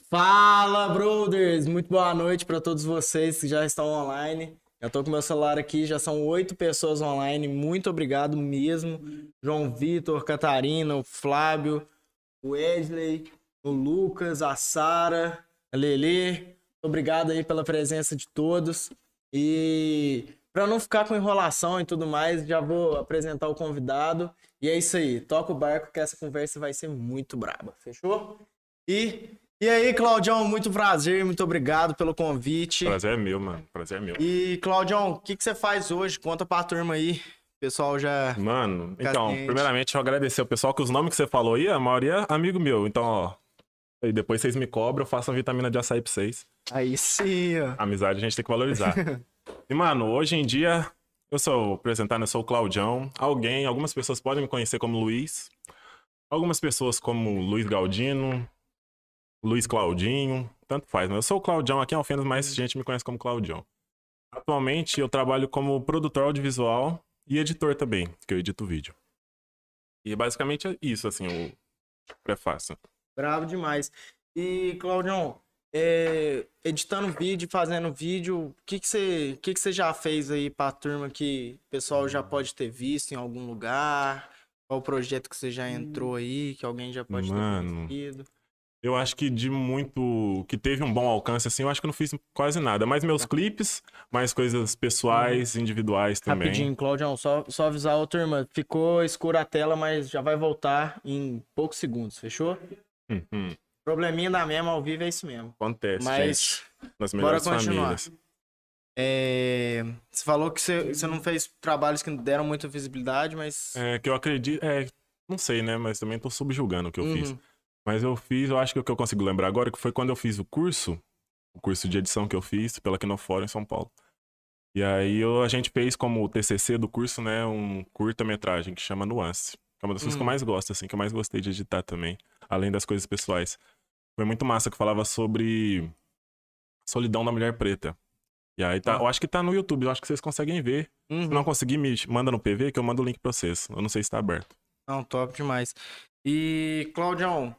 Fala, brothers! Muito boa noite para todos vocês que já estão online. Eu tô com meu celular aqui, já são 8 pessoas online. Muito obrigado mesmo. João Vitor, Catarina, o Flávio, o Wesley, o Lucas, a Sara, a Lelê. Muito obrigado aí pela presença de todos. E para não ficar com enrolação e tudo mais, já vou apresentar o convidado. E é isso aí, toca o barco que essa conversa vai ser muito braba. Fechou? E aí, Claudião, muito prazer, muito obrigado pelo convite. Prazer é meu, mano. Prazer é meu. E, Claudião, o que você faz hoje? Conta pra turma aí. O pessoal já Mano, fica então, ciente. primeiramente eu agradecer o pessoal que os nomes que você falou aí, a maioria é amigo meu. Então, ó, e depois vocês me cobram, eu faço uma vitamina de açaí pra vocês. Aí sim, ó. Amizade a gente tem que valorizar. E, mano, hoje em dia, eu sou apresentado, eu sou o Claudião. Algumas pessoas podem me conhecer como Luiz. Algumas pessoas como Luiz Galdino, Luiz Claudinho, tanto faz. Mas eu sou o Claudião aqui em Alfenas, mas a gente me conhece como Claudião. Atualmente eu trabalho como produtor audiovisual e editor também, que eu edito vídeo. E basicamente é isso, assim, o prefácio. Bravo demais. E, Claudião, editando vídeo, fazendo vídeo, o que você já fez aí pra turma que o pessoal já pode ter visto em algum lugar? Qual o projeto que você já entrou aí, que alguém já pode ter Mano, conhecido? eu acho que de muito que teve um bom alcance, assim, eu acho que eu não fiz quase nada. Mais meus clipes, mais coisas pessoais, individuais também. Rapidinho, Claudião, só avisar a turma, ficou escura a tela, mas já vai voltar em poucos segundos, fechou? Uhum. Probleminha da mesma ao vivo é isso mesmo. Acontece, Mas, gente. Nas bora melhores continuar. famílias. Você falou que você não fez trabalhos que deram muita visibilidade, mas... É, que eu acredito. Não sei, né? Mas também tô subjulgando o que eu fiz. Uhum. Mas eu fiz, eu acho que o que eu consigo lembrar agora, que foi quando eu fiz o curso de edição que eu fiz pela Kinofórum em São Paulo. E aí a gente fez como o TCC do curso, né, um curta-metragem que chama Nuance. Que é uma das coisas que eu mais gosto, assim, que eu mais gostei de editar também, além das coisas pessoais. Foi muito massa, que falava sobre solidão da mulher preta. E aí tá, Ó. eu acho que tá no YouTube, eu acho que vocês conseguem ver. Se não Uhum. conseguir, me manda no PV que eu mando o link pra vocês. Eu não sei se tá aberto. Não, top demais. E, Claudião,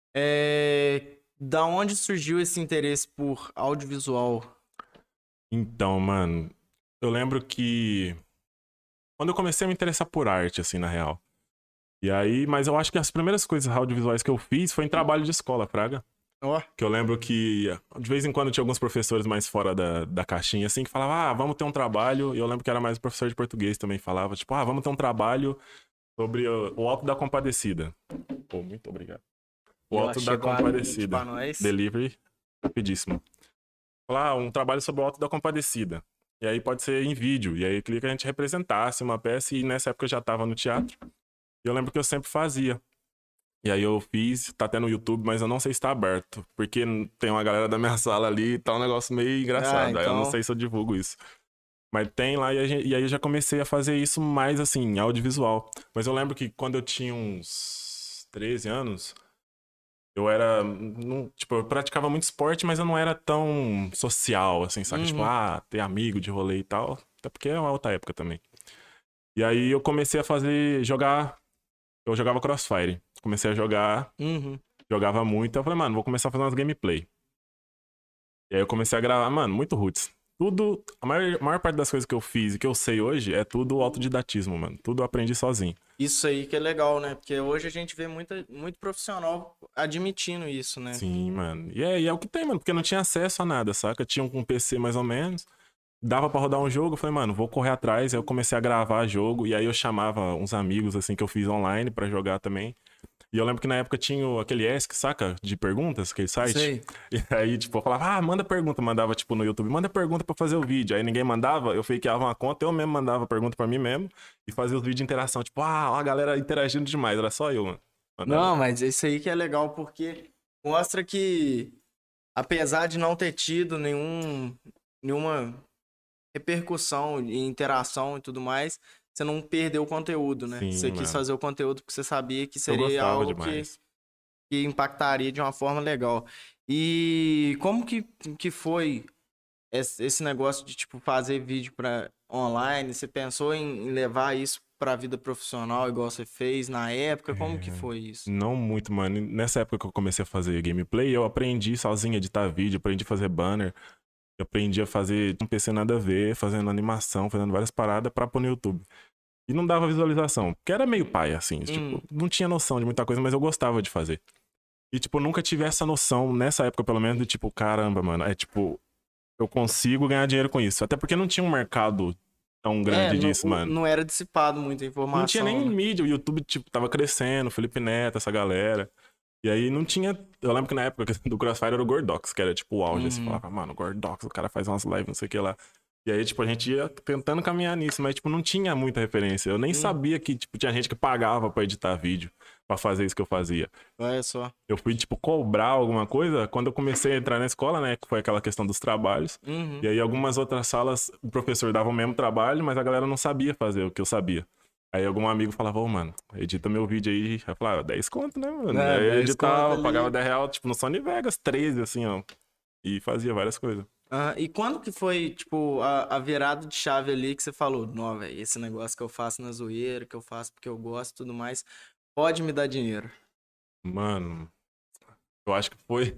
da onde surgiu esse interesse por audiovisual? Então, mano, eu lembro que quando eu comecei a me interessar por arte, assim, na real. E aí, mas eu acho que as primeiras coisas audiovisuais que eu fiz foi em trabalho de escola, fraga. Ó. Que eu lembro que de vez em quando tinha alguns professores mais fora da caixinha, assim, que falavam, vamos ter um trabalho. E eu lembro que era mais o professor de português também falava, tipo, vamos ter um trabalho sobre o Alto da Compadecida. Pô, muito obrigado. O E ela Alto da chegou a link Compadecida. pra nós. Delivery, rapidíssimo. Falar, um trabalho sobre o Alto da Compadecida. E aí pode ser em vídeo. E aí eu queria que a gente representasse uma peça. E nessa época eu já tava no teatro. E eu lembro que eu sempre fazia. E aí eu fiz, tá até no YouTube, mas eu não sei se tá aberto. Porque tem uma galera da minha sala ali e tá um negócio meio engraçado. Aí eu não Então... sei se eu divulgo isso. Mas tem lá e aí eu já comecei a fazer isso mais assim, audiovisual. Mas eu lembro que quando eu tinha uns 13 anos, eu era. Tipo, eu praticava muito esporte, mas eu não era tão social, assim, sabe? Tipo, ter amigo de rolê e tal. Até porque é uma outra época também. E aí eu comecei a jogar. Eu jogava Crossfire. Comecei a jogar. Jogava muito. Eu falei, mano, vou começar a fazer umas gameplay. E aí eu comecei a gravar, mano, muito roots. Tudo, a maior parte das coisas que eu fiz e que eu sei hoje é tudo autodidatismo, mano. Tudo eu aprendi sozinho. Isso aí que é legal, né? Porque hoje a gente vê muito profissional admitindo isso, né? Sim, mano. E é o que tem, mano, porque eu não tinha acesso a nada, saca? Tinha um PC mais ou menos. Dava pra rodar um jogo, eu falei, mano, vou correr atrás. Aí eu comecei a gravar jogo, e aí eu chamava uns amigos, assim, que eu fiz online pra jogar também. E eu lembro que na época tinha aquele Ask, saca? De perguntas, aquele site. Sei. E aí, tipo, eu falava, manda pergunta. Mandava, tipo, no YouTube, manda pergunta pra fazer o vídeo. Aí ninguém mandava, eu fakeava uma conta, eu mesmo mandava pergunta pra mim mesmo. E fazia os vídeos de interação. Tipo, a galera interagindo demais. Era só eu, mano. Mandava. Não, mas isso aí que é legal, porque mostra que, apesar de não ter tido nenhuma repercussão e interação e tudo mais, você não perdeu o conteúdo, né? Sim, Você quis mano. fazer o conteúdo porque você sabia que Eu seria gostava algo que demais. impactaria de uma forma legal. E como que foi esse negócio de, tipo, fazer vídeo para online? Você pensou em levar isso pra vida profissional, igual você fez na época? Como que foi isso? Não muito, mano. Nessa época que eu comecei a fazer gameplay, eu aprendi sozinho a editar vídeo, aprendi a fazer banner, eu aprendi a fazer um PC nada a ver, fazendo animação, fazendo várias paradas pra pôr no YouTube. E não dava visualização, porque era meio paia, assim. Tipo, não tinha noção de muita coisa, mas eu gostava de fazer. E, tipo, nunca tive essa noção, nessa época pelo menos, de tipo, caramba, mano, é tipo, eu consigo ganhar dinheiro com isso. Até porque não tinha um mercado tão grande disso, mano. Não era dissipado muita informação. Não tinha nem né? mídia, o YouTube, tipo, tava crescendo, Felipe Neto, essa galera. E aí não tinha. Eu lembro que na época do Crossfire era o Gordox, que era tipo o auge. Aí você falava, mano, Gordox, o cara faz umas lives, não sei o que lá. E aí, tipo, a gente ia tentando caminhar nisso, mas, tipo, não tinha muita referência. Eu nem sabia que, tipo, tinha gente que pagava pra editar vídeo, pra fazer isso que eu fazia. Olha só. Eu fui, tipo, cobrar alguma coisa quando eu comecei a entrar na escola, né? Que foi aquela questão dos trabalhos. E aí, algumas outras salas, o professor dava o mesmo trabalho, mas a galera não sabia fazer o que eu sabia. Aí algum amigo falava, ô, mano, edita meu vídeo aí. Aí eu falava, 10 conto, né, mano? É, aí eu 10 editava, conto pagava ali. 10 reais, tipo, no Sony Vegas, 13, assim, ó. E fazia várias coisas. E quando que foi, tipo, a virada de chave ali que você falou, não, velho, esse negócio que eu faço na zoeira, que eu faço porque eu gosto e tudo mais, pode me dar dinheiro? Mano, eu acho que foi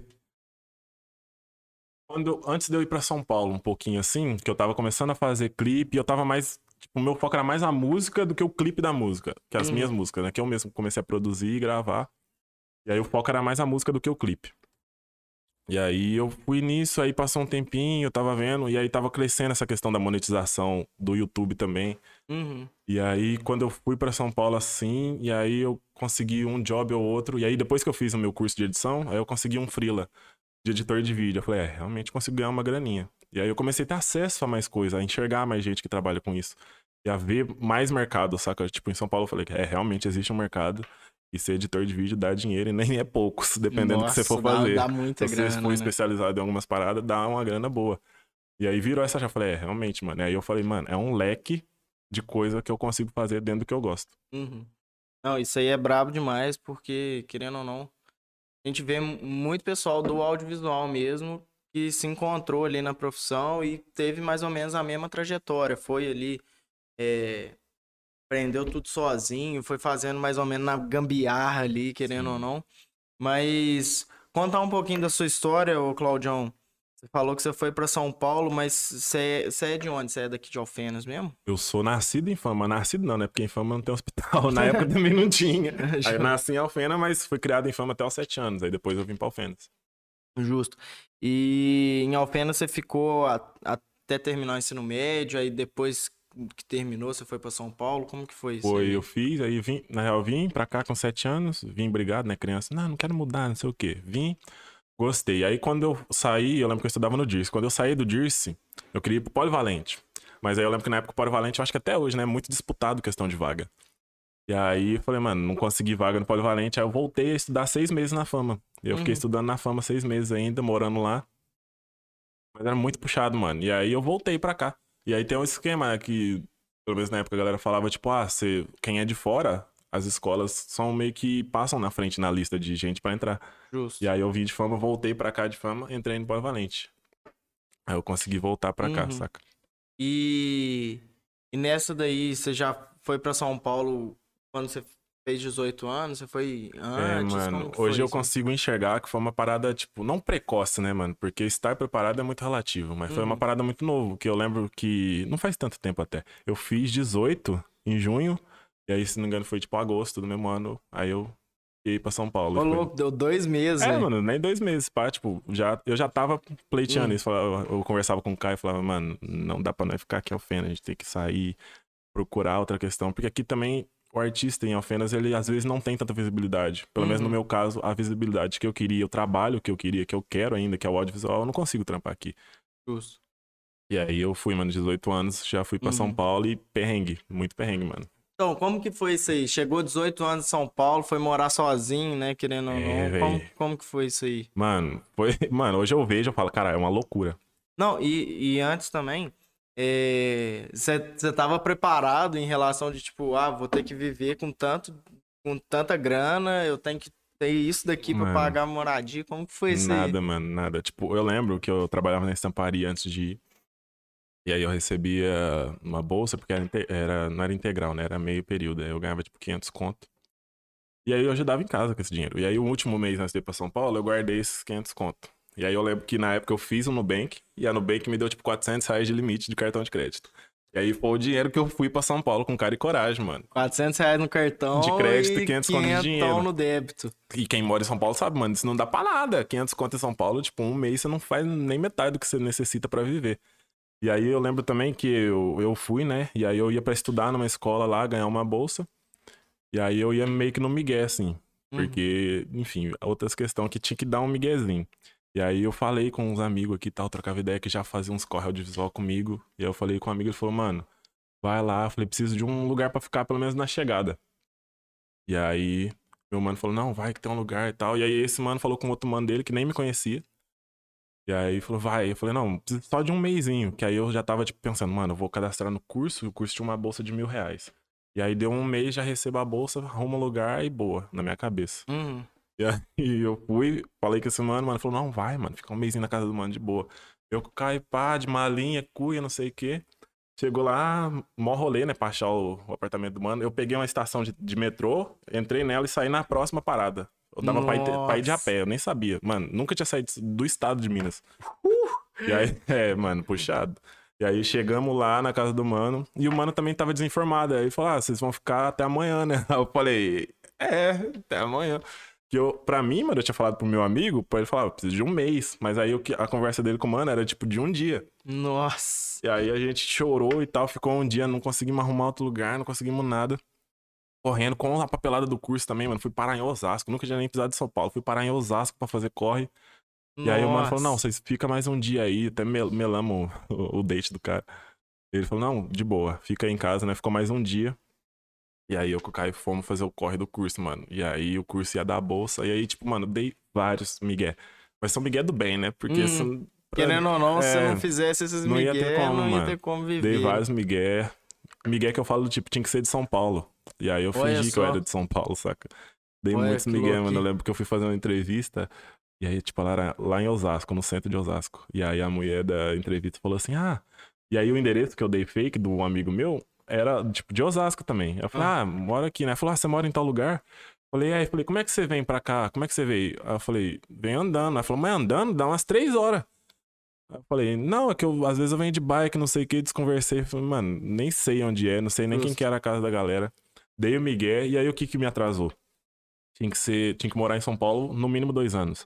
antes de eu ir pra São Paulo, um pouquinho assim, que eu tava começando a fazer clipe, e eu tava mais. Tipo, o meu foco era mais a música do que o clipe da música. Que as minhas músicas, né? Que eu mesmo comecei a produzir e gravar. E aí o foco era mais a música do que o clipe. E aí eu fui nisso, aí passou um tempinho, eu tava vendo, e aí tava crescendo essa questão da monetização do YouTube também. E aí, quando eu fui pra São Paulo assim, e aí eu consegui um job ou outro, e aí depois que eu fiz o meu curso de edição, aí eu consegui um freela de editor de vídeo. Eu falei, realmente consigo ganhar uma graninha. E aí eu comecei a ter acesso a mais coisa, a enxergar mais gente que trabalha com isso. E a ver mais mercado, saca? Tipo, em São Paulo eu falei que realmente existe um mercado. E ser editor de vídeo dá dinheiro e nem é poucos, dependendo do que você for Nossa, fazer. dá muita Se você for grana, né? especializado em algumas paradas, dá uma grana boa. E aí virou essa já falei, realmente, mano. E aí eu falei, mano, é um leque de coisa que eu consigo fazer dentro do que eu gosto. Não, isso aí é brabo demais, porque, querendo ou não, a gente vê muito pessoal do audiovisual mesmo que se encontrou ali na profissão e teve mais ou menos a mesma trajetória. Foi ali, aprendeu tudo sozinho, foi fazendo mais ou menos na gambiarra ali, querendo ou Sim. não. Mas contar um pouquinho da sua história, ô Claudião. Você falou que você foi para São Paulo, mas você é de onde? Você é daqui de Alfenas mesmo? Eu sou nascido em Fama. Nascido não, né? Porque em Fama não tem hospital. Na época também não tinha. Aí eu nasci em Alfena, mas fui criado em Fama até os 7 anos. Aí depois eu vim pra Alfenas. Justo. E em Alfenas você ficou até terminar o ensino médio, aí depois que terminou você foi para São Paulo, como que foi isso Foi, aí? eu fiz, aí vim, na real, vim pra cá com 7 anos, vim brigado, né, criança, não quero mudar, não sei o quê. Vim, gostei. Aí quando eu saí, eu lembro que eu estudava no Dirce. Quando eu saí do Dirce, eu queria ir pro Polivalente. Mas aí eu lembro que na época o Polivalente, eu acho que até hoje, né, é muito disputado questão de vaga. E aí eu falei, mano, não consegui vaga no Polivalente, aí eu voltei a estudar 6 meses na Fama. E eu fiquei estudando na Fama 6 meses ainda, morando lá. Mas era muito puxado, mano. E aí eu voltei pra cá. E aí tem um esquema que, pelo menos na época a galera falava, tipo, quem é de fora, as escolas são meio que passam na frente na lista de gente pra entrar. Justo. E aí eu vim de Fama, voltei pra cá de Fama, entrei no Polivalente. Aí eu consegui voltar pra cá, saca? E, e nessa daí, você já foi para São Paulo quando você fez 18 anos? Você foi antes? Mano, Como que hoje foi eu isso aí? consigo enxergar que foi uma parada, tipo, não precoce, né, mano? Porque estar preparado é muito relativo, mas foi uma parada muito novo, que eu lembro que não faz tanto tempo até. Eu fiz 18 em junho, e aí, se não me engano, foi tipo agosto do mesmo ano, aí eu ia pra São Paulo. Ô, E foi... louco, deu 2 meses, velho. Mano, nem 2 meses, pá, tipo, eu já tava pleiteando isso. Eu conversava com o Caio e falava, mano, não dá pra nós ficar aqui Alfena, a gente tem que sair, procurar outra questão, porque aqui também o artista em Alfenas, ele às vezes não tem tanta visibilidade. Pelo menos no meu caso, a visibilidade que eu queria, o trabalho que eu queria, que eu quero ainda, que é o audiovisual, eu não consigo trampar aqui. Justo. E aí eu fui, mano, 18 anos, já fui pra São Paulo e perrengue, muito perrengue, mano. Então, como que foi isso aí? Chegou 18 anos em São Paulo, foi morar sozinho, né? Querendo ou não. Véi. Como que foi isso aí? Mano, foi. Mano, hoje eu vejo, eu falo, cara, é uma loucura. Não, e antes também, você tava preparado em relação de tipo, vou ter que viver com tanta grana, eu tenho que ter isso daqui pra Mano, pagar a moradia. Como que foi isso aí? nada, mano, nada. Tipo, eu lembro que eu trabalhava na estamparia antes de ir. E aí eu recebia uma bolsa, porque não era integral, né? Era meio período. Aí eu ganhava, tipo, 500 conto. E aí eu ajudava em casa com esse dinheiro. E aí o último mês antes de ir pra São Paulo, eu guardei esses 500 conto. E aí eu lembro que na época eu fiz um Nubank, e a Nubank me deu, tipo, R$ 400 de limite de cartão de crédito. E aí foi o dinheiro que eu fui pra São Paulo com cara e coragem, mano. R$ 400 no De cartão crédito e e 500 conto de 500 dinheiro. no débito. E quem mora em São Paulo sabe, mano, isso não dá pra nada. 500 conto em São Paulo, tipo, um mês você não faz nem metade do que você necessita pra viver. E aí eu lembro também que eu fui, né? E aí eu ia pra estudar numa escola lá, ganhar uma bolsa. E aí eu ia meio que no migué, assim. Porque, enfim, outras questões que tinha que dar um miguezinho. E aí eu falei com uns amigos aqui e tal, trocava ideia que já faziam uns corre audiovisual comigo. E aí eu falei com um amigo, ele falou, mano, vai lá. Eu falei, preciso de um lugar pra ficar pelo menos na chegada. E aí meu mano falou, não, vai que tem um lugar e tal. E aí esse mano falou com outro mano dele que nem me conhecia. E aí falou, vai. Eu falei, não, preciso só de um mesinho. Que aí eu já tava, tipo, pensando, mano, eu vou cadastrar no curso. E o curso tinha uma bolsa de R$ 1.000. E aí deu um mês, já recebo a bolsa, arrumo um lugar e boa, na minha cabeça. E aí eu fui, falei com esse mano falou, não, vai, mano, fica um mêsinho na casa do mano de boa. Eu caí, pá, de malinha, cuia, não sei o quê. Chegou lá, mó rolê, né, pra achar o apartamento do mano. Eu peguei uma estação de metrô, entrei nela e saí na próxima parada. Eu dava pra ir de a Nossa. pé, eu nem sabia. Mano, nunca tinha saído do estado de Minas. E aí, mano, puxado. E aí chegamos lá na casa do mano, e o mano também tava desinformado. Aí ele falou, vocês vão ficar até amanhã, né? Aí eu falei, até amanhã. Que pra mim, mano, eu tinha falado pro meu amigo, pra ele falar, eu preciso de um mês. Mas aí a conversa dele com o mano era tipo de um dia. Nossa. E aí a gente chorou e tal, ficou um dia, não conseguimos arrumar outro lugar, não conseguimos nada. Correndo com a papelada do curso também, mano. Fui parar em Osasco, nunca tinha nem pisado de São Paulo. Fui parar em Osasco pra fazer corre. E aí o mano falou, não, Nossa. vocês ficam mais um dia aí, até melamos o date do cara. Ele falou, não, de boa, fica aí em casa, né? Ficou mais um dia. E aí eu com o Caio fomos fazer o corre do curso, mano. E aí o curso ia dar a bolsa. E aí, tipo, mano, dei vários migué. Mas são migué do bem, né? Porque Querendo ou não, se é, não fizesse esses não ia ter migué, como, não ia ter mano. como Dei viver. vários migué. Migué que eu falo, tipo, tinha que ser de São Paulo. E aí eu Olha fingi que eu era só. de São Paulo, saca? Dei Olha muitos que migué, mano. Eu louquinho. lembro que eu fui fazer uma entrevista. E aí, tipo, ela era lá em Osasco, no centro de Osasco. E aí a mulher da entrevista falou assim, E aí o endereço que eu dei fake do amigo meu era, tipo, de Osasco também. Eu falei, mora aqui, né? Ela falou, você mora em tal lugar? Falei, como é que você vem pra cá? Como é que você veio? Aí eu falei, vem andando. Ela falou, mas andando dá umas 3 horas. Aí eu falei, não, é que às vezes eu venho de bike, não sei o que, desconversei. Falei, mano, nem sei onde é, não sei nem quem que Justo. era a casa da galera. Dei o migué, e aí o que que me atrasou? Tinha que morar em São Paulo no mínimo 2 anos.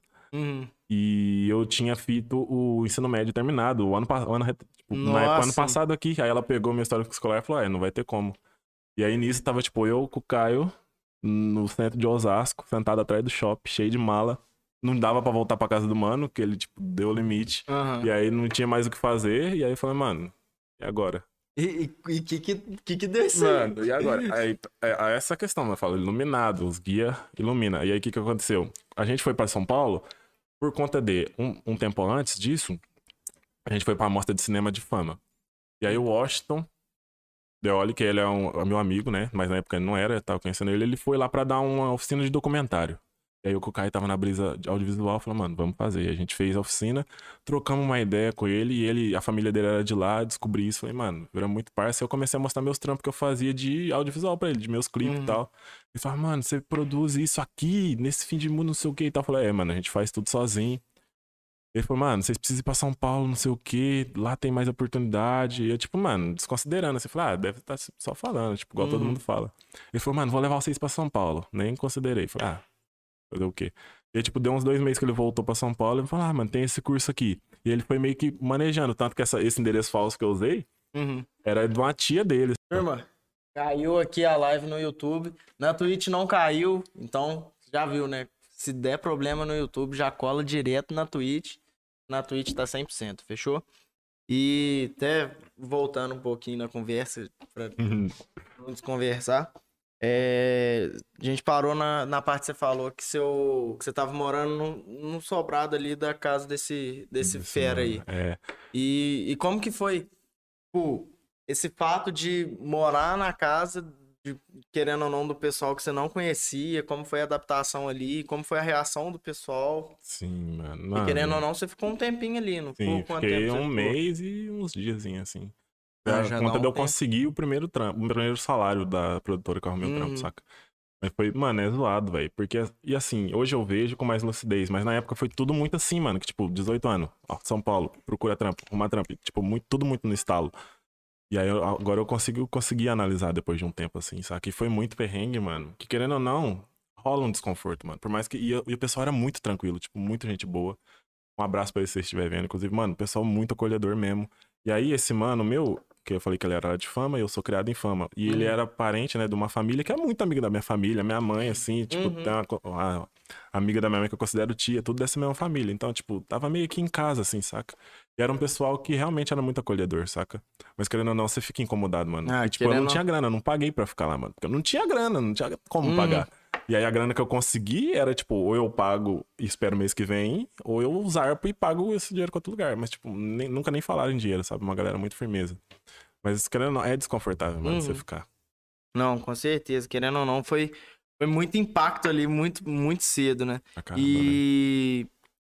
E eu tinha feito o ensino médio terminado, tipo, na época, ano Nossa. passado aqui. Aí ela pegou meu histórico escolar e falou, não vai ter como. E aí nisso tava, tipo, eu com o Caio no centro de Osasco, sentado atrás do shopping, cheio de mala. Não dava pra voltar pra casa do mano, que ele, tipo, deu o limite. E aí não tinha mais o que fazer. E aí eu falei, mano, e agora? E que deu isso aí? Mano, e agora? Aí, essa questão, eu falo, iluminado, os guia ilumina. E aí o que que aconteceu? A gente foi pra São Paulo por conta de, um tempo antes disso, a gente foi pra mostra de cinema de fama. E aí o Washington Deoli, que ele é meu amigo, né? Mas na época ele não era, eu tava conhecendo ele. Ele foi lá pra dar uma oficina de documentário. E aí o Kukai tava na brisa de audiovisual, falou, mano, vamos fazer. E a gente fez a oficina, trocamos uma ideia com ele, e a família dele era de lá, descobri isso, falei, mano, era muito parça. Eu comecei a mostrar meus trampos que eu fazia de audiovisual pra ele, de meus clipes e tal. Ele falou, mano, você produz isso aqui, nesse fim de mundo, não sei o que e tal. Eu falei, mano, a gente faz tudo sozinho. Ele falou, mano, vocês precisam ir pra São Paulo, não sei o quê, lá tem mais oportunidade. E eu, tipo, mano, desconsiderando, assim, falei, deve estar só falando, tipo, igual todo mundo fala. Ele falou, mano, vou levar vocês pra São Paulo. Nem considerei. Falei, fazer o quê? E aí, tipo, deu uns 2 meses que ele voltou pra São Paulo e falou, mano, tem esse curso aqui. E ele foi meio que manejando, tanto que esse endereço falso que eu usei era de uma tia dele. Turma, caiu aqui a live no YouTube. Na Twitch não caiu, então já viu, né? Se der problema no YouTube, já cola direto na Twitch. Na Twitch tá 100%, fechou? E até voltando um pouquinho na conversa, pra não desconversar. A gente parou na parte que você falou que você tava morando num sobrado ali da casa desse fera aí. E como que foi, tipo, esse fato de morar na casa querendo ou não, do pessoal que você não conhecia, como foi a adaptação ali, como foi a reação do pessoal. Sim, mano. E querendo ou Mano, não, você ficou um tempinho ali, não ficou? sim, Quanto tempo fiquei você um ficou? mês e uns diazinhos, assim. Ah, A já dá conta de um eu tempo. conseguir o primeiro trampo, o primeiro salário da produtora que eu arrumei o trampo, Uhum. saca? Mas foi, mano, é zoado, velho. Porque, e assim, hoje eu vejo com mais lucidez, mas na época foi tudo muito assim, mano. Que, tipo, 18 anos, ó, São Paulo, procura trampo, arruma trampo. E, tipo, muito, tudo muito no estalo. E aí, agora eu consegui analisar depois de um tempo, assim, saca? E foi muito perrengue, mano. Que querendo ou não, rola um desconforto, mano. Por mais que. E o pessoal era muito tranquilo, tipo, muita gente boa. Um abraço pra ele se você estiver vendo. Inclusive, mano, o pessoal muito acolhedor mesmo. E aí, esse mano meu, que eu falei que ele era de Fama, eu sou criado em Fama. E ele Uhum. era parente, né, de uma família que é muito amiga da minha família, minha mãe, assim, tipo, tem Uhum. uma amiga da minha mãe que eu considero tia, tudo dessa mesma família. Então, tipo, tava meio que em casa, assim, saca? E era um pessoal que realmente era muito acolhedor, saca? Mas querendo ou não, você fica incomodado, mano. Ah, E, tipo, eu não querendo. tinha grana, eu não paguei pra ficar lá, mano. Porque eu não tinha grana, não tinha como Uhum. pagar. E aí a grana que eu consegui era, tipo, ou eu pago e espero o mês que vem, ou eu zarpo e pago esse dinheiro com outro lugar. Mas, tipo, nunca nem falaram em dinheiro, sabe? Uma galera muito firmeza. Mas, querendo ou não, é desconfortável, mano, você Uhum. ficar. Não, com certeza. Querendo ou não, foi muito impacto ali, muito, muito cedo, né? Pra caramba, velho. E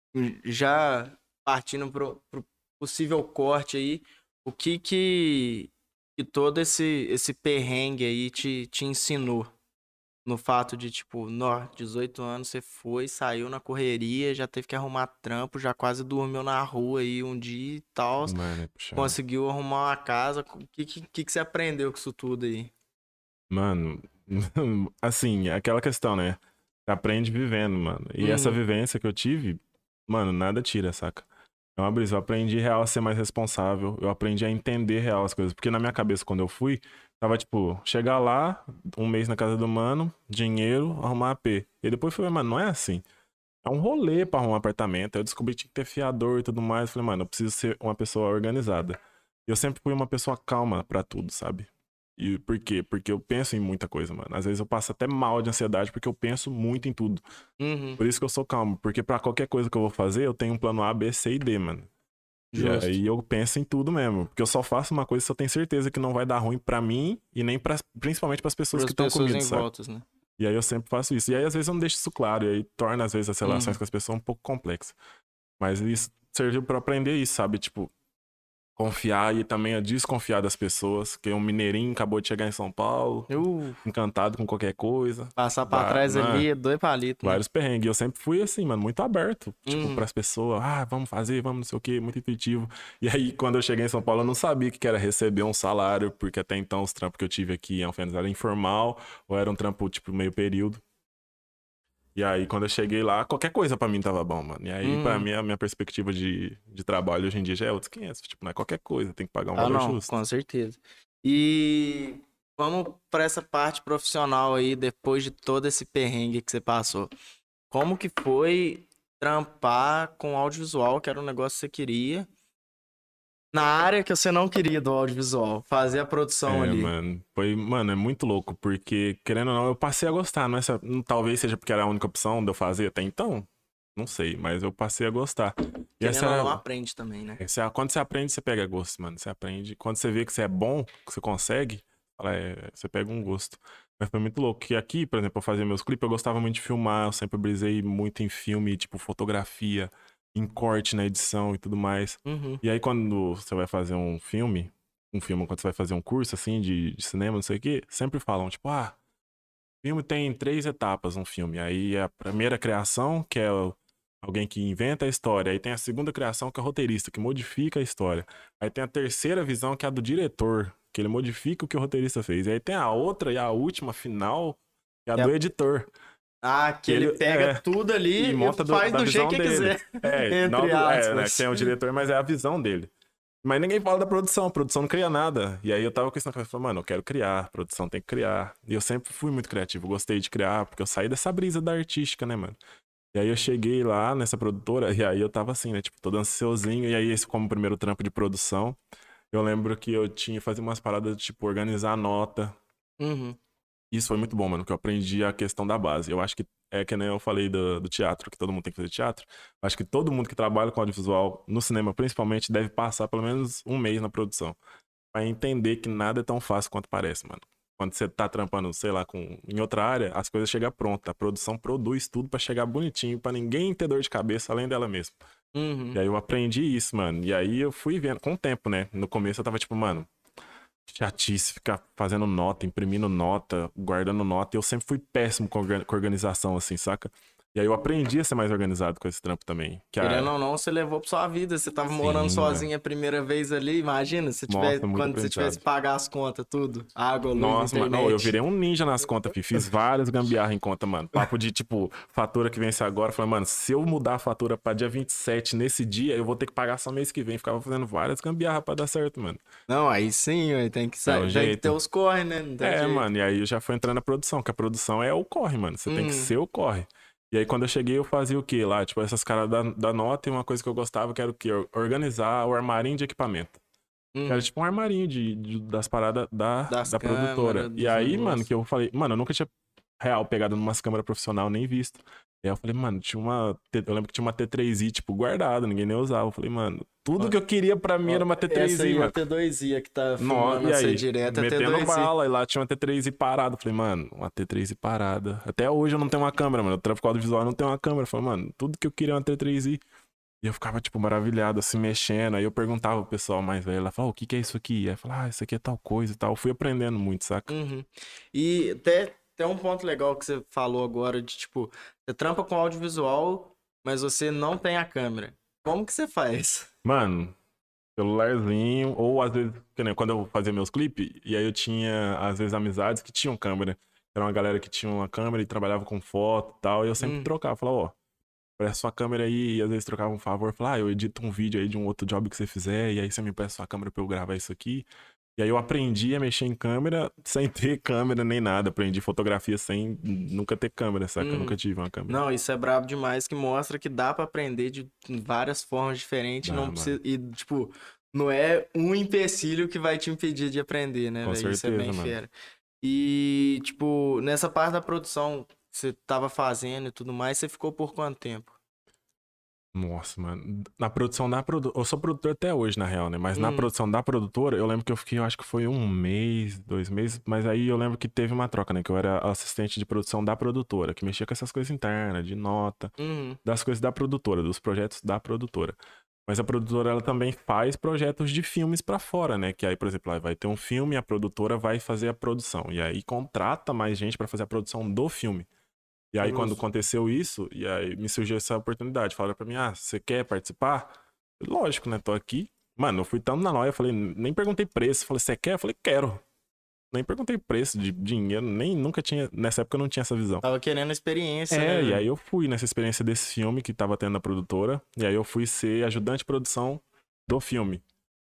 já partindo pro possível corte aí, o que todo esse perrengue aí te ensinou? No fato de, tipo, 18 anos você foi, saiu na correria, já teve que arrumar trampo, já quase dormiu na rua aí um dia e tal, Mano, é puxado. conseguiu arrumar uma casa. O que você aprendeu com isso tudo aí? Mano, assim, aquela questão, né? Você aprende vivendo, mano. E essa Uhum, vivência que eu tive, mano, nada tira, saca? É uma brisa. Eu aprendi real a ser mais responsável. Eu aprendi a entender real as coisas. Porque na minha cabeça, quando eu fui, tava tipo, chegar lá, um mês na casa do mano, dinheiro, arrumar AP. E depois eu falei, mano, não é assim. É um rolê pra arrumar um apartamento. Aí eu descobri que tinha que ter fiador e tudo mais. Eu falei, mano, eu preciso ser uma pessoa organizada. E eu sempre fui uma pessoa calma pra tudo, sabe? E por quê? Porque eu penso em muita coisa, mano. Às vezes eu passo até mal de ansiedade porque eu penso muito em tudo. uhum, Por isso que eu sou calmo. Porque pra qualquer coisa que eu vou fazer, eu tenho um plano A, B, C e D, mano. E justo. aí eu penso em tudo mesmo. Porque eu só faço uma coisa se eu tenho certeza que não vai dar ruim pra mim e nem pra, principalmente pras pessoas Para que as estão pessoas comigo, em sabe? volta, né? E aí eu sempre faço isso. E aí às vezes eu não deixo isso claro. E aí torna às vezes as relações Uhum. com as pessoas um pouco complexas. Mas isso serviu pra aprender isso, sabe? Tipo, confiar e também a desconfiar das pessoas. Que um mineirinho acabou de chegar em São Paulo, Uh, encantado com qualquer coisa. Passar pra trás Né? ali é dois palitos, né? Vários perrengues. Eu sempre fui assim, mano, muito aberto, tipo, Uhum. pras pessoas. Ah, vamos fazer, vamos não sei o quê, muito intuitivo. E aí, quando eu cheguei em São Paulo, eu não sabia o que era receber um salário, porque até então os trampos que eu tive aqui em Alfenas era informal, ou era um trampo, tipo, meio período. E aí, quando eu cheguei lá, qualquer coisa pra mim tava bom, mano. E aí, pra Uhum. mim, a minha perspectiva de trabalho hoje em dia já é outros 500. Tipo, não é qualquer coisa, tem que pagar um Ah, valor não, justo. com certeza. E vamos para essa parte profissional aí, depois de todo esse perrengue que você passou. Como que foi trampar com audiovisual, que era um negócio que você queria, na área que você não queria do audiovisual, fazer a produção É, ali? mano, foi, mano, é muito louco, porque, querendo ou não, eu passei a gostar, não é talvez seja porque era a única opção de eu fazer até então, não sei, mas eu passei a gostar. E essa Querendo ou não, era, aprende também, né? quando você aprende, você pega gosto, mano, você aprende, quando você vê que você é bom, que você consegue, você pega um gosto. Mas foi muito louco, que aqui, por exemplo, eu fazia meus clipes, eu gostava muito de filmar, eu sempre brisei muito em filme, tipo, fotografia, em corte, na edição e tudo mais. Uhum. E aí, quando você vai fazer um filme, quando você vai fazer um curso, assim, de cinema, não sei o quê, sempre falam, tipo, filme tem 3 etapas, um filme. Aí a primeira criação, que é alguém que inventa a história. Aí tem a segunda criação, que é o roteirista, que modifica a história. Aí tem a terceira visão, que é a do diretor, que ele modifica o que o roteirista fez. E aí tem a outra e a última, final, que é a É- do editor. Ah, que Que ele ele, pega tudo e ali e monta faz da do jeito visão que dele. quiser, Não entre né, aspas. quem é o diretor, mas é a visão dele. Mas ninguém fala da produção, a produção não cria nada. E aí eu tava com isso na cabeça, mano, eu quero criar, a produção tem que criar. E eu sempre fui muito criativo, gostei de criar, porque eu saí dessa brisa da artística, né, mano? E aí eu cheguei lá nessa produtora, e aí eu tava assim, né, tipo, todo ansiosinho, e aí esse como primeiro trampo de produção, eu lembro que eu tinha que fazer umas paradas, tipo, organizar a nota. Uhum. Isso foi muito bom, mano, que eu aprendi a questão da base. Eu acho que é que nem eu falei do teatro, que todo mundo tem que fazer teatro. Acho que todo mundo que trabalha com audiovisual, no cinema principalmente, deve passar pelo menos um mês na produção. Pra entender que nada é tão fácil quanto parece, mano. quando você tá trampando, sei lá, em outra área, as coisas chegam prontas. A produção produz tudo pra chegar bonitinho, pra ninguém ter dor de cabeça além dela mesma. E aí eu aprendi isso, mano. E aí eu fui vendo, com o tempo, né? No começo eu tava tipo, mano, chatice ficar fazendo nota, imprimindo nota, guardando nota. E eu sempre fui péssimo com organização, assim, saca? E aí eu aprendi a ser mais organizado com esse trampo também. Querendo ou não, você levou pra sua vida. Você tava morando sozinho a primeira vez ali. Imagina, se quando você tivesse que pagar as contas, tudo. Água, luz, nossa, internet. Mano, não, eu virei um ninja nas contas, filho. Fiz várias gambiarra em conta, mano. Papo de, tipo, fatura que vence agora. Falei, mano, se eu mudar a fatura pra dia 27 nesse dia, eu vou ter que pagar só mês que vem. Ficava fazendo várias gambiarra pra dar certo, mano. Não, aí sim, tem que sair. Tem que ter os corre, né? Não tem jeito. Mano, e aí eu já fui entrando na produção, que a produção é o corre, mano. Você tem que ser o corre. E aí, quando eu cheguei, eu fazia o quê lá? Tipo, essas caras da nota, e uma coisa que eu gostava, que era o quê? Organizar o armarinho de equipamento. Era tipo um armarinho das paradas da produtora. E aí, mano, que eu falei, mano, eu nunca tinha real pegado numas câmeras profissional, nem visto. E aí eu falei, mano, eu lembro que tinha uma T3i, tipo, guardada, ninguém nem usava. Eu falei, mano, tudo que eu queria pra mim era uma T3i, essa aí mano. É a T2i que tá filmando você direto, metendo bala, e lá tinha uma T3i parada. Eu falei, mano, uma T3i parada. Até hoje eu não tenho uma câmera, mano. Eu trampo com audiovisual, eu não tenho uma câmera. Eu falei, mano, tudo que eu queria é uma T3i. E eu ficava, tipo, maravilhado, assim, mexendo. Aí eu perguntava pro pessoal mais velho, ela falava, o que é isso aqui? Aí eu falava, isso aqui é tal coisa e tal. Eu fui aprendendo muito, saca? E até tem um ponto legal que você falou agora de, tipo, você trampa com audiovisual, mas você não tem a câmera. Como que você faz? Mano, celularzinho, ou às vezes, quando eu fazia meus clipes, e aí eu tinha, às vezes, amizades que tinham câmera. Era uma galera que tinha uma câmera e trabalhava com foto e tal. E eu sempre trocava, falava, ó, presta sua câmera aí, e às vezes trocava um favor, falava, eu edito um vídeo aí de um outro job que você fizer, e aí você me presta sua câmera pra eu gravar isso aqui. E aí eu aprendi a mexer em câmera sem ter câmera nem nada. Aprendi fotografia sem nunca ter câmera, saca? Eu nunca tive uma câmera. Não, isso é brabo demais, que mostra que dá pra aprender de várias formas diferentes. Dá, não precisa, e, tipo, não é um empecilho que vai te impedir de aprender, né, velho? Isso é bem fera. E, tipo, nessa parte da produção que você tava fazendo e tudo mais, você ficou por quanto tempo? Nossa, mano. Na produção da produtora. Eu sou produtor até hoje, na real, né? Mas na produção da produtora, eu lembro que eu fiquei, eu acho que foi 1 mês, 2 meses. Mas aí eu lembro que teve uma troca, né? Que eu era assistente de produção da produtora, que mexia com essas coisas internas, de nota, das coisas da produtora, dos projetos da produtora. Mas a produtora, ela também faz projetos de filmes pra fora, né? Que aí, por exemplo, vai ter um filme, a produtora vai fazer a produção. E aí contrata mais gente pra fazer a produção do filme. E aí, quando aconteceu isso, e aí me surgiu essa oportunidade. Falaram pra mim, você quer participar? Lógico, né? Tô aqui. Mano, eu fui tão na noia, falei, nem perguntei preço. Falei, você quer? Eu falei, quero. Nem perguntei preço de dinheiro, nunca tinha, nessa época eu não tinha essa visão. Tava querendo experiência, né? E aí eu fui nessa experiência desse filme que tava tendo na produtora, e aí eu fui ser ajudante de produção do filme.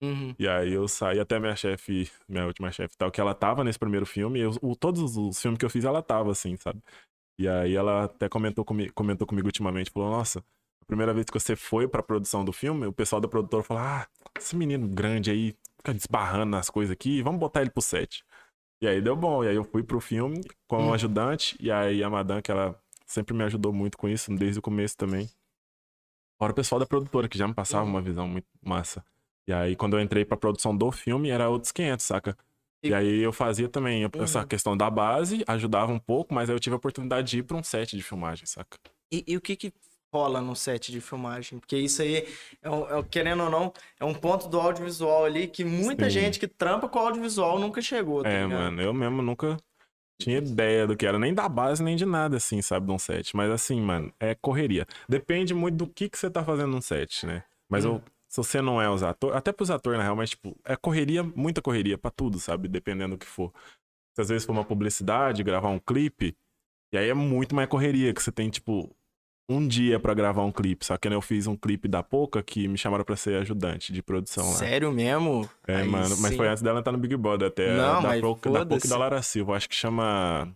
E aí eu saí até minha última chefe e tal, que ela tava nesse primeiro filme, todos os filmes que eu fiz, ela tava assim, sabe? E aí ela até comentou comigo ultimamente, falou, nossa, a primeira vez que você foi pra produção do filme, o pessoal da produtora falou, esse menino grande aí, fica desbarrando nas coisas aqui, vamos botar ele pro set. E aí deu bom, e aí eu fui pro filme como ajudante, e aí a Madame, que ela sempre me ajudou muito com isso, desde o começo também. Fora o pessoal da produtora, que já me passava uma visão muito massa. E aí quando eu entrei pra produção do filme, era outros 500, saca? E aí eu fazia também essa questão da base, ajudava um pouco, mas aí eu tive a oportunidade de ir pra um set de filmagem, saca? E o que rola no set de filmagem? Porque isso aí, querendo ou não, é um ponto do audiovisual ali que muita gente que trampa com audiovisual nunca chegou, tá ligado? Mano, eu mesmo nunca tinha ideia do que era, nem da base, nem de nada, assim, sabe, de um set. Mas assim, mano, é correria. Depende muito do que você tá fazendo num set, né? Mas se você não é os atores, até pros atores, na real, mas, tipo, é correria, muita correria pra tudo, sabe? Dependendo do que for. Se às vezes for uma publicidade, gravar um clipe, e aí é muito mais correria, que você tem, tipo, um dia pra gravar um clipe. Só que eu fiz um clipe da Poca que me chamaram pra ser ajudante de produção lá. Sério mesmo? Aí, mano, mas foi antes dela entrar no Big Brother, até não, da mas Poca e da Lara Silva. Acho que chama...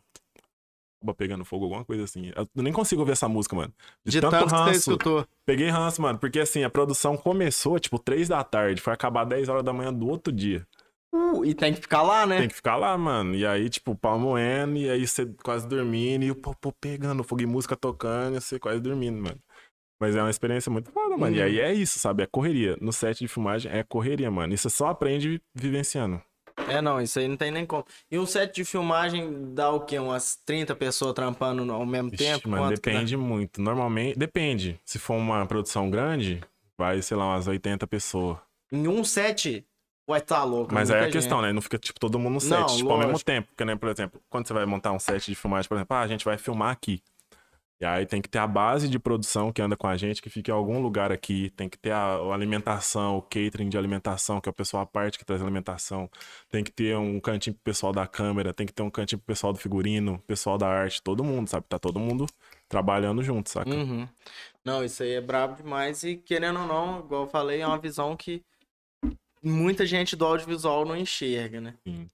Pegando Fogo, alguma coisa assim. Eu nem consigo ouvir essa música, mano. De tanto ranço, que você escutou. Peguei ranço, mano, porque assim, a produção começou, tipo, 3 da tarde, foi acabar 10 horas da manhã do outro dia. E tem que ficar lá, né? Tem que ficar lá, mano. E aí, tipo, pau moendo, e aí você quase dormindo, e o pô pegando fogo e música tocando, e você quase dormindo, mano. Mas é uma experiência muito foda, mano. E aí é isso, sabe? É correria. No set de filmagem é correria, mano. E você só aprende vivenciando. Não, isso aí não tem nem como. E um set de filmagem dá o quê? Umas 30 pessoas trampando ao mesmo tempo? Mano, Quanto que dá? depende muito. Normalmente, depende. Se for uma produção grande, vai, sei lá, umas 80 pessoas. Em um set, vai estar louco, Mas aí é muita a questão, gente. né? Não fica, tipo, todo mundo no set, Não, tipo, ao mesmo lógico. tempo. Porque, né, por exemplo, quando você vai montar um set de filmagem, por exemplo, a gente vai filmar aqui. E aí tem que ter a base de produção que anda com a gente, que fica em algum lugar aqui. Tem que ter a alimentação, o catering de alimentação, que é o pessoal à parte que traz alimentação. Tem que ter um cantinho pro pessoal da câmera, tem que ter um cantinho pro pessoal do figurino, pessoal da arte, todo mundo, sabe? Tá todo mundo trabalhando junto, saca? Uhum. Não, isso aí é brabo demais e querendo ou não, igual eu falei, é uma visão que muita gente do audiovisual não enxerga, né? Sim.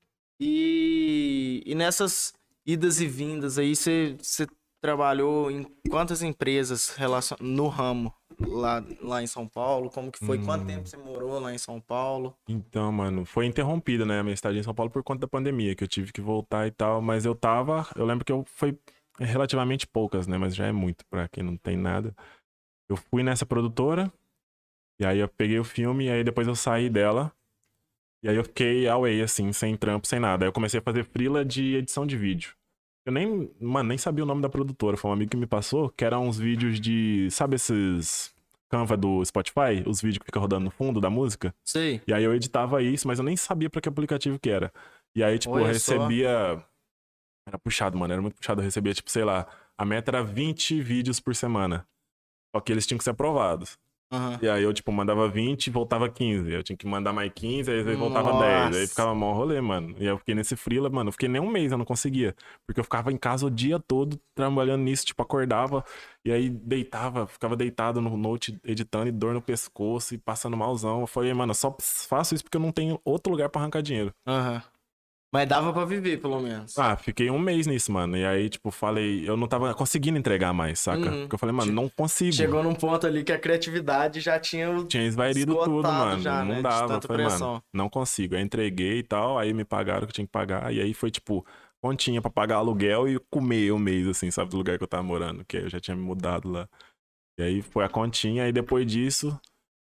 E nessas idas e vindas aí, você trabalhou em quantas empresas no ramo lá em São Paulo? Como que foi? Quanto tempo você morou lá em São Paulo? Então, mano, foi interrompida, né, a minha estadia em São Paulo por conta da pandemia, que eu tive que voltar e tal, mas eu lembro que foi relativamente poucas, né, mas já é muito pra quem não tem nada. Eu fui nessa produtora, e aí eu peguei o filme, e aí depois eu saí dela, e aí eu fiquei away, assim, sem trampo, sem nada. Aí eu comecei a fazer freela de edição de vídeo. Eu nem, mano, nem sabia o nome da produtora, foi um amigo que me passou, que eram uns vídeos de, sabe esses Canva do Spotify? Os vídeos que ficam rodando no fundo da música? Sei. E aí eu editava isso, mas eu nem sabia pra que aplicativo que era. E aí, tipo, eu Olha só. recebia. Era puxado, mano. Era muito puxado. Eu recebia, tipo, sei lá, a meta era 20 vídeos por semana. Só que eles tinham que ser aprovados. Aham. E aí eu, tipo, mandava 20 e voltava 15. Eu tinha que mandar mais 15, aí voltava 10. Aí Nossa. ficava mó rolê, mano. E aí eu fiquei nesse freela, mano. Eu fiquei nem um mês, eu não conseguia. Porque eu ficava em casa o dia todo trabalhando nisso, tipo, acordava e aí deitava, ficava deitado no note editando e dor no pescoço e passando malzão. Eu falei, mano, eu só faço isso porque eu não tenho outro lugar pra arrancar dinheiro. Aham. Mas dava pra viver, pelo menos. Ah, fiquei um mês nisso, mano. E aí, tipo, falei, eu não tava conseguindo entregar mais, saca? Uhum. Porque eu falei, mano, não consigo. Chegou num ponto ali que a criatividade já tinha Tinha esvaído tudo, esgotado mano. já, Não né? De dava. Eu tanta falei, mano, pressão. não consigo. Aí entreguei e tal, aí me pagaram o que eu tinha que pagar. E aí foi, tipo, continha pra pagar aluguel e comer um mês, assim, sabe, do lugar que eu tava morando, que eu já tinha me mudado lá. E aí foi a continha, e depois disso,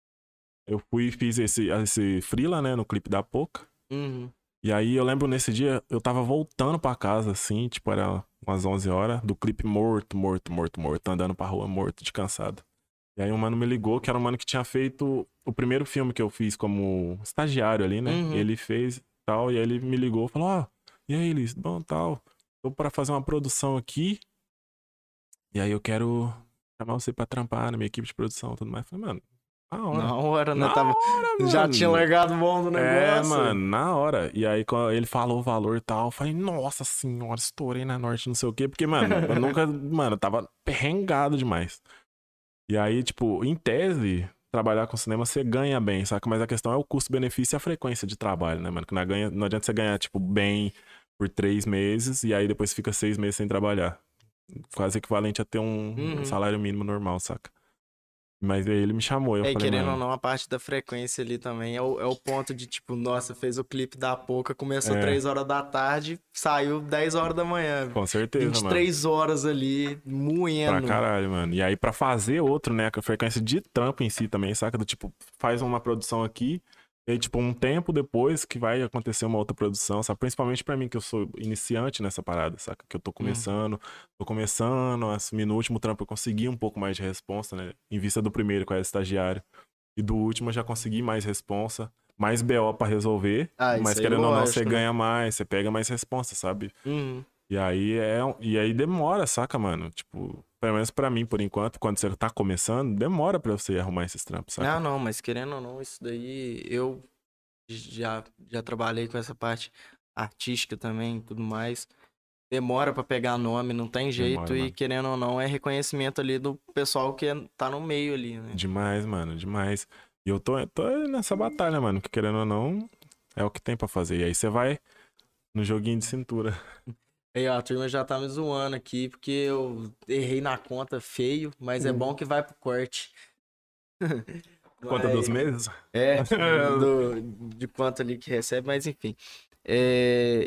eu fui e fiz esse freela, né, no clipe da Poca. Uhum. E aí eu lembro nesse dia, eu tava voltando pra casa, assim, tipo, era umas 11 horas, do clipe morto, andando pra rua morto, de cansado. E aí um mano me ligou, que era um mano que tinha feito o primeiro filme que eu fiz como estagiário ali, né? Uhum. Ele fez tal, e aí ele me ligou, falou, ó, e aí, Liz, bom, tal, tô pra fazer uma produção aqui, e aí eu quero chamar você pra trampar na minha equipe de produção e tudo mais. Eu falei, mano, na hora. Na hora, né? Na hora, Já tinha mano. largado mão do É, negócio. mano, na hora. E aí, quando ele falou o valor e tal, eu falei, nossa senhora, estourei na Norte, não sei o quê. Porque, mano, eu nunca, mano, eu tava perrengado demais. E aí, tipo, em tese, trabalhar com cinema você ganha bem, saca? Mas a questão é o custo-benefício e a frequência de trabalho, né, mano? Que não adianta você ganhar, tipo, bem por 3 meses e aí depois fica 6 meses sem trabalhar. Quase equivalente a ter um Uhum. salário mínimo normal, saca? Mas aí ele me chamou, eu É, e falei, querendo ou mano, não, a parte da frequência ali também é o ponto de, tipo, nossa, fez o clipe da Poca, começou é, 3 horas da tarde, saiu 10 horas da manhã. com certeza, mano. 23 horas ali, Pra moendo. caralho, mano. E aí, pra fazer outro, né? Com a frequência de trampo em si também, saca? Do tipo, faz uma produção aqui, e aí, tipo, um tempo depois que vai acontecer uma outra produção, sabe? Principalmente pra mim, que eu sou iniciante nessa parada, saca? Que eu tô começando a assumir no último trampo, eu consegui um pouco mais de responsa, né? Em vista do primeiro, que eu era estagiário. E do último, eu já consegui mais responsa, mais BO pra resolver, Ah, mas isso aí querendo ou não, você lógico, né? ganha mais, você pega mais responsa, sabe? Uhum. E aí demora, saca, mano? Tipo, pelo menos pra mim, por enquanto, quando você tá começando, demora pra você arrumar esses trampos, Ah, saca? não, mas querendo ou não, isso daí eu já trabalhei com essa parte artística também e tudo mais. Demora pra pegar nome, não tem Demora, jeito, e mano. querendo ou não, é reconhecimento ali do pessoal que tá no meio ali, né? Demais, mano, demais. E eu tô nessa batalha, mano, que querendo ou não, é o que tem pra fazer. E aí você vai no joguinho de cintura. Aí, ó, a turma já tá me zoando aqui, porque eu errei na conta feio, mas é bom que vai pro corte. Conta dos Mas, meses? é, de quanto ali que recebe, mas enfim. É,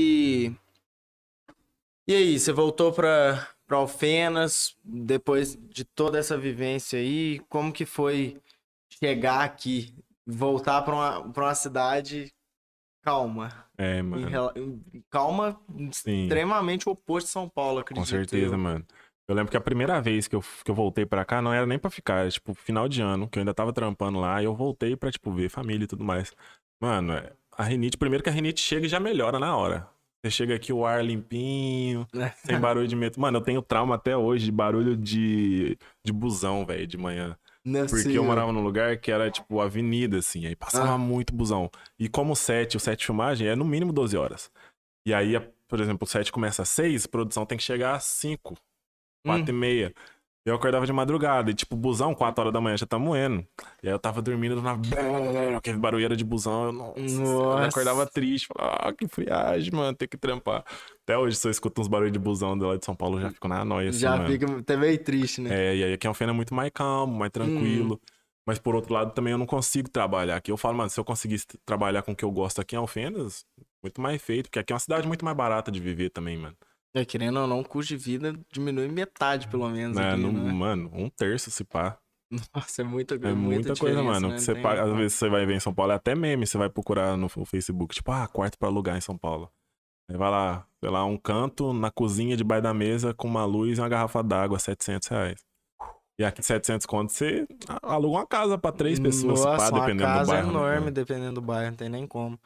e aí, você voltou pra Alfenas, depois de toda essa vivência aí, como que foi chegar aqui, voltar pra uma cidade calma? É, mano. Calma Sim, extremamente oposto de São Paulo, com acredito certeza, eu. mano. Eu lembro que a primeira vez que eu voltei pra cá não era nem pra ficar, era tipo final de ano, que eu ainda tava trampando lá, e eu voltei pra, tipo, ver família e tudo mais. Mano, a rinite, primeiro que a rinite chega e já melhora na hora. Você chega aqui, o ar limpinho, sem barulho de metrô. Mano, eu tenho trauma até hoje de barulho de busão, velho, de manhã. Não é Porque eu possível. morava num lugar que era, tipo, avenida, assim, aí passava Ah, muito busão. E como o set de filmagem é no mínimo 12 horas. E aí, por exemplo, o set começa às 6, a produção tem que chegar às 5, 4h30. Eu acordava de madrugada e, tipo, busão, 4 horas da manhã já tá moendo. E aí eu tava dormindo na. Aquele barulheiro de busão. Nossa senhora, eu já acordava nossa. triste. Falava, que friagem, mano, tem que trampar. Até hoje, se eu escuto uns barulhos de busão de lá de São Paulo, eu já fico na noia, assim, Já mano. fica até meio triste, né? É, e aí aqui em Alfena é muito mais calmo, mais Hum, tranquilo. Mas por outro lado, também eu não consigo trabalhar aqui. Eu falo, mano, se eu conseguisse trabalhar com o que eu gosto aqui em Alfenas, muito mais feito, porque aqui é uma cidade muito mais barata de viver também, mano. querendo ou não, o custo de vida diminui metade, pelo menos, Né? aqui, Não, não é? mano, um terço se pá. Nossa, É muita muita coisa, diferença, mano. né? Que Não você tem nem paga, às como. vezes você vai ver em São Paulo, é até meme, você vai procurar no Facebook, tipo, quarto pra alugar em São Paulo. Aí vai lá, sei lá, um canto na cozinha debaixo da mesa com uma luz e uma garrafa d'água, R$ 700. E aqui 700 conto você aluga uma casa pra 3 pessoas, se pá, Nossa, uma dependendo do casa bairro, né, enorme, mano? dependendo do bairro, não tem nem como.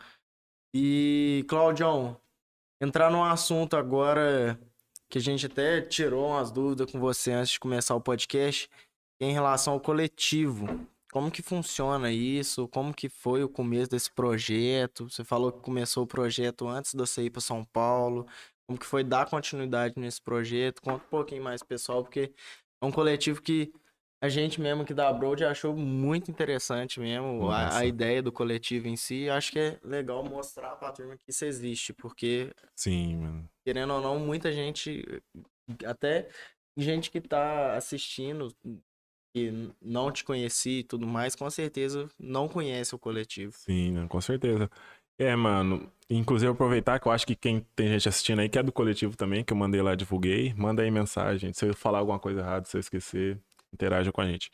E, Claudião, entrar num assunto agora que a gente até tirou umas dúvidas com você antes de começar o podcast, em relação ao coletivo. Como que funciona isso? Como que foi o começo desse projeto? Você falou que começou o projeto antes de você ir para São Paulo. Como que foi dar continuidade nesse projeto? Conta um pouquinho mais, pessoal, porque é um coletivo que a gente mesmo que da Abroad achou muito interessante mesmo a Nossa, ideia do coletivo em si. Acho que é legal mostrar para a turma que isso existe, porque sim, mano. querendo ou não, muita gente, até gente que tá assistindo, que não te conhecia e tudo mais, com certeza não conhece o coletivo. Sim, né, com certeza. É, mano. Inclusive, aproveitar que eu acho que quem tem gente assistindo aí, que é do coletivo também, que eu mandei lá, divulguei, manda aí mensagem. Se eu falar alguma coisa errada, se eu esquecer, interaja com a gente.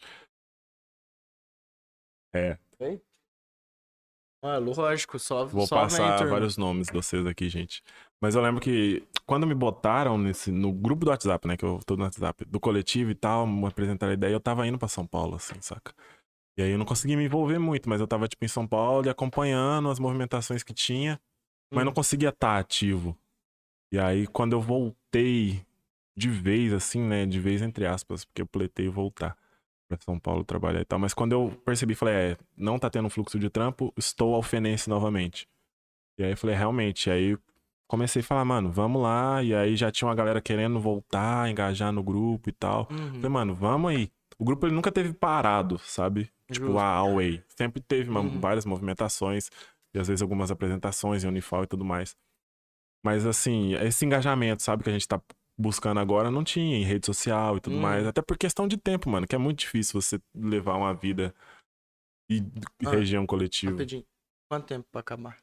É, Oi? Ah, lógico, vou só vem, passar turma. vários nomes de vocês aqui, gente. Mas eu lembro que quando me botaram no grupo do WhatsApp, né, que eu tô no WhatsApp, do coletivo e tal, me apresentaram a ideia, eu tava indo pra São Paulo, assim, saca? E aí eu não consegui me envolver muito, mas eu tava, tipo, em São Paulo e acompanhando as movimentações que tinha, mas não Hum, conseguia estar ativo. E aí, quando eu voltei de vez, assim, né? De vez entre aspas, porque eu pletei voltar pra São Paulo trabalhar e tal. Mas quando eu percebi, falei, não tá tendo fluxo de trampo, estou alfenense novamente. E aí eu falei, realmente. Aí comecei a falar, mano, vamos lá. E aí já tinha uma galera querendo voltar, engajar no grupo e tal. Falei, uhum, mano, vamos aí. O grupo ele nunca teve parado, sabe? Tipo, justo. Away. Sempre teve Uhum, várias movimentações. E às vezes algumas apresentações em Unifal e tudo mais. Mas assim, esse engajamento, sabe, que a gente tá buscando agora, não tinha em rede social e tudo mais. uhum. Até por questão de tempo, mano, que é muito difícil você levar uma vida e Ah, região coletiva. rapidinho. Quanto tempo pra acabar?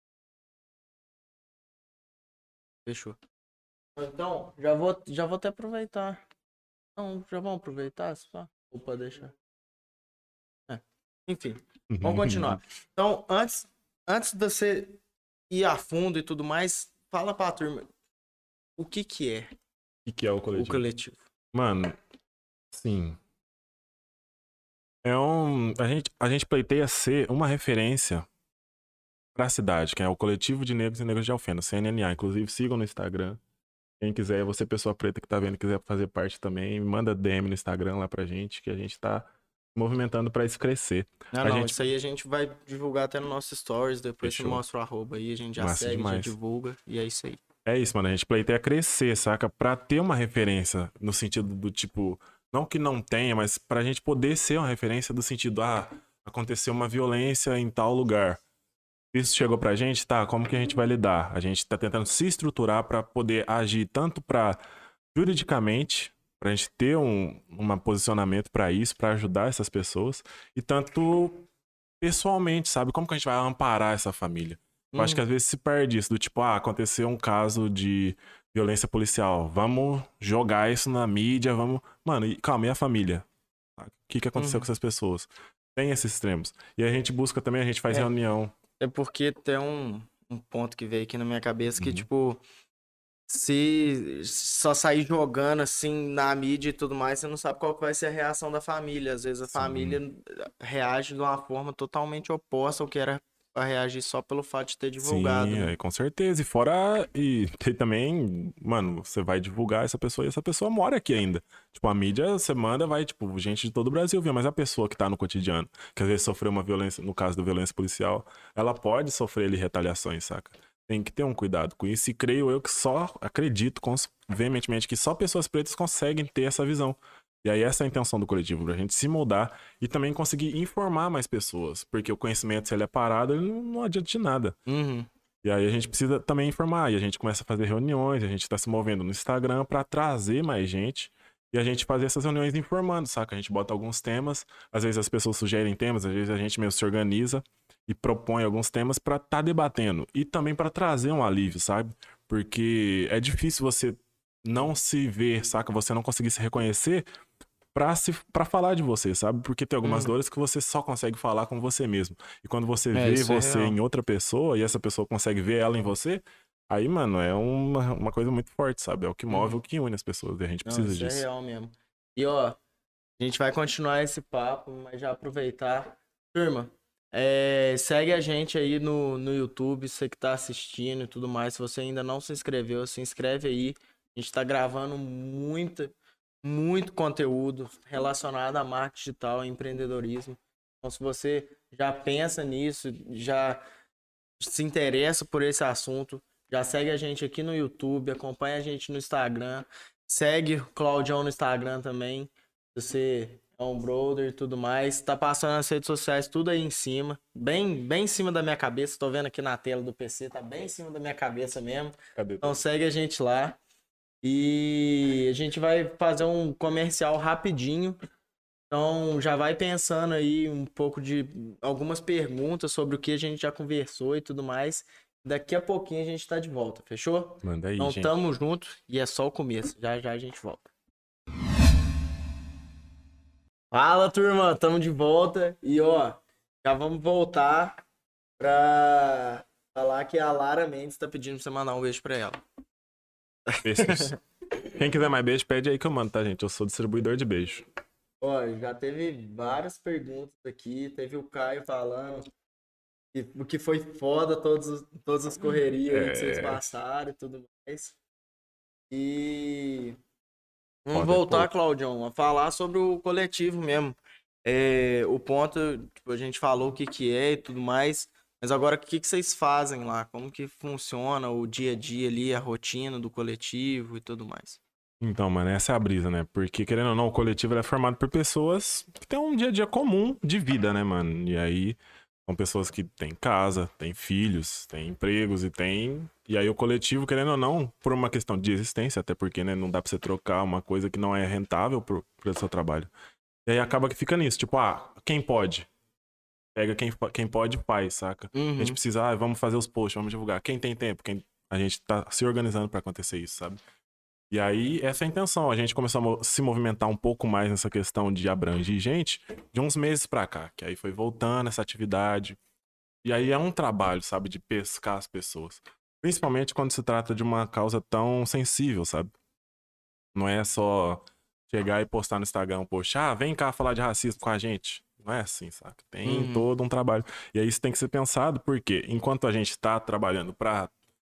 Fechou. Então, já vou até aproveitar. Não, já vamos aproveitar, só? Ou pode deixar? É. Enfim, vamos continuar. Então, antes de você ir a fundo e tudo mais, fala pra turma o que que é Que é o o coletivo? coletivo. Mano, sim. A gente pleiteia ser uma referência pra cidade, que é o Coletivo de Negros e Negras de Alfena, CNNA. Inclusive, sigam no Instagram. Quem quiser, você, pessoa preta que tá vendo, quiser fazer parte também, manda DM no Instagram lá pra gente, que a gente tá movimentando pra isso crescer. Ah, A não, gente isso aí a gente vai divulgar até no nosso stories, depois você fechou. mostra o arroba aí, a gente já Massa segue, já demais. divulga, e é isso aí. É isso, mano. A gente pleiteia crescer, saca? Pra ter uma referência no sentido do tipo, não que não tenha, mas pra gente poder ser uma referência do sentido, aconteceu uma violência em tal lugar. Isso chegou pra gente, tá? Como que a gente vai lidar? A gente tá tentando se estruturar pra poder agir tanto pra juridicamente, pra gente ter um posicionamento pra isso, pra ajudar essas pessoas, e tanto pessoalmente, sabe? Como que a gente vai amparar essa família? Eu acho que às Uhum, vezes se perde isso, do tipo, aconteceu um caso de violência policial, vamos jogar isso na mídia, vamos. Mano, calma, e a família? O que aconteceu com uhum. essas pessoas? Tem esses extremos. E a gente busca também, a gente faz É, reunião. é porque tem um ponto que veio aqui na minha cabeça, que, Uhum. tipo, se só sair jogando, assim, na mídia e tudo mais, você não sabe qual que vai ser a reação da família. Às vezes a família Sim. reage de uma forma totalmente oposta ao que era pra reagir só pelo fato de ter divulgado, Sim, né? é, com certeza. E fora, e tem também, mano, você vai divulgar essa pessoa e essa pessoa mora aqui ainda. Tipo, a mídia, você manda, vai, tipo, gente de todo o Brasil ver, mas a pessoa que tá no cotidiano, que às vezes sofreu uma violência, no caso da violência policial, ela pode sofrer ali retaliações, saca? Tem que ter um cuidado com isso. E creio eu que só acredito veementemente que só pessoas pretas conseguem ter essa visão. E aí, essa é a intenção do coletivo, pra gente se moldar e também conseguir informar mais pessoas. Porque o conhecimento, se ele é parado, ele não adianta de nada. Uhum. E aí a gente precisa também informar. E a gente começa a fazer reuniões, a gente está se movendo no Instagram para trazer mais gente. E a gente fazer essas reuniões informando, saca? A gente bota alguns temas, às vezes as pessoas sugerem temas, às vezes a gente mesmo se organiza e propõe alguns temas para estar debatendo. E também para trazer um alívio, sabe? Porque é difícil você não se ver, saca? Você não conseguir se reconhecer pra falar de você, sabe? Porque tem algumas Uhum. dores que você só consegue falar com você mesmo. E quando você É, vê isso é você real. em outra pessoa e essa pessoa consegue ver ela em você, aí, mano, é uma coisa muito forte, sabe? É o que move, é Uhum. o que une as pessoas. E a gente Não, precisa isso é disso. real mesmo. E, ó, a gente vai continuar esse papo, mas já aproveitar. Turma, segue a gente aí no YouTube, você que tá assistindo e tudo mais. Se você ainda não se inscreveu, se inscreve aí. A gente tá gravando muito conteúdo relacionado a marketing digital e empreendedorismo. Então, se você já pensa nisso, já se interessa por esse assunto, já segue a gente aqui no YouTube, acompanha a gente no Instagram, segue o Claudião no Instagram também, se você é um brother e tudo mais. Tá passando nas redes sociais tudo aí em cima, bem em cima da minha cabeça. Tô vendo aqui na tela do PC, tá bem em cima da minha cabeça mesmo. Cadê? Então segue a gente lá. E a gente vai fazer um comercial rapidinho. Então já vai pensando aí um pouco de algumas perguntas sobre o que a gente já conversou e tudo mais. Daqui a pouquinho a gente tá de volta, fechou? Manda aí, Então gente. tamo junto e é só o começo. Já já a gente volta. Fala, turma, tamo de volta e ó, já vamos voltar pra falar que a Lara Mendes tá pedindo pra você mandar um beijo pra ela. Beijos. Quem quiser mais beijo, pede aí que eu mando, tá, gente? Eu sou distribuidor de beijo. Ó, já teve várias perguntas aqui, teve o Caio falando o que foi foda, todas as correrias aí que vocês É. passaram e tudo mais. E vamos Foda é voltar, pouco. Claudião, a falar sobre o coletivo mesmo. O ponto, tipo, a gente falou o que que é e tudo mais, mas agora o que que vocês fazem lá? Como que funciona o dia a dia ali, a rotina do coletivo e tudo mais? Então, mano, essa é a brisa, né? Porque, querendo ou não, o coletivo ele é formado por pessoas que têm um dia a dia comum de vida, né, mano? E aí, são pessoas que têm casa, têm filhos, têm empregos e têm. E aí, o coletivo, querendo ou não, por uma questão de existência, até porque, né, não dá pra você trocar uma coisa que não é rentável pro seu trabalho. E aí acaba que fica nisso, tipo, quem pode? Pega quem pode, faz, saca? A gente Uhum, precisa, vamos fazer os posts, vamos divulgar. Quem tem tempo? A gente tá se organizando pra acontecer isso, sabe? E aí, essa é a intenção. A gente começou a se movimentar um pouco mais nessa questão de abranger gente de uns meses pra cá. Que aí foi voltando essa atividade. E aí é um trabalho, sabe, de pescar as pessoas. Principalmente quando se trata de uma causa tão sensível, sabe? Não é só chegar e postar no Instagram, poxa, vem cá falar de racismo com a gente. Não é assim, saca? Tem uhum, todo um trabalho. E aí isso tem que ser pensado, porque enquanto a gente tá trabalhando pra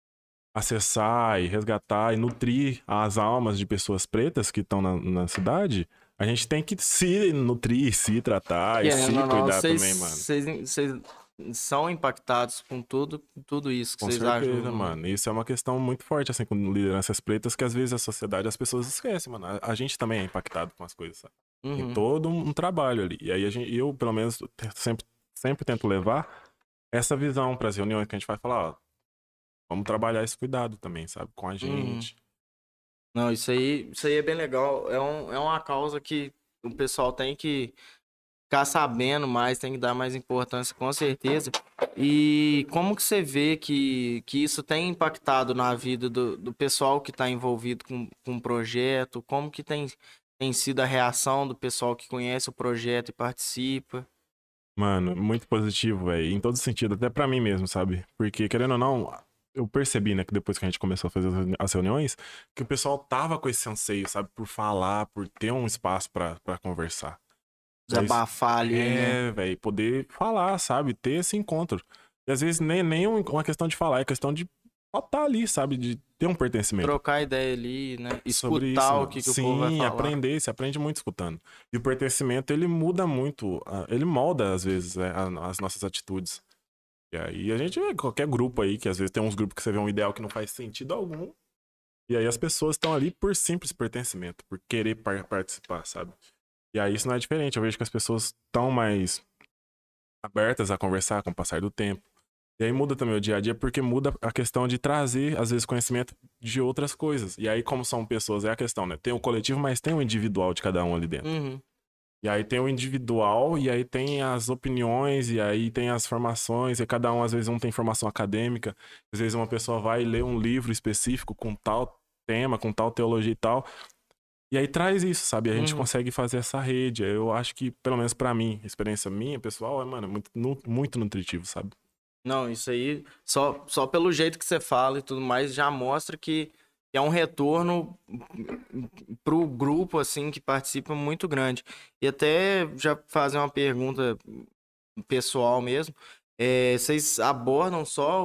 acessar e resgatar e nutrir as almas de pessoas pretas que estão na cidade, a gente tem que se nutrir, se tratar e querendo se ou não, cuidar também, mano. vocês são impactados com tudo isso que Com vocês certeza, ajudam, né? mano. Isso é uma questão muito forte, assim, com lideranças pretas, que às vezes a sociedade, as pessoas esquecem, mano. A gente também é impactado com as coisas, sabe? Tem Uhum. todo um trabalho ali. E aí eu, pelo menos, sempre tento levar essa visão para as reuniões que a gente vai falar, ó, vamos trabalhar esse cuidado também, sabe? Com a Uhum. gente. Não, isso aí é bem legal. É uma causa que o pessoal tem que ficar sabendo mais, tem que dar mais importância, com certeza. E como que você vê que isso tem impactado na vida do pessoal que está envolvido com o projeto? Como que tem sido a reação do pessoal que conhece o projeto e participa? Mano, muito positivo, velho. Em todo sentido, até pra mim mesmo, sabe? Porque, querendo ou não, eu percebi, né, que depois que a gente começou a fazer as reuniões, que o pessoal tava com esse anseio, sabe? Por falar, por ter um espaço pra conversar. Mas Desabafar ali, né? velho, poder falar, sabe? Ter esse encontro. E às vezes nem uma questão de falar, é questão de estar ali, sabe? De ter um pertencimento. Trocar ideia ali, né? Sobre isso, Escutar o mano. que o povo vai Sim, falar. aprender, se aprende muito escutando. E o pertencimento, ele muda muito, ele molda, às vezes, as nossas atitudes. E aí a gente vê qualquer grupo aí, que às vezes tem uns grupos que você vê um ideal que não faz sentido algum, e aí as pessoas estão ali por simples pertencimento, por querer participar, sabe? E aí isso não é diferente, eu vejo que as pessoas estão mais abertas a conversar com o passar do tempo. E aí muda também o dia a dia, porque muda a questão de trazer, às vezes, conhecimento de outras coisas. E aí, como são pessoas, é a questão, né? Tem o coletivo, mas tem o individual de cada um ali dentro. Uhum. E aí tem o individual, e aí tem as opiniões, e aí tem as formações, e cada um, às vezes, um tem formação acadêmica, às vezes uma pessoa vai ler um livro específico com tal tema, com tal teologia e tal. E aí traz isso, sabe? A gente Uhum. consegue fazer essa rede. Eu acho que, pelo menos pra mim, experiência minha, pessoal, mano, muito, muito nutritivo, sabe? Não, isso aí, só pelo jeito que você fala e tudo mais, já mostra que é um retorno pro grupo, assim, que participa muito grande. E até já fazer uma pergunta pessoal mesmo, vocês abordam só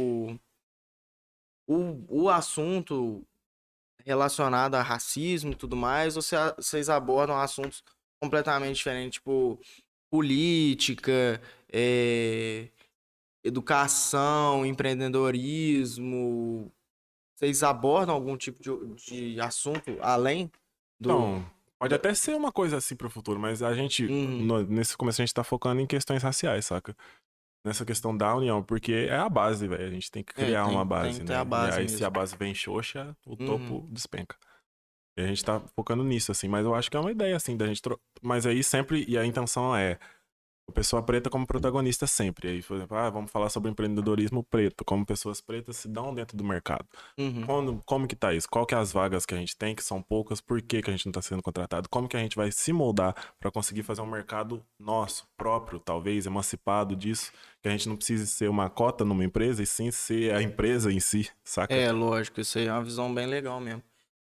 o assunto relacionado a racismo e tudo mais, ou vocês abordam assuntos completamente diferentes, tipo política, é, educação, empreendedorismo? Vocês abordam algum tipo de assunto além do. Então, pode da- até ser uma coisa assim pro futuro, mas a gente, Uhum. nesse começo, a gente tá focando em questões raciais, saca? Nessa questão da união, porque é a base, velho. A gente tem que criar uma Tem base, que ter a né? E base aí, se a mesmo. base vem xoxa, o Uhum. topo despenca. E a gente tá focando nisso, assim, mas eu acho que é uma ideia, assim, da gente. Mas aí sempre, e a intenção é a pessoa preta como protagonista sempre. Aí, por exemplo, vamos falar sobre empreendedorismo preto, como pessoas pretas se dão dentro do mercado. Uhum. Como que tá isso? Qual que é as vagas que a gente tem, que são poucas, por que que a gente não tá sendo contratado? Como que a gente vai se moldar para conseguir fazer um mercado nosso, próprio, talvez, emancipado disso, que a gente não precise ser uma cota numa empresa, e sim ser a empresa em si, saca? É, lógico, isso aí é uma visão bem legal mesmo.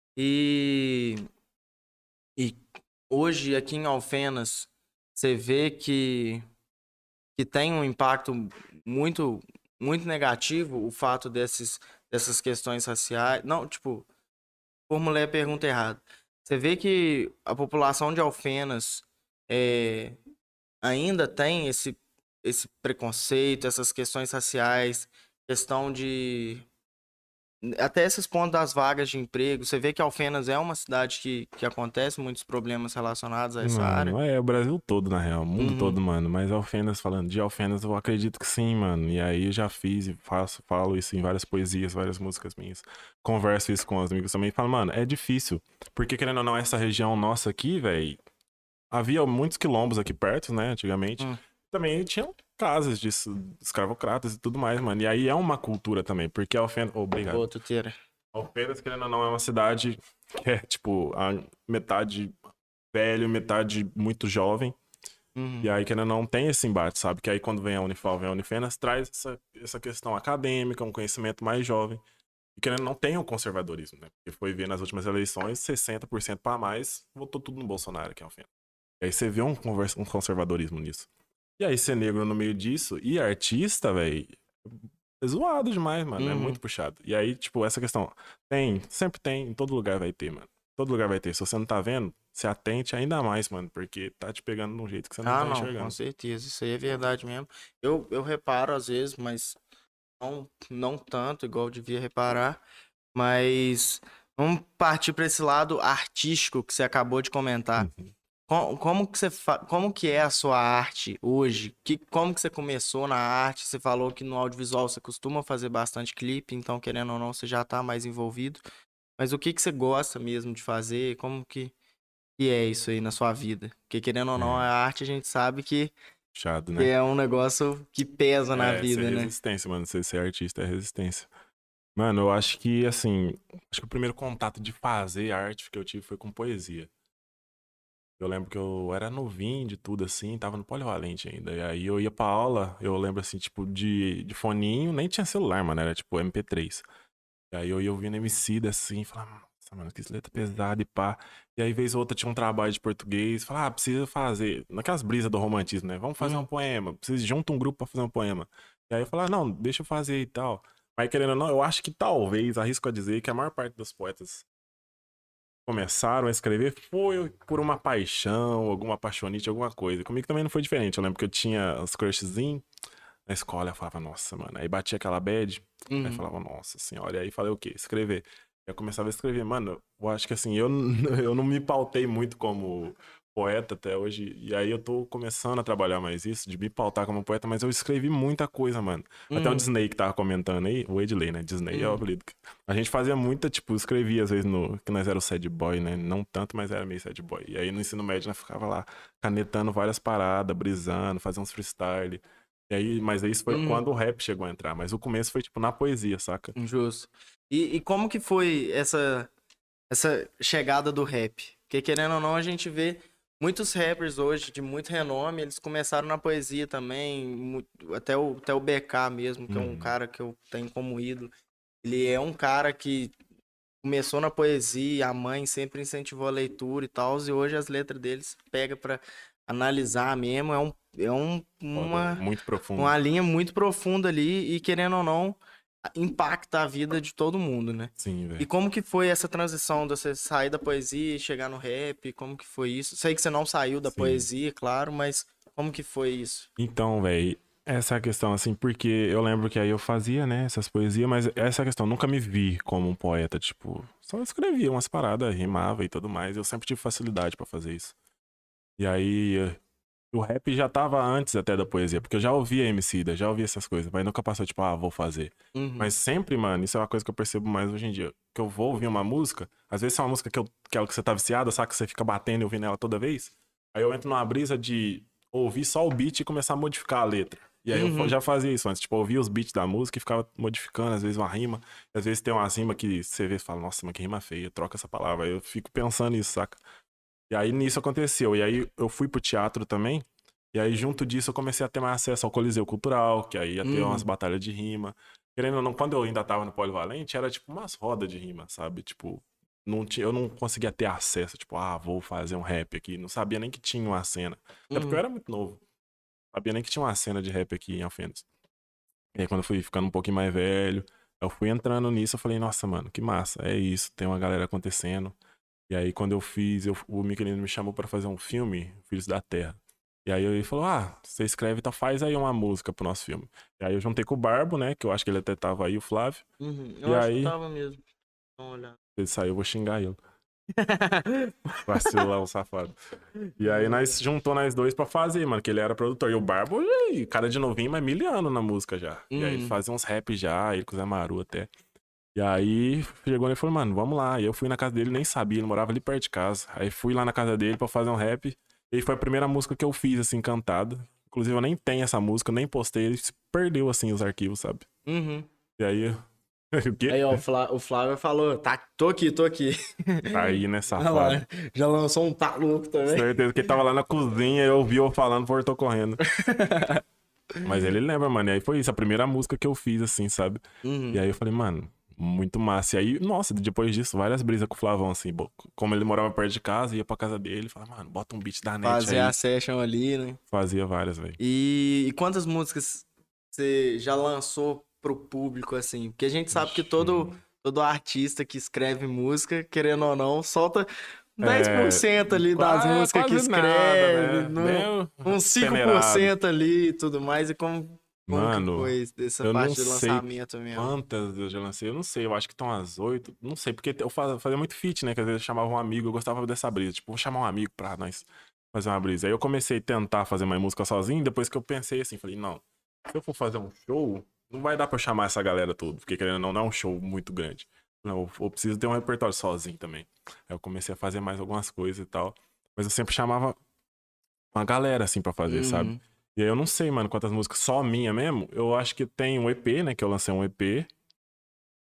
E, e hoje, aqui em Alfenas, você vê que tem um impacto muito, muito negativo o fato dessas questões raciais. Não, tipo, formulei a pergunta errada. Você vê que a população de Alfenas é, ainda tem esse preconceito, essas questões raciais, questão de. Até esses pontos das vagas de emprego. Você vê que Alfenas é uma cidade que acontece muitos problemas relacionados a essa área. Mano, é o Brasil todo, na real, o mundo Uhum, todo, mano. Mas Alfenas, falando de Alfenas, eu acredito que sim, mano. E aí eu já fiz e falo isso em várias poesias, várias músicas minhas. Converso isso com os amigos também. Falo, mano, é difícil. Porque, querendo ou não, essa região nossa aqui, velho, havia muitos quilombos aqui perto, né, antigamente. hum, Também tinham casas de escravocratas e tudo mais, mano. E aí é uma cultura também, porque Alfenas. Obrigado. outra teira. Alfenas, querendo ou não, é uma cidade que é, tipo, a metade velho, metade muito jovem. E Uhum. aí, querendo ou não, tem esse embate, sabe? Que aí, quando vem a Unifal, vem a Unifenas, traz essa questão acadêmica, um conhecimento mais jovem. E querendo ou não, tem o conservadorismo, né? Porque foi ver nas últimas eleições, 60% para mais, votou tudo no Bolsonaro, que é o fim. E aí você vê um conservadorismo nisso. E aí, ser negro no meio disso e artista, velho, é zoado demais, mano. É muito Uhum. puxado. E aí, tipo, essa questão. Tem, sempre tem, em todo lugar vai ter, mano. Todo lugar vai ter. Se você não tá vendo, se atente ainda mais, mano. Porque tá te pegando de um jeito que você não Ah, tá não, com enxergando. certeza. Isso aí é verdade mesmo. Eu reparo às vezes, mas não tanto, igual eu devia reparar. Mas vamos partir para esse lado artístico que você acabou de comentar. Uhum. Como que como que é a sua arte hoje? Como que você começou na arte? Você falou que no audiovisual você costuma fazer bastante clipe, então querendo ou não, você já tá mais envolvido. Mas o que você gosta mesmo de fazer? Como que é isso aí na sua vida? Porque querendo ou não, a É, arte a gente sabe puxado, que né? é um negócio que pesa na É, ser vida, né? resistência, mano. Ser artista é resistência. Mano, eu acho que, assim, acho que o primeiro contato de fazer arte que eu tive foi com poesia. Eu lembro que eu era novinho de tudo, assim, tava no Polivalente ainda. E aí eu ia pra aula, eu lembro, assim, tipo, de foninho, nem tinha celular, mano, era tipo MP3. E aí eu ia ouvindo Emicida, assim, falava, nossa, mano, que letra pesada e pá. E aí, vez ou outra, tinha um trabalho de português, falava, ah, precisa fazer, naquelas brisas do romantismo, né? Vamos fazer um poema, precisa junta um grupo pra fazer um poema. E aí eu falava, não, deixa eu fazer e tal. Mas querendo ou não, eu acho que talvez, arrisco a dizer, que a maior parte dos poetas começaram a escrever foi por uma paixão, alguma paixonite, alguma coisa. Comigo também não foi diferente. Eu lembro que eu tinha os crushzinhos na escola, eu falava, nossa, mano. Aí batia aquela bad, aí Uhum. falava, nossa senhora. E aí falei o quê? Escrever. Eu começava a escrever, mano. Eu acho que assim, eu, eu não me pautei muito como poeta até hoje. E aí eu tô começando a trabalhar mais isso, de me pautar como poeta, mas eu escrevi muita coisa, mano. Até o Uhum. Disney que tava comentando aí, o Edley, né? Disney é o Uhum. apelido. A gente fazia muita, tipo, escrevia às vezes no. Que nós era o sad boy, né? Não tanto, mas era meio sad boy. E aí no ensino médio nós ficava lá canetando várias paradas, brisando, fazendo uns freestyle. E aí, mas isso foi Uhum. quando o rap chegou a entrar. Mas o começo foi, tipo, na poesia, saca? Justo. E como que foi essa chegada do rap? Porque querendo ou não, a gente vê muitos rappers hoje de muito renome, eles começaram na poesia também, até o BK mesmo, que é um Uhum. cara que eu tenho como ídolo. Ele é um cara que começou na poesia, a mãe sempre incentivou a leitura e tal, e hoje as letras deles pega pra analisar mesmo, Foda, velho. uma, Muito profundo. uma linha muito profunda ali e querendo ou não, impacta a vida de todo mundo, né? Sim, E velho. como que foi essa transição de você sair da poesia e chegar no rap? Como que foi isso? Sei que você não saiu da Sim. poesia, claro, mas como que foi isso? Então, velho, essa é a questão, assim, porque eu lembro que aí eu fazia, né, essas poesias, mas essa é a questão, nunca me vi como um poeta, tipo, só escrevia umas paradas, rimava e tudo mais. Eu sempre tive facilidade pra fazer isso. E aí, o rap já tava antes até da poesia, porque eu já ouvia Emicida, já ouvia essas coisas, mas nunca passou, tipo, ah, vou fazer. Uhum. Mas sempre, mano, isso é uma coisa que eu percebo mais hoje em dia. Que eu vou ouvir uma música, às vezes é uma música aquela que você tá viciado, sabe? Que você fica batendo e ouvindo ela toda vez. Aí eu entro numa brisa de ouvir só o beat e começar a modificar a letra. E aí eu Uhum. já fazia isso antes, tipo, eu ouvia os beats da música e ficava modificando, às vezes uma rima. Às vezes tem uma rima que você vê e fala, nossa, mas que rima feia, troca essa palavra. Aí eu fico pensando nisso, saca? E aí nisso aconteceu. E aí eu fui pro teatro também. E aí, junto disso, eu comecei a ter mais acesso ao Coliseu Cultural, que aí ia ter umas Uhum. batalhas de rima. Querendo ou não, quando eu ainda tava no Polivalente, era tipo umas rodas de rima, sabe? Tipo, não tinha, eu não conseguia ter acesso, tipo, ah, vou fazer um rap aqui. Não sabia nem que tinha uma cena. Até porque eu Uhum. era muito novo. Sabia nem que tinha uma cena de rap aqui em Alfenas. E aí, quando eu fui ficando um pouquinho mais velho, eu fui entrando nisso, eu falei, nossa, mano, que massa, é isso, tem uma galera acontecendo. E aí, quando eu fiz, o Michelino me chamou pra fazer um filme, Filhos da Terra. E aí ele falou: ah, você escreve, então faz aí uma música pro nosso filme. E aí eu juntei com o Barbo, né? Que eu acho que ele até tava aí, o Flávio. Uhum. Eu E acho que aí, tava mesmo. Dá uma olhada. ele saiu, eu vou xingar ele. Vacilão, safado. E aí nós juntou nós dois pra fazer, mano, que ele era produtor. E o Barbo, cara de novinho, mas miliano na música já. E aí ele Uhum. fazia uns rap já, ele com o Zé Maru até. E aí chegou ele e falou, mano, vamos lá. E eu fui na casa dele, nem sabia, ele morava ali perto de casa. Aí fui lá na casa dele pra fazer um rap. E foi a primeira música que eu fiz, assim, cantada. Inclusive eu nem tenho essa música, nem postei, ele se perdeu, assim, os arquivos, sabe? Uhum. E aí, o quê? Aí, ó, o Flávio falou, tá, tô aqui, tô aqui. Tá aí, né, Olha safado? lá, já lançou um tá louco também. Certeza que ele tava lá na cozinha, eu ouvi eu falando, voltou correndo. Mas ele lembra, mano. E aí foi isso, a primeira música que eu fiz, assim, sabe? E Uhum. aí eu falei, mano, muito massa. E aí, nossa, depois disso, várias brisas com o Flavão, assim. Como ele morava perto de casa, ia pra casa dele, falava, mano, bota um beat da net Fazer a aí. session ali, né? Fazia várias, velho. E quantas músicas você já lançou pro público, assim? Porque a gente sabe que Ixi. todo artista que escreve música, querendo ou não, solta dez por É, cento ali das músicas que quase nada, escreve, né? Bem uns cinco por peneirado. cento ali e tudo mais. E como que Mano, foi dessa eu não parte de sei lançamento mesmo? quantas eu já lancei. Eu não sei, eu acho que estão às 8. Não sei, porque eu fazia muito feat, né? Que às vezes eu chamava um amigo, eu gostava dessa brisa. Tipo, vou chamar um amigo pra nós fazer uma brisa. Aí eu comecei a tentar fazer mais música sozinho, depois que eu pensei assim, falei, não, se eu for fazer um show, não vai dar pra eu chamar essa galera toda, porque querendo ou não é um show muito grande. Não, eu preciso ter um repertório sozinho também. Aí eu comecei a fazer mais algumas coisas e tal. Mas eu sempre chamava uma galera, assim, pra fazer, sabe? Uhum. E aí eu não sei, mano, quantas músicas só minha mesmo. Eu acho que tem um EP, né? Que eu lancei um EP.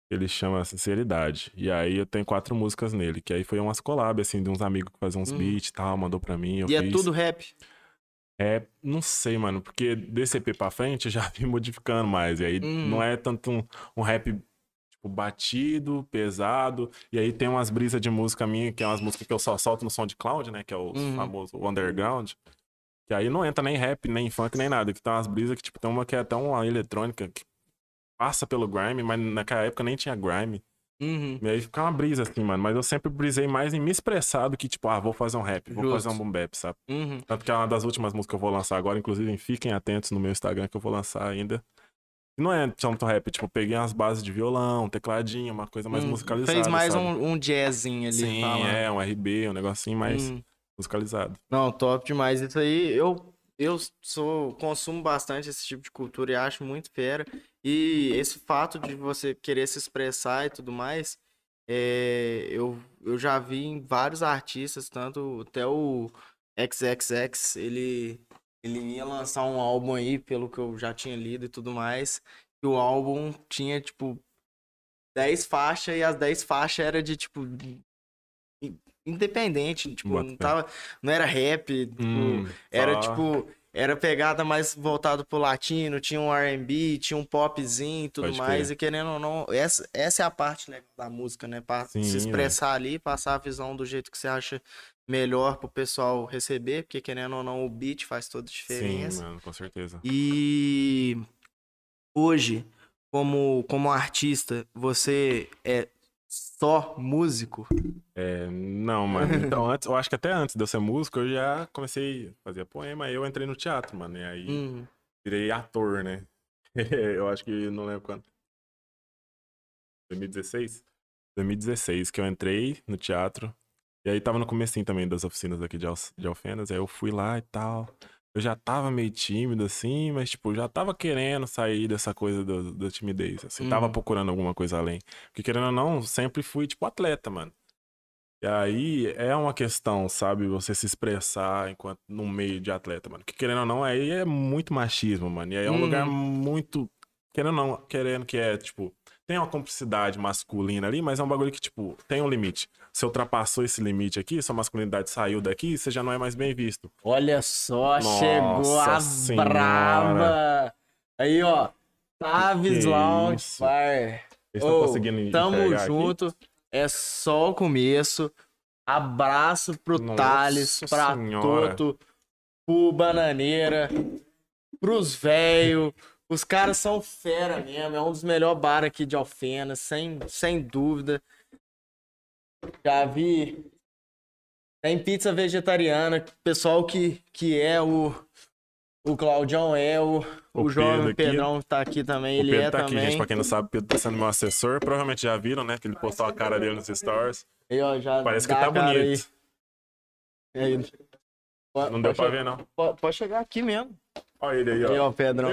Ele chama Sinceridade. E aí eu tenho 4 músicas nele, que aí foi umas collab, assim, de uns amigos que faziam uns beats e tal, mandou pra mim, eu E fiz. é tudo rap? Não sei, mano, porque desse EP pra frente eu já vim modificando mais. E aí não é tanto um rap, tipo, batido, pesado. E aí tem umas brisas de música minha, que é umas músicas que eu só solto no SoundCloud, né? Que é o famoso underground. Que aí não entra nem rap, nem funk, nem nada. Que tem umas brisas que, tipo, tem uma que é até uma eletrônica que passa pelo grime, mas naquela época nem tinha grime. E aí fica uma brisa assim, mano. Mas eu sempre brisei mais em me expressar do que, tipo, vou fazer um rap, vou fazer um boom bap, sabe? Tanto que é uma das últimas músicas que eu vou lançar agora, inclusive fiquem atentos no meu Instagram que eu vou lançar ainda. E não é tanto rap, tipo, eu peguei umas bases de violão, tecladinho, uma coisa mais musicalizada. Fez mais sabe? um jazzinho ali. Sim, falando. um RB, um negocinho mais musicalizado. Não, top demais. Isso aí, eu consumo bastante esse tipo de cultura e acho muito fera. E esse fato de você querer se expressar e tudo mais, eu já vi em vários artistas, tanto até o XXX, ele ia lançar um álbum aí, pelo que eu já tinha lido e tudo mais, e o álbum tinha, tipo, 10 faixas, e as 10 faixas era de, tipo, independente, tipo, não era rap, tipo, era tipo, era pegada mais voltado pro latino, tinha um R&B, tinha um popzinho e tudo mais, e querendo ou não, essa é a parte legal da música, né, pra se expressar ali, passar a visão do jeito que você acha melhor pro pessoal receber, porque querendo ou não, o beat faz toda a diferença. Sim, mano, com certeza. E hoje, como artista, você é só músico? Não, mano. Então, eu acho que até antes de eu ser músico, eu já comecei a fazer poema, aí eu entrei no teatro, mano. E aí virei ator, né? Eu acho que não lembro quando. 2016? 2016 que eu entrei no teatro. E aí tava no comecinho também das oficinas aqui de Alfenas. Aí eu fui lá e tal. Eu já tava meio tímido, assim, mas, tipo, já tava querendo sair dessa coisa da timidez, assim. Tava procurando alguma coisa além. Porque, querendo ou não, sempre fui, tipo, atleta, mano. E aí é uma questão, sabe, você se expressar enquanto no meio de atleta, mano. Que querendo ou não, aí é muito machismo, mano. E aí é um lugar muito. Querendo ou não, querendo que é, tipo, tem uma cumplicidade masculina ali, mas é um bagulho que, tipo, tem um limite. Você ultrapassou esse limite aqui, sua masculinidade saiu daqui, você já não é mais bem visto. Olha só, chegou Nossa a senhora. braba. Aí, ó, Taves Lounge isso? Bar. Vocês estão conseguindo Tamo enxergar junto. aqui? É só o começo. Abraço pro Nossa Thales, pra senhora. Toto, pro Bananeira, pros velhos. Os caras são fera mesmo. É um dos melhores bares aqui de Alfenas, sem dúvida. Já vi. Tem pizza vegetariana. Pessoal que é o Claudião é, o jovem Pedro Pedrão tá aqui também, O ele Pedro é tá aqui, também. gente. Pra quem não sabe, o Pedro tá sendo meu assessor. Provavelmente já viram, né? Que ele postou a cara dele nos stories. Aí, ó, já Parece que dá tá a cara bonito. Aí. Não deu pra ver, não. Pode chegar aqui mesmo. Olha ele aí, ó. Aí, ó, Pedrão.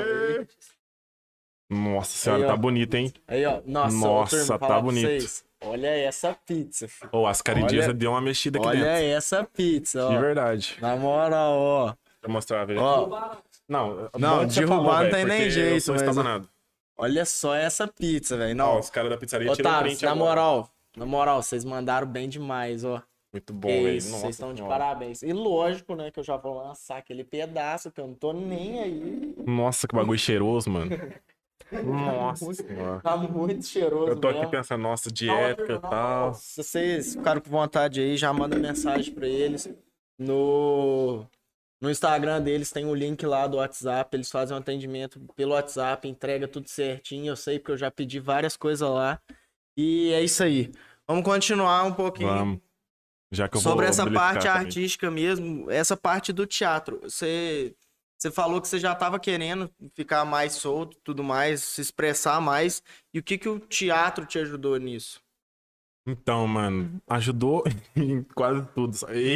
Nossa senhora, Aí, tá bonito, hein? Aí, ó. Nossa, turma, tá falar pra bonito. vocês. Olha essa pizza, filho. As caridinhas deu uma mexida aqui Olha dentro. essa pizza, ó. De verdade. Na moral, ó. Deixa eu mostrar, velho. Ó. Não, derrubar não tem nem jeito, mas... estabanado. Olha só essa pizza, velho. Não. Os caras da pizzaria Ô, tiram Taves, print na agora. moral, vocês mandaram bem demais, ó. Muito bom, velho. Vocês estão de parabéns. E lógico, né, que eu já vou lançar aquele pedaço, que eu não tô nem aí. Nossa, que bagulho cheiroso, mano. Nossa senhora. Tá muito cheiroso. Eu tô aqui mesmo. pensando, nossa, diética e tal. Se vocês ficaram com vontade aí, já manda mensagem pra eles. No Instagram deles tem um link lá do WhatsApp. Eles fazem um atendimento pelo WhatsApp, entrega tudo certinho. Eu sei porque eu já pedi várias coisas lá. E é isso aí. Vamos continuar um pouquinho. Vamos. Já que eu sobre vou essa parte também. artística mesmo, essa parte do teatro. Você falou que você já estava querendo ficar mais solto, tudo mais, se expressar mais. E o que o teatro te ajudou nisso? Então, mano, ajudou em quase tudo.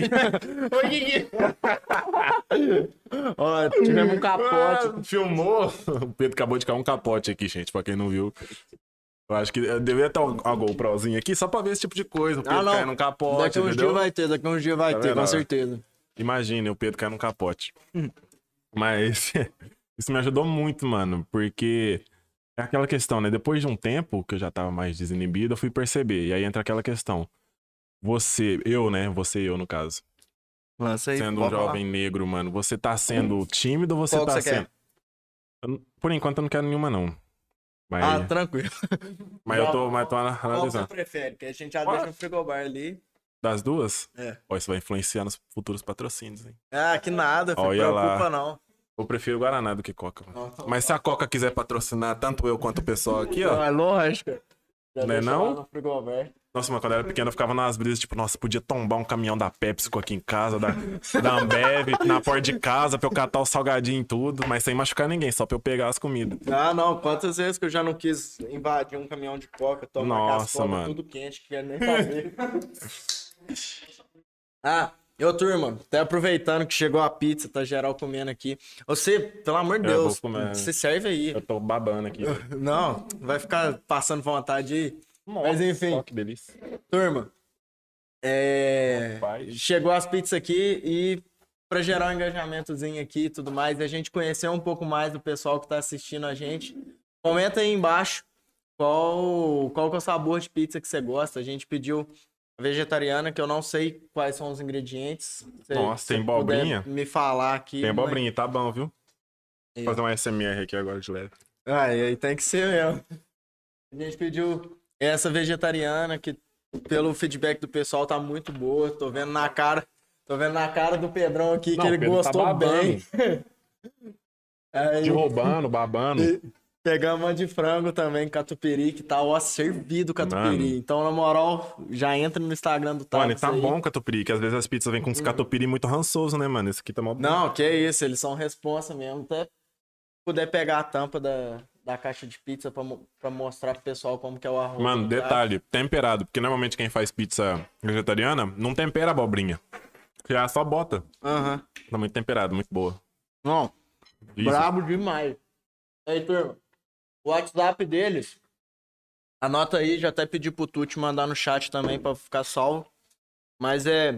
Ó, tivemos um capote. Filmou. O Pedro acabou de cair um capote aqui, gente, pra quem não viu. Eu acho que deveria ter uma GoProzinha aqui só pra ver esse tipo de coisa. O Pedro cai num capote, daqui uns dias vai ter, com certeza. Imagina, o Pedro cai num capote. Mas isso me ajudou muito, mano, porque É aquela questão, né? Depois de um tempo que eu já tava mais desinibido, eu fui perceber. E aí entra aquela questão. Eu, né? Você e eu, no caso. Lança aí, Sendo um pode falar. jovem negro, mano, você tá sendo tímido ou você Qual que tá você sendo. quer? Por enquanto eu não quero nenhuma, não. Ah, Mas, tranquilo. mas tô Qual que você analisando. prefere? Que a gente já deixa Qual no frigobar ali. das duas? É. Ó, isso vai influenciar nos futuros patrocínios, hein? Ah, que nada, filho. Olha Preocupa lá. não. Eu prefiro Guaraná do que Coca, mano. Não, então Mas se tá. a Coca quiser patrocinar tanto eu quanto o pessoal aqui, ó. Não, é lógico. Já Não é deixa lá não? no frigobar. Nossa, mas quando eu era pequeno eu ficava nas brisas, tipo, nossa, podia tombar um caminhão da PepsiCo aqui em casa, da Ambev, na porta de casa, pra eu catar o salgadinho e tudo, mas sem machucar ninguém, só pra eu pegar as comidas. Ah, não. Quantas vezes que eu já não quis invadir um caminhão de coca, tomar com as Nossa, cocas mano. tudo quente, que quero nem saber. Ah, ô turma, até aproveitando que chegou a pizza, tá geral comendo aqui. Você, pelo amor de Eu vou Deus, comer. você serve aí. Eu tô babando aqui. Não, vai ficar passando vontade aí. Mas enfim, Nossa, que delícia. turma, Rapaz. chegou as pizzas aqui e para gerar um engajamentozinho aqui e tudo mais, a gente conhecer um pouco mais do pessoal que tá assistindo a gente, comenta aí embaixo qual que é o sabor de pizza que você gosta. A gente pediu a vegetariana, que eu não sei quais são os ingredientes. Nossa, tem Se puder abobrinha? me falar aqui. Tem abobrinha, tá bom, viu? Aí, Vou ó. fazer um SMR aqui agora de leve. Aí tem que ser mesmo. A gente pediu essa vegetariana, que pelo feedback do pessoal tá muito boa. Tô vendo na cara do Pedrão aqui Não, que ele o Pedro tá gostou babando. bem. Aí, Te roubando, babando. pegamos uma de frango também, catupiry, que tá, ó, servido catupiry. Mano. Então, na moral, já entra no Instagram do Mano, e Thales tá aí. bom o catupiry, que às vezes as pizzas vêm com uns catupiry muito rançoso, né, mano? Esse aqui tá mó bom. Não, que isso, eles são responsa mesmo. Até puder pegar a tampa da caixa de pizza pra mostrar pro pessoal como que é o arroz. Mano, tá? detalhe, temperado. Porque normalmente quem faz pizza vegetariana não tempera a abobrinha. Já só bota. Aham. Tá muito temperado, muito boa. Não, Isso. brabo demais. Aí, turma, o WhatsApp deles, anota aí, já até pedi pro Tuti mandar no chat também pra ficar salvo. Mas é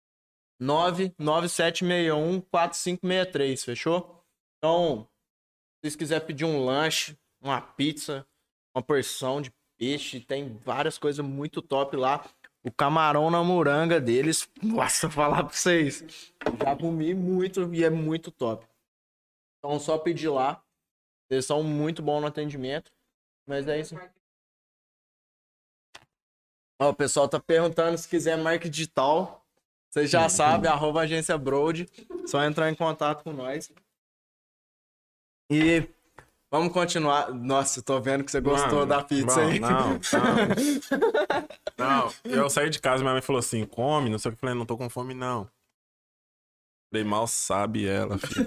997614563, fechou? Então, se vocês quiserem pedir um lanche, uma pizza, uma porção de peixe, tem várias coisas muito top lá. O camarão na moranga deles, nossa, falar pra vocês, já comi muito e é muito top. Então, só pedir lá. Eles são muito bons no atendimento. Mas é isso. Ó, o pessoal tá perguntando se quiser marca digital. Vocês já sabem, @agência Broad. Só entrar em contato com nós. E vamos continuar. Nossa, eu tô vendo que você gostou Mano, da pizza, bom, hein? Não. Não, eu saí de casa e minha mãe falou assim, come, não sei o que. Eu falei, não tô com fome, não. Falei, mal sabe ela, filho.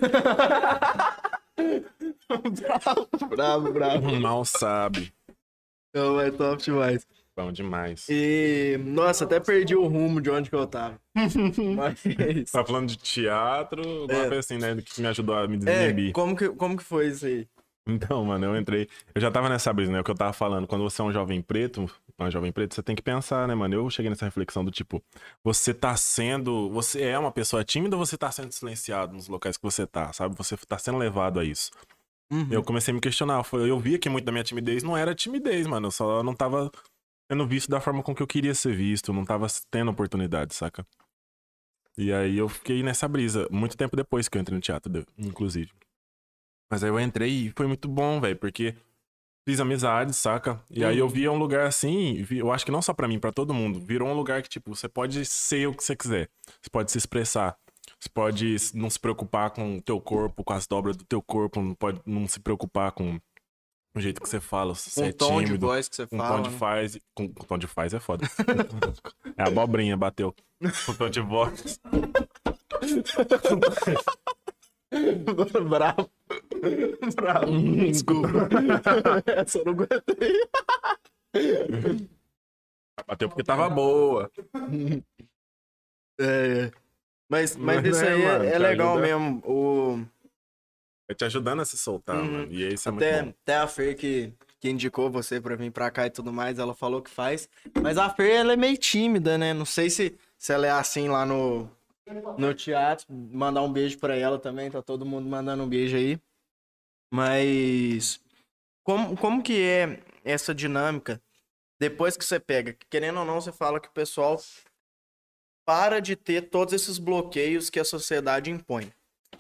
Bravo, bravo. Mal sabe. Então, é top demais. Bom demais. E, nossa, até perdi o rumo de onde que eu tava. Mas, Tá falando de teatro, alguma coisa assim, né? Que me ajudou a me desinibir. como que foi isso aí? Então, mano, eu entrei. Eu já tava nessa brisa, né? O que eu tava falando. Quando você é um jovem preto, uma jovem preta, você tem que pensar, né, mano? Eu cheguei nessa reflexão do tipo, você tá sendo. Você é uma pessoa tímida ou você tá sendo silenciado nos locais que você tá, sabe? Você tá sendo levado a isso. Eu comecei a me questionar. Eu via que muito da minha timidez não era timidez, mano. Eu só não tava sendo visto da forma com que eu queria ser visto. Eu não tava tendo oportunidade, saca? E aí eu fiquei nessa brisa. Muito tempo depois que eu entrei no teatro, inclusive. Mas aí eu entrei e foi muito bom, velho, porque fiz amizades, saca? E aí eu via um lugar assim, eu acho que não só pra mim, pra todo mundo. Virou um lugar que, tipo, você pode ser o que você quiser. Você pode se expressar. Você pode não se preocupar com o teu corpo, com as dobras do teu corpo. Não pode não se preocupar com o jeito que você fala, se você Com é o tom de tímido. voz que você Com fala. tom de né? faz. Com tom de faz é foda. É a abobrinha, bateu. Com tom de voz. Bravo. Bravo. Desculpa. Essa eu não aguentei. Bateu porque tava boa. É. Mas Mas isso aí mano, é te legal ajuda. mesmo. Vai te ajudando a se soltar, mano. E isso é muito bom. Até a Fer que indicou você pra vir pra cá e tudo mais, ela falou que faz. Mas a Fer, ela é meio tímida, né? Não sei se ela é assim lá no teatro. Mandar um beijo pra ela também. Tá todo mundo mandando um beijo aí. Mas Como que é essa dinâmica depois que você pega? Querendo ou não, você fala que o pessoal para de ter todos esses bloqueios que a sociedade impõe.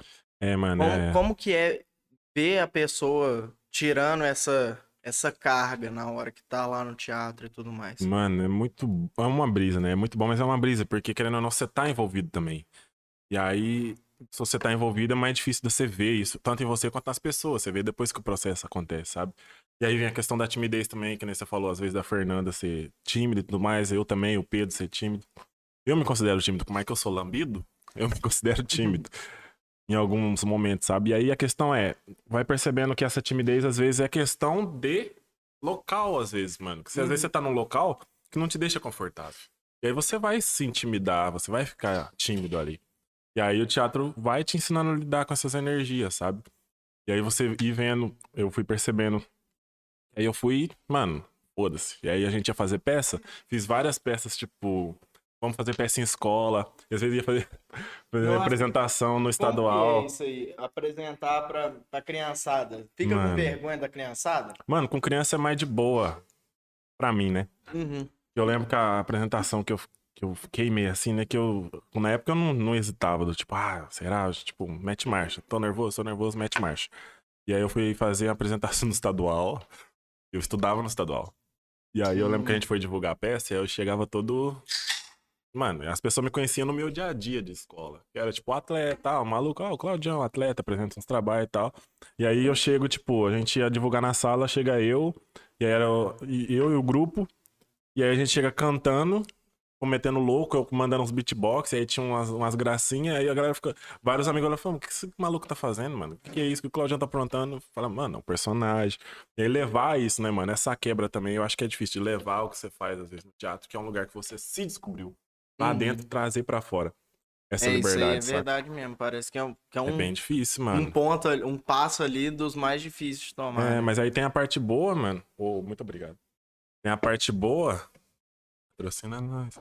É, mano, Como que é ver a pessoa tirando essa carga na hora que tá lá no teatro e tudo mais? Mano, é muito. É uma brisa, né? É muito bom, mas é uma brisa, porque querendo ou não, você tá envolvido também. E aí, se você tá envolvido, é mais difícil de você ver isso, tanto em você quanto nas pessoas. Você vê depois que o processo acontece, sabe? E aí vem a questão da timidez também, que nem você falou, às vezes, da Fernanda ser tímida e tudo mais, eu também, o Pedro ser tímido. Eu me considero tímido, como é que eu sou lambido? Eu me considero tímido em alguns momentos, sabe? E aí a questão é, vai percebendo que essa timidez, às vezes, é questão de local, às vezes, mano. Que às vezes você tá num local que não te deixa confortável. E aí você vai se intimidar, você vai ficar tímido ali. E aí o teatro vai te ensinando a lidar com essas energias, sabe? E aí você ir vendo, eu fui percebendo. Aí eu fui, mano, foda-se. E aí a gente ia fazer peça, fiz várias peças, tipo, vamos fazer peça em escola. E às vezes ia fazer Nossa, apresentação no como que é estadual. isso aí? Apresentar pra criançada. Fica com Mano, vergonha da criançada? mano, com criança é mais de boa, pra mim, né? Uhum. Eu lembro que a apresentação que eu fiquei meio assim, né? Que eu, na época eu não hesitava, do tipo, ah, será? Tipo, mete marcha. Tô nervoso, mete marcha. E aí eu fui fazer a apresentação no estadual. Eu estudava no estadual. E aí eu lembro que a gente foi divulgar a peça e aí eu chegava todo. Mano, as pessoas me conheciam no meu dia a dia de escola. Que era tipo, atleta, o maluco, ó, o Claudião, atleta, apresenta uns trabalhos e tal. E aí eu chego, tipo, a gente ia divulgar na sala, chega eu, e aí era eu e o grupo, e aí a gente chega cantando, cometendo louco, eu mandando uns beatbox, aí tinha umas gracinhas, aí a galera fica. Vários amigos lá falando, o que esse maluco tá fazendo, mano? O que é isso que o Claudião tá aprontando? Fala, mano, é um personagem. E aí levar isso, né, mano? Essa quebra também, eu acho que é difícil de levar o que você faz, às vezes, no teatro, que é um lugar que você se descobriu. Lá dentro, trazer pra fora. Essa É, isso aí é liberdade, saca? verdade mesmo. Parece que é É bem difícil, um mano. ponto, um passo ali dos mais difíceis de tomar, É, né? mas aí tem a parte boa, mano. Ô, muito obrigado. Tem a parte boa. Patrocina nós.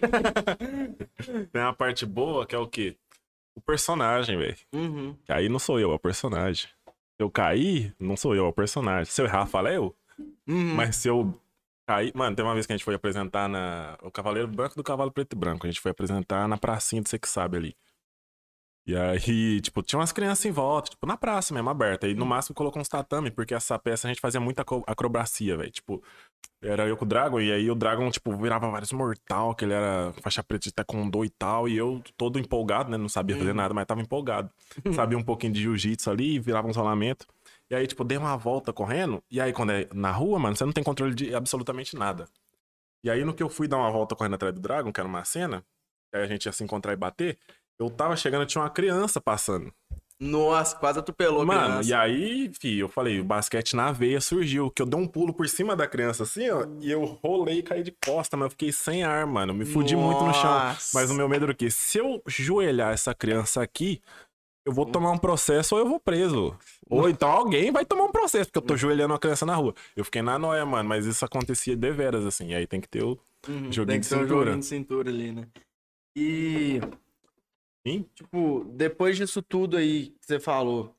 Tem a parte boa, que é o quê? O personagem, velho. Uhum. Que aí não sou eu, é o personagem. Se eu cair, não sou eu, é o personagem. Se eu errar, fala eu. Uhum. Mas se eu cair. Mano, tem uma vez que a gente foi apresentar o Cavaleiro Branco do Cavalo Preto e Branco. A gente foi apresentar na pracinha do Você Que Sabe ali. E aí, tipo, tinha umas crianças em volta, tipo, na praça mesmo, aberta. E no máximo colocou uns tatame, porque essa peça a gente fazia muita acrobacia, velho. Tipo, era eu com o Dragon, e aí o Dragon, tipo, virava vários mortal, que ele era faixa preta de taekwondo e tal, e eu todo empolgado, né? Não sabia fazer nada, mas tava empolgado. Sabia um pouquinho de jiu-jitsu ali, virava uns rolamentos. E aí, tipo, dei uma volta correndo, e aí quando é na rua, mano, você não tem controle de absolutamente nada. E aí no que eu fui dar uma volta correndo atrás do Dragon, que era uma cena, que aí a gente ia se encontrar e bater, eu tava chegando, tinha uma criança passando. Nossa, quase atropelou a Mano, e criança. aí, fi, eu falei, o basquete na veia surgiu, que eu dei um pulo por cima da criança assim, ó, e eu rolei e caí de costa, mas eu fiquei sem ar, mano. Me fudi muito no chão. Mas o Nossa. meu medo era o quê? Se eu joelhar essa criança aqui, eu vou tomar um processo ou eu vou preso. Ou então alguém vai tomar um processo, porque eu tô joelhando uma criança na rua. Eu fiquei na noia, mano, mas isso acontecia deveras, assim. E aí tem que ter o joguinho Tem de que ter um joguinho cintura. de cintura ali, né? E, Sim? tipo, depois disso tudo aí que você falou,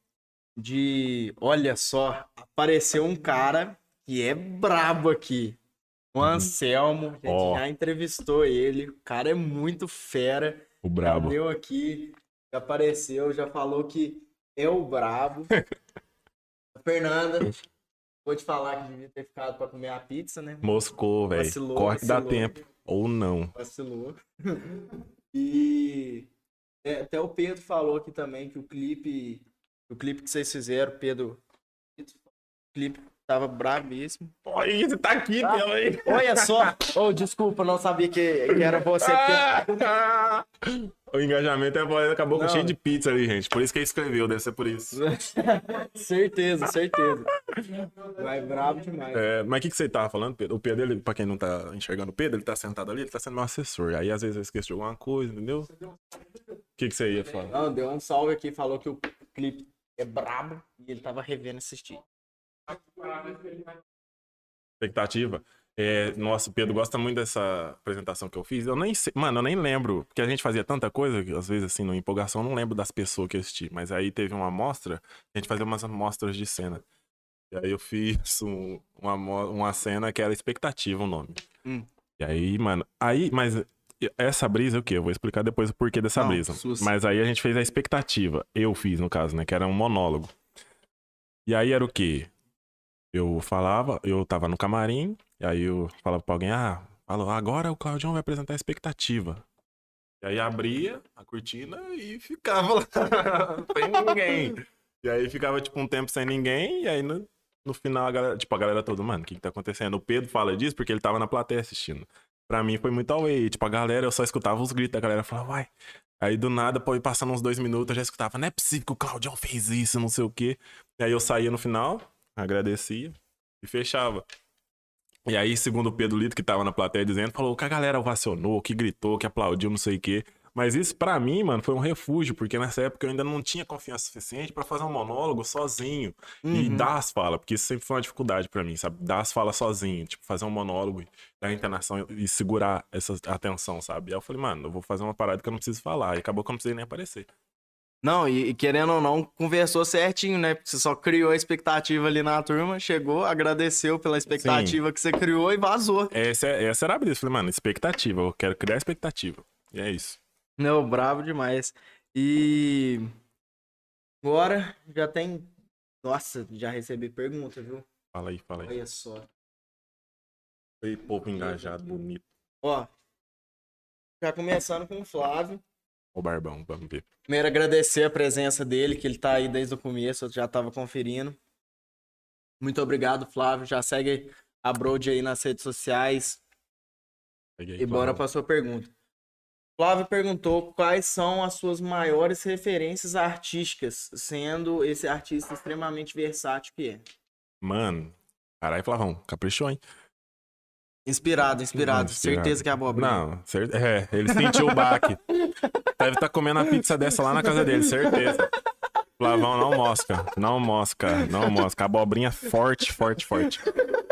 olha só, apareceu um cara que é brabo aqui. O Uhum. Anselmo, a gente Ó, já entrevistou ele, o cara é muito fera, o já brabo. deu aqui, já apareceu, já falou que é o brabo. A Fernanda, vou te falar que devia ter ficado pra comer a pizza, né? Moscou, velho. Vacilou, Corre que dá vacilou, tempo. Ou não. vacilou. E até o Pedro falou aqui também que o clipe que vocês fizeram, Pedro, o clipe tava brabíssimo. Olha, você tá aqui, Tá? pelo aí. Olha só! Oh, desculpa, não sabia que era você. O engajamento é bom, acabou com cheio de Não, pizza ali, gente. Por isso que ele escreveu, deve ser por isso. certeza, certeza. Vai brabo demais. É, mas o que você tava falando, Pedro? O Pedro, ele, pra quem não tá enxergando o Pedro, ele tá sentado ali, ele tá sendo meu assessor. Aí às vezes eu esqueço de alguma coisa, entendeu? O que você ia falar? Não, deu um salve aqui, falou que o clipe é brabo e ele tava revendo assistir. Expectativa? É, nossa, o Pedro gosta muito dessa apresentação que eu fiz. Eu nem sei, mano, eu nem lembro, porque a gente fazia tanta coisa, que às vezes assim, no empolgação, eu não lembro das pessoas que eu assisti. Mas aí teve uma amostra, a gente fazia umas amostras de cena. E aí eu fiz uma cena que era Expectativa, o nome. Hum. E aí, mano, mas essa brisa, o quê? Eu vou explicar depois o porquê dessa Não, brisa. sus. Mas aí a gente fez a expectativa. Eu fiz, no caso, né? Que era um monólogo. E aí era o quê? Eu tava no camarim, e aí eu falava pra alguém, falou, agora o Claudião vai apresentar a expectativa. E aí abria a cortina e ficava lá, sem ninguém. E aí ficava, tipo, um tempo sem ninguém, e aí no final a galera toda, mano, o que tá acontecendo? O Pedro fala disso porque ele tava na plateia assistindo. Pra mim foi muito away, tipo, a galera, eu só escutava os gritos, a galera falava, uai. Aí do nada, pô, passando uns 2 minutos, eu já escutava, não é possível que o Claudião fez isso, não sei o quê. E aí eu saía no final, agradecia e fechava. E aí, segundo o Pedro Lito, que tava na plateia dizendo, falou que a galera ovacionou, que gritou, que aplaudiu, não sei o quê. Mas isso, pra mim, mano, foi um refúgio, porque nessa época eu ainda não tinha confiança suficiente pra fazer um monólogo sozinho e dar as falas, porque isso sempre foi uma dificuldade pra mim, sabe? Dar as falas sozinho, tipo, fazer um monólogo, dar a entonação e segurar essa atenção, sabe? Aí eu falei, mano, eu vou fazer uma parada que eu não preciso falar. E acabou que eu não precisei nem aparecer. Não, e querendo ou não, conversou certinho, né? Porque você só criou a expectativa ali na turma, chegou, agradeceu pela expectativa que você criou e vazou. Essa era a brisa. Eu falei, mano, expectativa, eu quero criar expectativa. E é isso. Não, bravo demais. E agora já tem. Nossa, já recebi pergunta, viu? Fala aí, fala aí. Olha só. Foi povo engajado, bonito. Ó, já começando com o Flávio. O Barbão, vamos ver. Primeiro agradecer a presença dele, que ele tá aí desde o começo, eu já tava conferindo. Muito obrigado, Flávio. Já segue a Brode aí nas redes sociais. Peguei, E bora pra sua pergunta. Flávio perguntou quais são as suas maiores referências artísticas, sendo esse artista extremamente versátil que é. Mano, caralho, Flavão, caprichou, hein? Inspirado. Inspirado. Certeza que é abobrinha. Não, ele sentiu o baque. Deve estar comendo a pizza dessa lá na casa dele, certeza. Flavão, não mosca. Não mosca, não mosca. Abobrinha forte, forte, forte.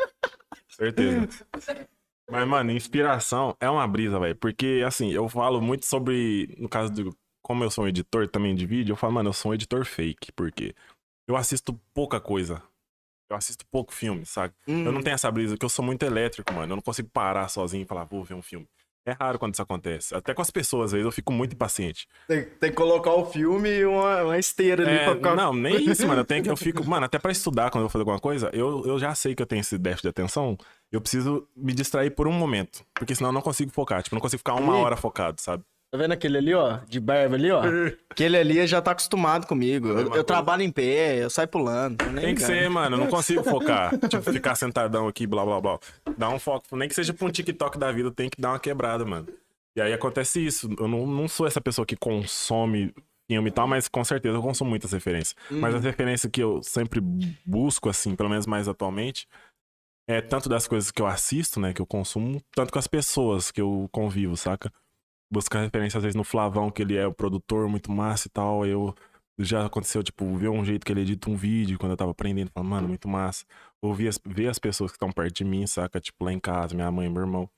Certeza. Mas, mano, inspiração é uma brisa, velho. Porque, assim, eu falo muito sobre, no caso do. Como eu sou um editor também de vídeo, eu falo, mano, eu sou um editor fake. Porque eu assisto pouca coisa. Eu assisto pouco filme, sabe? Eu não tenho essa brisa, que eu sou muito elétrico, mano. Eu não consigo parar sozinho e falar, vou ver um filme. É raro quando isso acontece. Até com as pessoas, às vezes, eu fico muito impaciente. Tem que colocar o filme e uma esteira ali pra ficar... Não, nem isso, mano. Eu fico, mano, até pra estudar, quando eu vou fazer alguma coisa, eu já sei que eu tenho esse déficit de atenção. Eu preciso me distrair por um momento. Porque senão eu não consigo focar. Tipo, eu não consigo ficar uma hora focado, sabe? Tá vendo aquele ali, ó? De barba ali, ó? Aquele ali já tá acostumado comigo. Eu trabalho em pé, eu saio pulando. Tem que ser, mano. Eu não consigo focar. Tipo, ficar sentadão aqui, blá, blá, blá. Dá um foco. Nem que seja pra um TikTok da vida, tem que dar uma quebrada, mano. E aí acontece isso. Eu não sou essa pessoa que consome filme e tal, mas com certeza eu consumo muitas referências. Mas as referências que eu sempre busco, assim, pelo menos mais atualmente, é tanto das coisas que eu assisto, né, que eu consumo, tanto com as pessoas que eu convivo, saca? Buscar referência, às vezes, no Flavão, que ele é o produtor muito massa e tal. Já aconteceu, tipo, ver um jeito que ele edita um vídeo quando eu tava aprendendo. Falar, mano, muito massa. Ver as pessoas que estão perto de mim, saca? Tipo, lá em casa, minha mãe, meu irmão.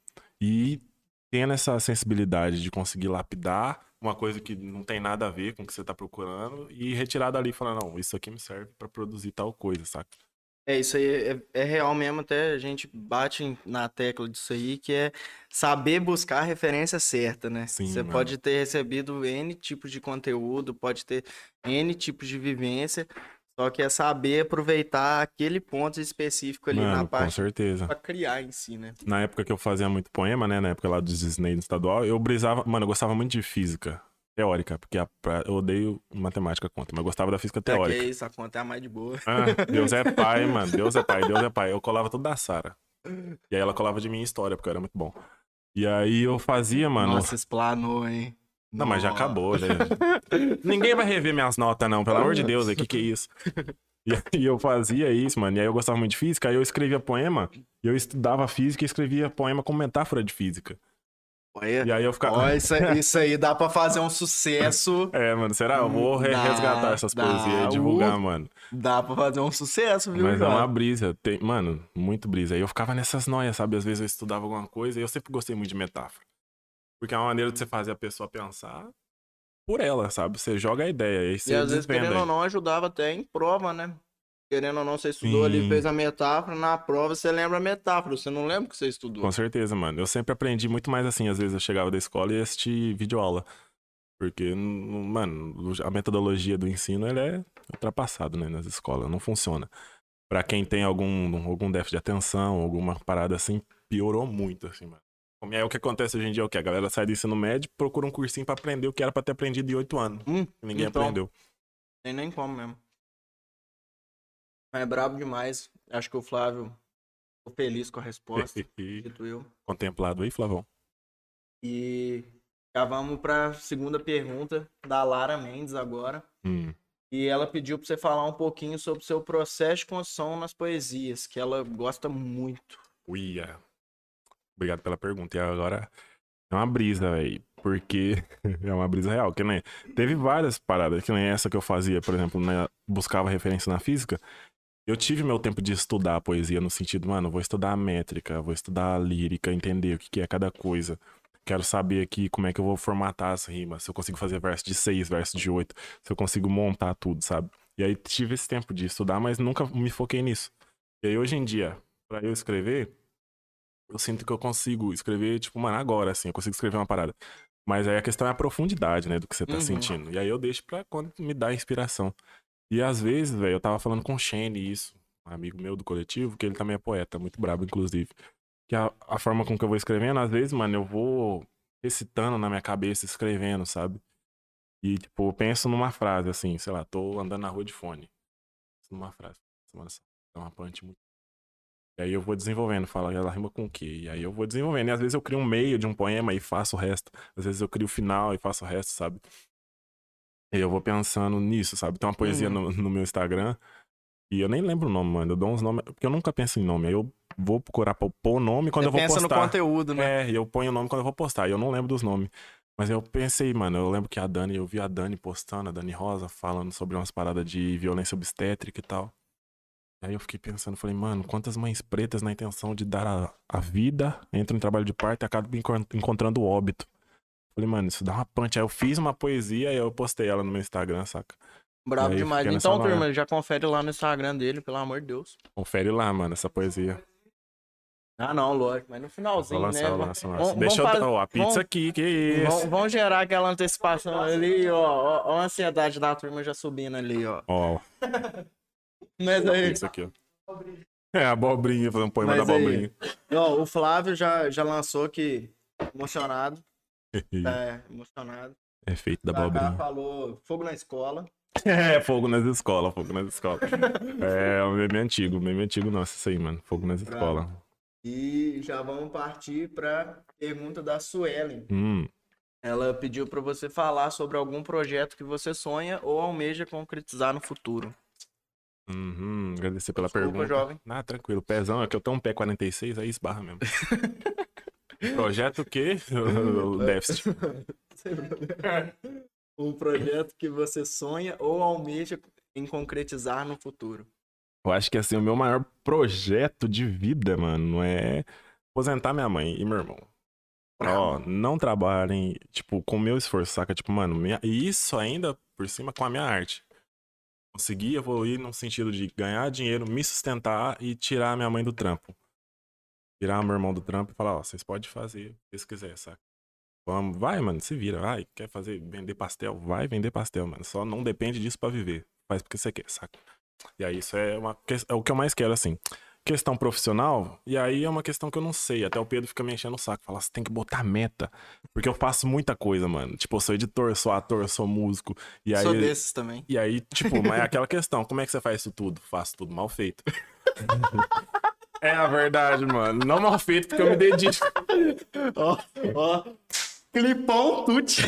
E tendo essa sensibilidade de conseguir lapidar uma coisa que não tem nada a ver com o que você tá procurando e retirar dali e falar, não, isso aqui me serve pra produzir tal coisa, saca? Isso aí é real mesmo, até a gente bate na tecla disso aí, que é saber buscar a referência certa, né? Sim, Você mano. pode ter recebido N tipos de conteúdo, pode ter N tipos de vivência, só que é saber aproveitar aquele ponto específico ali na Mano, com parte certeza. pra criar em si, né? Na época que eu fazia muito poema, né? Na época lá do Disney no estadual, eu brisava. Mano, eu gostava muito de física teórica, porque eu odeio matemática conta, mas eu gostava da física teórica. É que isso, a conta é a mais de boa. Deus é pai, mano. Deus é pai, Deus é pai. Eu colava tudo da Sara. E aí ela colava de mim em história, porque eu era muito bom. E aí eu fazia, mano. Nossa, explanou, hein? Não, mas já acabou, já. Ninguém vai rever minhas notas, não, pelo amor de Deus, que é isso? E aí eu fazia isso, mano. E aí eu gostava muito de física, aí eu escrevia poema, e eu estudava física e escrevia poema com metáfora de física. Olha, E aí eu ficava. ó, isso aí dá pra fazer um sucesso. Mano, será? Eu vou resgatar essas poesias e divulgar, mano. Dá pra fazer um sucesso, viu, Mas João? é uma brisa. Mano, muito brisa. Aí eu ficava nessas noias, sabe? Às vezes eu estudava alguma coisa e eu sempre gostei muito de metáfora. Porque é uma maneira de você fazer a pessoa pensar por ela, sabe? Você joga a ideia e aí você E às vezes, desvenda querendo aí. ou não, ajudava até em prova, né? querendo ou não, você estudou ali, fez a metáfora, na prova você lembra a metáfora, você não lembra o que você estudou. Com certeza, mano. Eu sempre aprendi muito mais assim, às vezes eu chegava da escola e assistia videoaula. Porque, mano, a metodologia do ensino, ela é ultrapassada, né, nas escolas, não funciona. Pra quem tem algum déficit de atenção, alguma parada assim, piorou muito, assim, mano. E aí o que acontece hoje em dia é o quê? A galera sai do ensino médio, procura um cursinho pra aprender o que era pra ter aprendido em 8 anos. Ninguém então, aprendeu. Tem nem como mesmo. Mas é brabo demais. Acho que o Flávio ficou feliz com a resposta, dito eu. Contemplado aí, Flavão. E já vamos pra segunda pergunta da Lara Mendes agora. E ela pediu pra você falar um pouquinho sobre o seu processo de construção nas poesias, que ela gosta muito. Uia. Obrigado pela pergunta. E agora é uma brisa, velho. Porque é uma brisa real. Que nem... Teve várias paradas, que nem essa que eu fazia, por exemplo, né? Buscava referência na física. Eu tive meu tempo de estudar a poesia no sentido, mano, vou estudar a métrica, vou estudar a lírica, entender o que é cada coisa. Quero saber aqui como é que eu vou formatar as rimas, se eu consigo fazer verso de 6, verso de 8, se eu consigo montar tudo, sabe? E aí tive esse tempo de estudar, mas nunca me foquei nisso. E aí hoje em dia, pra eu escrever, eu sinto que eu consigo escrever, tipo, mano, agora, assim, eu consigo escrever uma parada. Mas aí a questão é a profundidade, né, do que você tá sentindo. E aí eu deixo pra quando me dá inspiração. E às vezes, velho, eu tava falando com o Shane isso, um amigo meu do coletivo, que ele também é poeta, muito brabo, inclusive. Que a forma com que eu vou escrevendo, às vezes, mano, eu vou recitando na minha cabeça, escrevendo, sabe? E, tipo, eu penso numa frase, assim, sei lá, tô andando na rua de fone. Numa frase. É uma punch muito. E aí eu vou desenvolvendo, falo, ela rima com o quê? E aí eu vou desenvolvendo. E às vezes eu crio um meio de um poema e faço o resto. Às vezes eu crio o final e faço o resto, sabe? E eu vou pensando nisso, sabe? Tem uma poesia no meu Instagram. E eu nem lembro o nome, mano. Eu dou uns nomes. Porque eu nunca penso em nome. Aí eu vou procurar pôr o nome quando eu vou postar. Pensa no conteúdo, né? É, e eu ponho o nome quando eu vou postar. E eu não lembro dos nomes. Mas eu pensei, mano, eu lembro que eu vi a Dani postando, a Dani Rosa, falando sobre umas paradas de violência obstétrica e tal. Aí eu fiquei pensando, falei, mano, quantas mães pretas na intenção de dar a vida entram em trabalho de parto e acabam encontrando o óbito. Falei, mano, isso dá uma punch. Aí eu fiz uma poesia e eu postei ela no meu Instagram, saca? Brabo demais. Então, turma, já confere lá no Instagram dele, pelo amor de Deus. Confere lá, mano, essa poesia. Ah, não, lógico. Mas no finalzinho, lançar, né? Lança. Deixa eu... a pizza aqui, que isso? Vamos gerar aquela antecipação ali, ó. Ó a ansiedade da turma já subindo ali, ó. Ó. Mas aí... Isso aqui, ó. É, abobrinha, fazendo um poema da abobrinha. Ó, o Flávio já lançou aqui, emocionado. Emocionado. É feito da abobrinha. Falou fogo na escola. É, fogo nas escolas. É, o meme antigo, nossa, isso aí, mano. Fogo nas escolas. E já vamos partir pra pergunta da Suelen. Ela pediu pra você falar sobre algum projeto que você sonha ou almeja concretizar no futuro. Agradecer pela pergunta. Jovem. Ah, tranquilo. Pezão, é que eu tenho um pé 46, aí esbarra mesmo. Projeto o quê? O déficit. Um projeto que você sonha ou almeja em concretizar no futuro. Eu acho que, assim, o meu maior projeto de vida, mano, é aposentar minha mãe e meu irmão. Ó, não trabalhem, tipo, com o meu esforço, saca? Tipo, mano, e isso ainda por cima com a minha arte. Conseguir evoluir no sentido de ganhar dinheiro, me sustentar e tirar a minha mãe do trampo. Tirar meu irmão do trampo e falar, ó, vocês podem fazer o que vocês quiserem, saca? Vamos, vai, mano, se vira, vai. Quer vender pastel? Vai vender pastel, mano. Só não depende disso pra viver. Faz porque você quer, saca? E aí isso é o que eu mais quero, assim. Questão profissional, e aí é uma questão que eu não sei. Até o Pedro fica me enchendo o saco. Fala, você tem que botar meta. Porque eu faço muita coisa, mano. Tipo, eu sou editor, sou ator, sou músico. E aí, sou desses também. E aí, tipo, mas é aquela questão. Como é que você faz isso tudo? Faço tudo mal feito. É a verdade, mano. Não mal feito, porque eu me dedico. Ó. Clipão tute.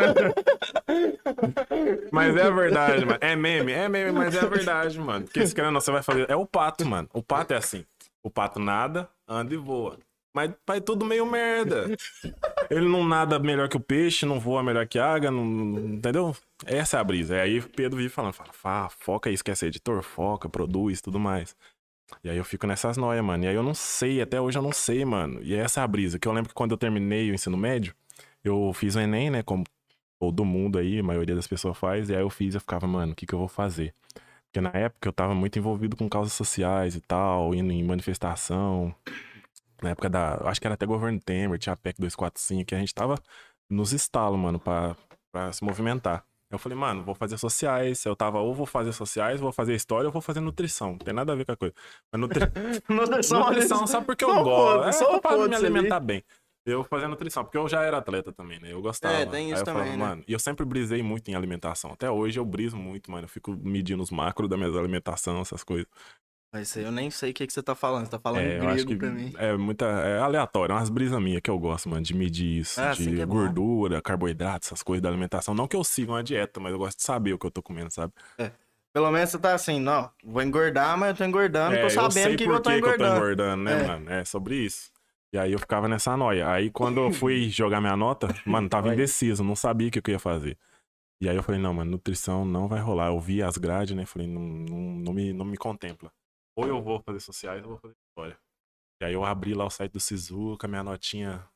Mas é a verdade, mano. É meme, mas é a verdade, mano. Porque se querendo, você vai fazer. É o pato, mano. O pato é assim. O pato nada, anda e voa. Mas faz tudo meio merda. Ele não nada melhor que o peixe, não voa melhor que a água, não, entendeu? Essa é a brisa. Aí o Pedro vive falando, foca aí, esquece editor, foca, produz, tudo mais. E aí eu fico nessas noias, mano. E aí eu não sei, até hoje eu não sei, mano. E essa é a brisa. Que eu lembro que quando eu terminei o ensino médio, eu fiz o Enem, né? Como todo mundo aí, a maioria das pessoas faz. E aí eu ficava, mano, o que eu vou fazer? Porque na época eu tava muito envolvido com causas sociais e tal, indo em manifestação. Na época acho que era até governo Temer, tinha a PEC 245, que a gente tava nos estalos, mano, pra se movimentar. Eu falei, mano, vou fazer sociais. Eu tava, ou vou fazer sociais, vou fazer história, ou vou fazer nutrição. Não tem nada a ver com a coisa. Mas nutrição só porque eu gosto. Só Pra me foda-se alimentar ali. bem. Eu fazia nutrição, porque eu já era atleta também, né? Eu gostava. Tem Aí isso eu falava, também, né? mano, e eu sempre brisei muito em alimentação. Até hoje eu briso muito, mano. Eu fico medindo os macros da minha alimentação, essas coisas. Mas isso aí eu nem sei o que você tá falando. Você tá falando Eu acho grego que pra mim. é aleatório, é umas brisas minhas que eu gosto, mano, de medir isso, Ah, assim que de é bom. gordura, carboidrato, essas coisas da alimentação. Não que eu siga uma dieta, mas eu gosto de saber o que eu tô comendo, sabe? É. Pelo menos você tá assim, não, vou engordar, mas eu tô engordando, tô Eu sabendo sei o que por eu tô que eu tô engordando. engordando, né, É. mano? É sobre isso. E aí eu ficava nessa noia. Aí quando eu fui jogar minha nota, mano, tava Olha. indeciso, não sabia o que eu ia fazer. E aí eu falei, não, mano, nutrição não vai rolar. Eu vi as grades, né? Falei, não me contempla. Ou eu vou fazer sociais, ou eu vou fazer história. E aí eu abri lá o site do Sisu, com a minha notinha.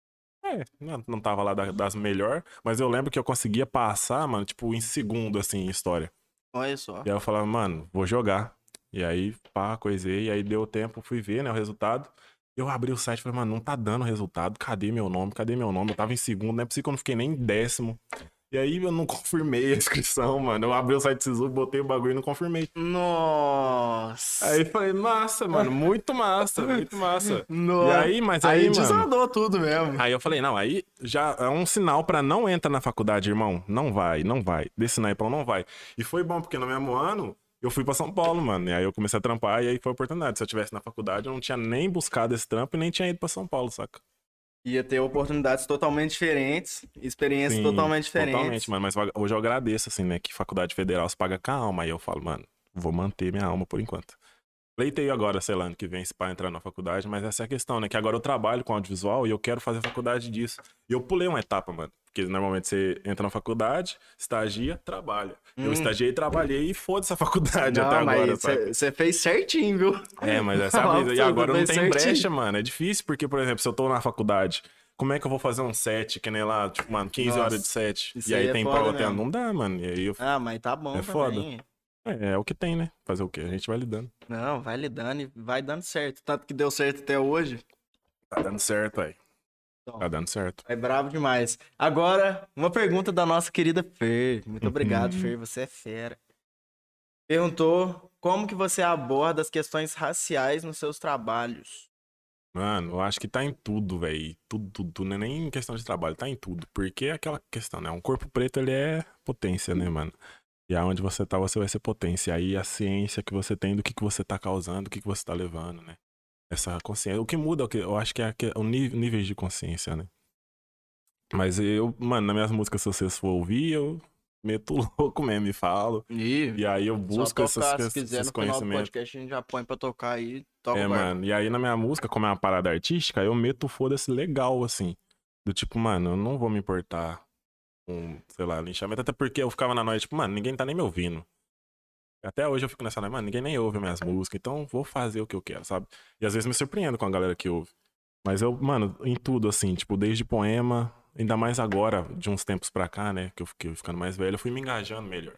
Não tava lá das melhor, mas eu lembro que eu conseguia passar, mano, tipo, em segundo, assim, em história. Olha só. E aí eu falava, mano, vou jogar. E aí, pá, coisei, e aí deu tempo, fui ver, né, o resultado. Eu abri o site e falei, mano, não tá dando resultado, cadê meu nome? Cadê meu nome? Eu tava em segundo, não é possível que eu não fiquei nem em décimo. E aí eu não confirmei a inscrição, mano. Eu abri o site do Sisu, botei o bagulho e não confirmei. Nossa. Aí falei, massa, mano, muito massa, muito massa. E Nossa. aí, mas Aí aí, mano. desandou tudo mesmo. Aí eu falei, não, aí já é um sinal pra não entrar na faculdade, irmão. Não vai, não vai. Desse naipão não vai. E foi bom, porque no mesmo ano eu fui pra São Paulo, mano. E aí eu comecei a trampar e aí foi a oportunidade. Se eu tivesse na faculdade, eu não tinha nem buscado esse trampo e nem tinha ido pra São Paulo, saca? Ia ter oportunidades totalmente diferentes, experiências Sim, totalmente totalmente, diferentes. mano. Mas hoje eu agradeço, assim, né, que faculdade federal se paga com a alma. Aí eu falo, mano, vou manter minha alma por enquanto. Pleitei agora, sei lá, ano que vem, se pra entrar na faculdade, mas essa é a questão, né? Que agora eu trabalho com audiovisual e eu quero fazer faculdade disso. E eu pulei uma etapa, mano. Porque normalmente você entra na faculdade, estagia, trabalha. Eu Hum. estagiei, trabalhei e foda-se a faculdade até Não, agora, mas saca? você fez certinho, viu? Mas essa é a Falar brisa. pra E você, você agora não fez tem brecha, certinho. mano. É difícil, porque, por exemplo, se eu tô na faculdade, como é que eu vou fazer um set, que nem lá, tipo, mano, 15 horas de Nossa, set? isso E aí aí é tem foda prova tendo? mesmo. Não dá, mano. E aí Ah, mas tá é bom foda. também. É o que tem, né? Fazer o quê? A gente vai lidando. Não, vai lidando e vai dando certo. Tanto que deu certo até hoje. Tá dando certo aí. Então, Tá dando certo. é bravo demais. Agora, uma pergunta da nossa querida Fer. Muito obrigado, Uhum. Fer, você é fera. Perguntou como que você aborda as questões raciais nos seus trabalhos. Mano, eu acho que tá em tudo, velho. Tudo. Não é nem questão de trabalho, tá em tudo. Porque é aquela questão, né? Um corpo preto, ele é potência, né, mano? E aonde você tá, você vai ser potência. Aí a ciência que você tem do que você tá causando, o que você tá levando, né? Essa consciência. O que muda, eu acho que é o nível de consciência, né? Mas eu, mano, nas minhas músicas, se vocês for ouvir, eu meto louco mesmo e falo. E E aí eu só busco tocar, se quiser, esses no final do conhecimentos. podcast a gente já põe pra tocar aí, toca o barco. Mano, e aí na minha música, como é uma parada artística, eu meto o foda-se legal, assim. Do tipo, mano, eu não vou me importar com, sei lá, linchamento, até porque eu ficava na noite, tipo, mano, ninguém tá nem me ouvindo. Até hoje eu fico nessa noite, mano, ninguém nem ouve minhas músicas, então vou fazer o que eu quero, sabe? E às vezes me surpreendo com a galera que ouve. Mas eu, mano, em tudo, assim, tipo, desde poema, ainda mais agora, de uns tempos pra cá, né, que eu fiquei ficando mais velho, eu fui me engajando melhor.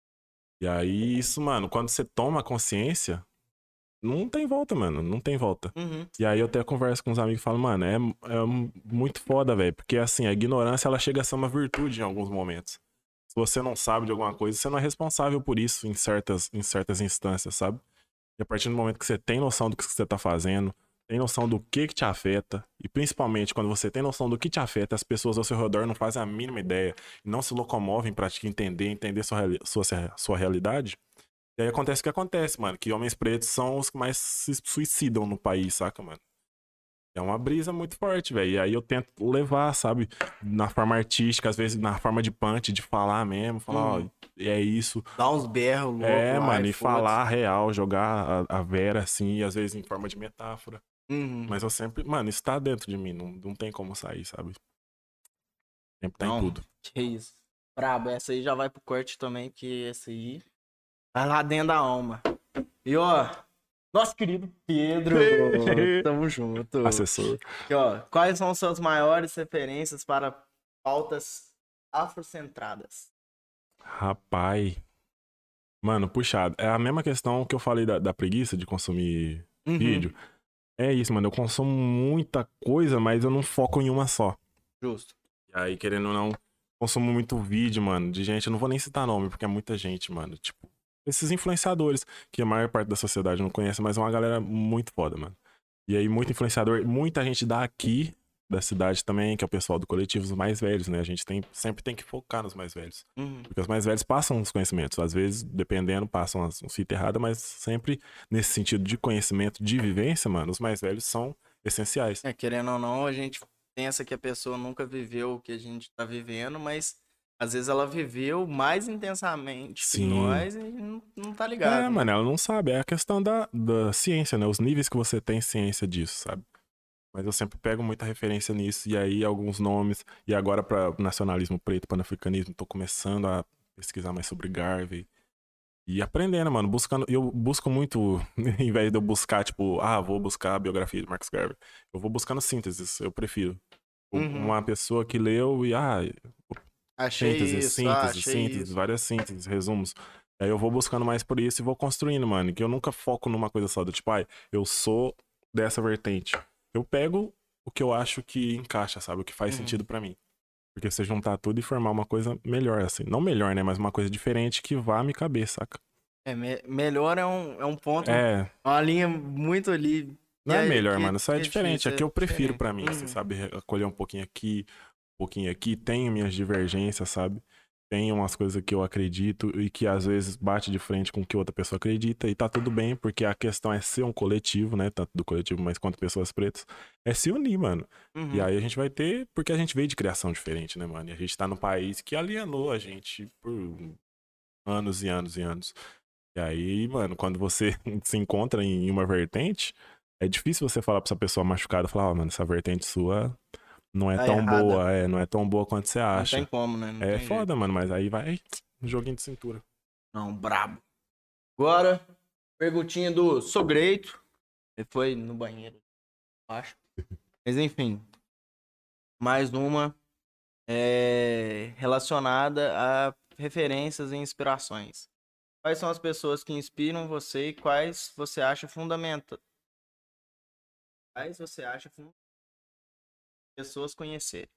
E aí, isso, mano, quando você toma consciência, não tem volta, mano. Não tem volta. Uhum. E aí eu até converso com uns amigos e falo, mano, é muito foda, velho. Porque assim, a ignorância ela chega a ser uma virtude em alguns momentos. Se você não sabe de alguma coisa, você não é responsável por isso em certas instâncias, sabe? E a partir do momento que você tem noção do que você tá fazendo, tem noção do que te afeta, e principalmente quando você tem noção do que te afeta, as pessoas ao seu redor não fazem a mínima ideia, e não se locomovem pra te entender sua realidade. E aí acontece o que acontece, mano. Que homens pretos são os que mais se suicidam no país, saca, mano? É uma brisa muito forte, velho. E aí eu tento levar, sabe? Na forma artística, às vezes na forma de punch, de falar mesmo. Falar, ó, Uhum. é isso. Dá uns berros loucos lá Mano, e e foda-se. falar a real, jogar a vera assim, e às vezes em forma de metáfora. Uhum. Mas eu sempre, mano, isso tá dentro de mim, não tem como sair, sabe? Sempre tá em Não, tudo. que isso. Brabo, essa aí já vai pro corte também, que essa aí vai lá dentro da alma. E ó, nosso querido Pedro, tamo junto. Assessor. E ó, quais são suas maiores referências para pautas afrocentradas? Rapaz. Mano, puxado. É a mesma questão que eu falei da preguiça de consumir Uhum, vídeo. É isso, mano. Eu consumo muita coisa, mas eu não foco em uma só. justo. E aí, querendo ou não, consumo muito vídeo, mano, de gente. Eu não vou nem citar nome, porque é muita gente, mano. Tipo, esses influenciadores que a maior parte da sociedade não conhece, mas é uma galera muito foda, mano. E aí, muito influenciador, muita gente daqui da cidade também, que é o pessoal do coletivo, os mais velhos, né? A gente sempre tem que focar nos mais velhos. Uhum. Porque os mais velhos passam os conhecimentos. Às vezes, dependendo, passam as fitas erradas, mas sempre nesse sentido de conhecimento, de vivência, mano, os mais velhos são essenciais. Querendo ou não, a gente pensa que a pessoa nunca viveu o que a gente tá vivendo, mas às vezes ela viveu mais intensamente que Sim. nós e não tá É, ligado, né? mano, ela não sabe. É a questão da ciência, né? Os níveis que você tem ciência disso, sabe? Mas eu sempre pego muita referência nisso, e aí alguns nomes. E agora, para nacionalismo preto, panafricanismo, tô começando a pesquisar mais sobre Garvey. E aprendendo, mano, buscando. Eu busco muito, em vez de eu buscar, tipo, vou buscar a biografia de Marcus Garvey. Eu vou buscando sínteses, eu prefiro. Uhum. Uma pessoa que leu e, Achei síntese, isso, síntese, achei síntese, isso. várias sínteses, resumos. Aí eu vou buscando mais por isso e vou construindo, mano. Que eu nunca foco numa coisa só, do tipo, eu sou dessa vertente. Eu pego o que eu acho que encaixa, sabe? O que faz Uhum. sentido pra mim. Porque você juntar tudo e formar uma coisa melhor, assim. Não melhor, né? Mas uma coisa diferente que vá me caber, saca? Melhor é um ponto, É, uma linha muito ali não é melhor, que, mano. Só é que é diferente. É difícil, que é eu prefiro diferente. pra mim, assim, Uhum. sabe? Acolher um pouquinho aqui. Tenho minhas divergências, sabe? Tem umas coisas que eu acredito e que às vezes bate de frente com o que outra pessoa acredita. E tá tudo bem, porque a questão é ser um coletivo, né? Tanto do coletivo, mas quanto pessoas pretas. É se unir, mano. E Uhum. aí a gente vai ter. Porque a gente veio de criação diferente, né, mano? E a gente tá num país que alienou a gente por anos e anos e anos. E aí, mano, quando você se encontra em uma vertente, é difícil você falar pra essa pessoa machucada, falar, mano, essa vertente sua não é Tá tão errada. boa, não é tão boa quanto você Não tem acha. como, né? Não É tem jeito. foda, mano, mas aí vai joguinho de cintura. Não, brabo. Agora, perguntinha do Sogreito. Ele foi no banheiro, acho. Mas enfim, mais uma relacionada a referências e inspirações. Quais são as pessoas que inspiram você e quais você acha fundamental? Quais você acha pessoas conhecerem?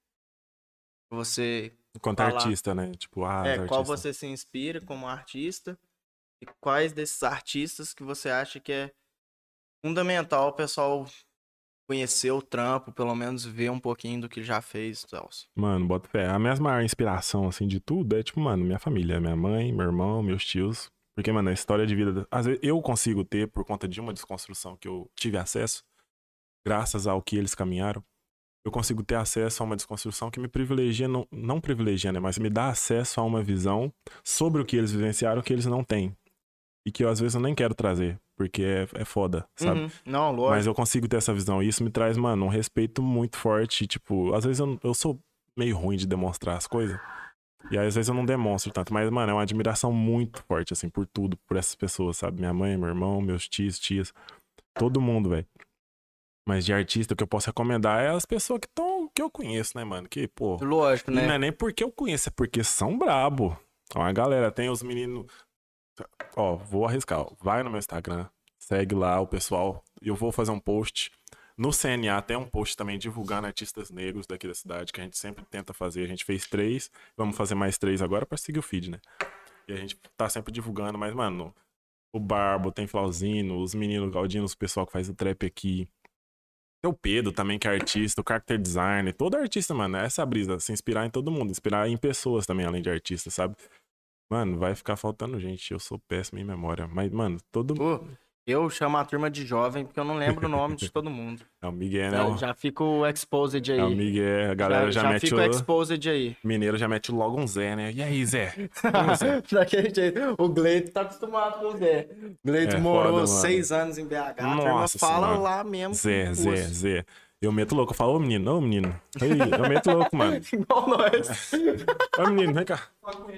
Você Enquanto falar artista, né? Tipo, os qual artistas. você se inspira como artista e quais desses artistas que você acha que é fundamental o pessoal conhecer o trampo, pelo menos ver um pouquinho do que já fez, Celso. Mano, bota fé. A minha maior inspiração, assim, de tudo é, tipo, mano, minha família. Minha mãe, meu irmão, meus tios. Porque, mano, a história de vida. Às vezes eu consigo ter, por conta de uma desconstrução que eu tive acesso, graças ao que eles caminharam. Eu consigo ter acesso a uma desconstrução que me privilegia, não privilegia, né? Mas me dá acesso a uma visão sobre o que eles vivenciaram que eles não têm. E que eu, às vezes, eu nem quero trazer, porque é foda, sabe? Uhum. Não, Mas lógico. eu consigo ter essa visão. E isso me traz, mano, um respeito muito forte. Tipo, às vezes eu sou meio ruim de demonstrar as coisas. E aí, às vezes eu não demonstro tanto. Mas, mano, é uma admiração muito forte, assim, por tudo, por essas pessoas, sabe? Minha mãe, meu irmão, meus tios, tias. Todo mundo, velho. Mas de artista, o que eu posso recomendar é as pessoas que eu conheço, né, mano? Que, pô. Lógico, E não né? é nem porque eu conheço, é porque são brabo. Então a galera tem os meninos. Ó, vou arriscar. Ó. Vai no meu Instagram, segue lá o pessoal. E eu vou fazer um post. No CNA tem um post também divulgando artistas negros daqui da cidade, que a gente sempre tenta fazer. A gente fez 3, vamos fazer mais 3 agora pra seguir o feed, né? E a gente tá sempre divulgando, mas, mano, o Barbo, tem Flauzino, os meninos Galdinos, o pessoal que faz o trap aqui. Tem o Pedro também, que é artista, o character design, todo artista, mano, essa é a brisa, se inspirar em todo mundo, inspirar em pessoas também, além de artistas, sabe? Mano, vai ficar faltando gente, eu sou péssimo em memória, mas, mano, todo... Pô, eu chamo a turma de jovem porque eu não lembro o nome de todo mundo. É o Miguel, né? Já fica o exposed É o aí. Miguel, a galera Já, já já mete fica o o... exposed aí. Mineiro já mete logo um Zé, né? E aí, Zé? Como Zé? Daquele jeito. O Gleito tá acostumado com o Zé. O Gleito É morou foda, mano. 6 anos em BH. A turma Nossa fala senhora. lá mesmo com Zé, Zé, osso. Zé. Eu meto louco, eu falo, ô menino, ô menino. Aí, eu meto louco, mano. Igual nós. Ô menino, vem cá.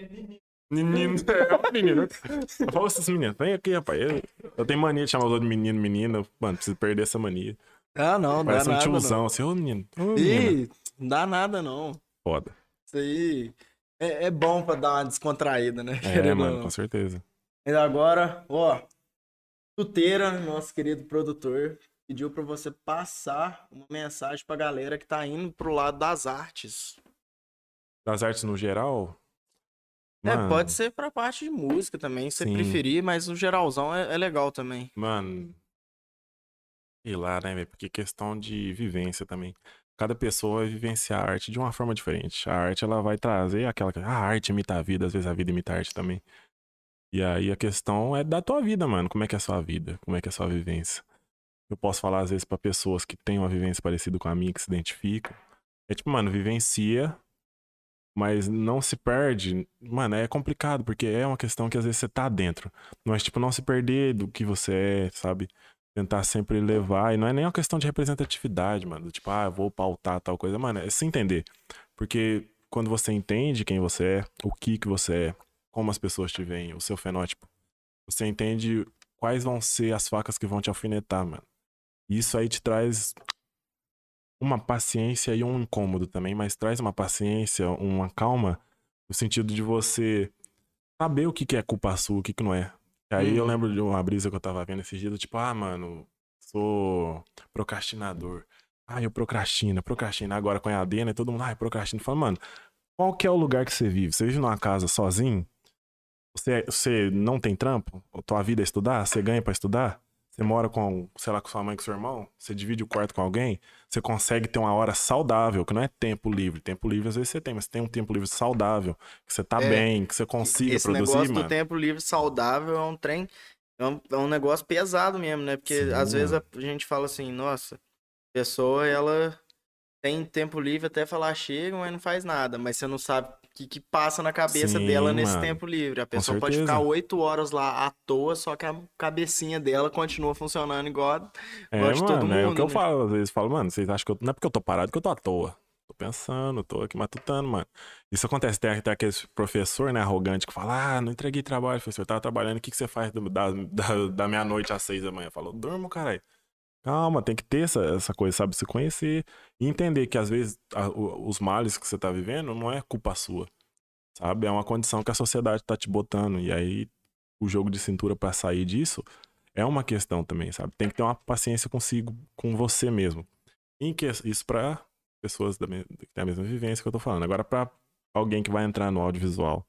Menino, ô menino. Eu falo esses meninos, vem aqui, rapaz. Eu tenho mania de chamar os outros de menino, menina. Mano, preciso perder essa mania. Ah, não, dá Parece um nada tiozão, não. assim, ô menino, ô menina. Ih, não dá nada não. Foda. Isso aí é bom pra dar uma descontraída, né? É, Querendo ou mano, com não. certeza. Mas agora, ó, Tuteira, nosso querido produtor, pediu pra você passar uma mensagem pra galera que tá indo pro lado das artes. Das artes no geral, Pode mano, ser pra parte de música também, se você sim, preferir, mas o geralzão é legal também. mano, sei lá, né, velho? Porque questão de vivência também. Cada pessoa vai vivenciar a arte de uma forma diferente. A arte, ela vai trazer aquela. A arte imita a vida, às vezes a vida imita a arte também. E aí a questão é da tua vida, mano. Como é que é a sua vida? Como é que é a sua vivência? Eu posso falar, às vezes, pra pessoas que têm uma vivência parecida com a minha, que se identificam. É tipo, mano, vivencia, mas não se perde. Mano, é complicado, porque é uma questão que às vezes você tá dentro. Mas, tipo, não se perder do que você é, sabe? Tentar sempre levar. E não é nem uma questão de representatividade, mano. Tipo, eu vou pautar tal coisa. Mano, é se entender. Porque quando você entende quem você é, o que você é, como as pessoas te veem, o seu fenótipo, você entende quais vão ser as facas que vão te alfinetar, mano. Isso aí te traz uma paciência e um incômodo também, mas traz uma paciência, uma calma, no sentido de você saber o que que é culpa sua, o que que não é. E aí eu Uhum. lembro de uma brisa que eu tava vendo esses dias, tipo, mano, sou procrastinador. Eu procrastino. Agora com a EAD, né? Todo mundo, procrastina. Fala, mano, qual que é o lugar que você vive? Você vive numa casa sozinho? Você não tem trampo? A tua vida é estudar? Você ganha pra estudar? Você mora com, sei lá, com sua mãe, com seu irmão? Você divide o quarto com alguém? Você consegue ter uma hora saudável, que não é tempo livre. Tempo livre às vezes você tem, mas você tem um tempo livre saudável, que você tá É, bem, que você consiga esse produzir, negócio do mano. tempo livre saudável é um trem, é um negócio pesado mesmo, né? Porque às Sim, vezes mano. a gente fala assim, nossa, a pessoa, ela tem tempo livre até falar chega, mas não faz nada. Mas você não sabe o que passa na cabeça dela Sim, nesse mano. tempo livre. A Com pessoa pode ficar certeza. 8 horas lá à toa, só que a cabecinha dela continua funcionando igual É, de todo mano, é o que mundo, eu né? falo. Às vezes eu falo, mano, vocês acham que eu. Não é porque eu tô parado que eu tô à toa. Tô pensando, tô aqui matutando, mano. Isso acontece. Tem aquele professor, né, arrogante, que fala: não entreguei trabalho, professor. Eu tava trabalhando, o que que você faz da meia-noite às 6 da manhã? Falou, durmo, caralho. Calma, tem que ter essa coisa, sabe? Se conhecer e entender que às vezes os males que você tá vivendo não é culpa sua, sabe? É uma condição que a sociedade tá te botando. E aí o jogo de cintura pra sair disso é uma questão também, sabe? Tem que ter uma paciência consigo, com você mesmo. Isso pra pessoas que têm a mesma vivência que eu tô falando. Agora, pra alguém que vai entrar no audiovisual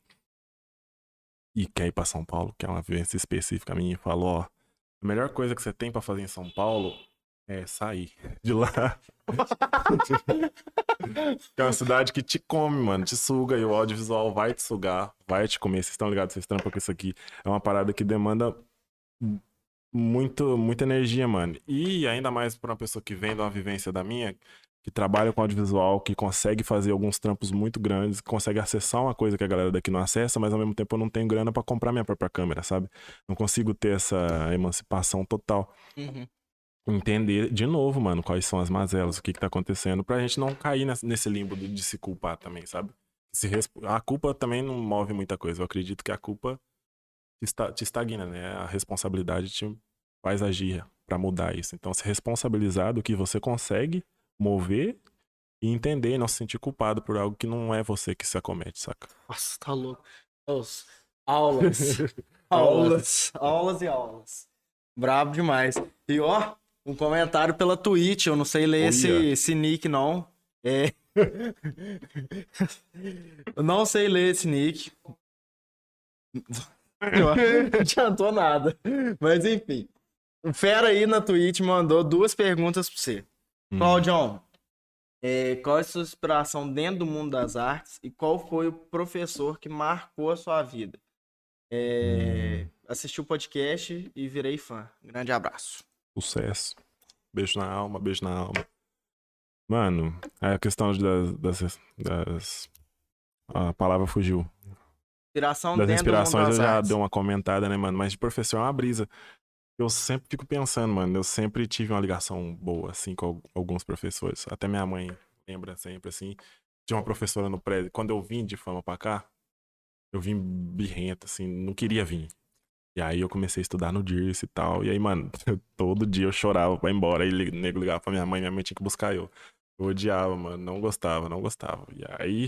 e quer ir pra São Paulo, que é uma vivência específica minha, e fala, ó, a melhor coisa que você tem pra fazer em São Paulo é sair de lá. Que é uma cidade que te come, mano, te suga, e o audiovisual vai te sugar, vai te comer. Vocês estão ligados, vocês trampam com isso aqui. É uma parada que demanda muita energia, mano. E ainda mais pra uma pessoa que vem de uma vivência da minha, que trabalha com audiovisual, que consegue fazer alguns trampos muito grandes, que consegue acessar uma coisa que a galera daqui não acessa, mas ao mesmo tempo eu não tenho grana pra comprar minha própria câmera, sabe? Não consigo ter essa emancipação total. Uhum. Entender de novo, mano, quais são as mazelas, o que que tá acontecendo, pra gente não cair nesse limbo de se culpar também, sabe? A culpa também não move muita coisa. Eu acredito que a culpa te estagna, né? A responsabilidade te faz agir pra mudar isso. Então, se responsabilizar do que você consegue mover e entender e não se sentir culpado por algo que não é você que se acomete, saca? Nossa, tá louco. Nossa, aulas. Olha. Aulas e aulas. Brabo demais. E ó, um comentário pela Twitch, eu não sei ler Olha. esse nick não. É. Eu não sei ler esse nick. Não adiantou nada. Mas enfim. O Fera aí na Twitch mandou duas perguntas pra você. Hum. Claudião, qual é a sua inspiração dentro do mundo das artes e qual foi o professor que marcou a sua vida? Assisti o podcast e virei fã. Grande abraço. Sucesso. Beijo na alma, beijo na alma. Mano, a questão a palavra fugiu. Inspiração Das dentro do mundo inspirações eu das já dei artes. uma comentada, né, mano? Mas de professor é uma brisa. Eu sempre fico pensando, mano. Eu sempre tive uma ligação boa, assim, com alguns professores. Até minha mãe lembra sempre, assim. Tinha uma professora no prédio. Quando eu vim de fama pra cá, eu vim birrenta, assim, não queria vir. E aí eu comecei a estudar no Dirce e tal. E aí, mano, todo dia eu chorava pra ir embora. Aí o nego ligava pra minha mãe tinha que buscar eu. Eu odiava, mano. Não gostava. E aí,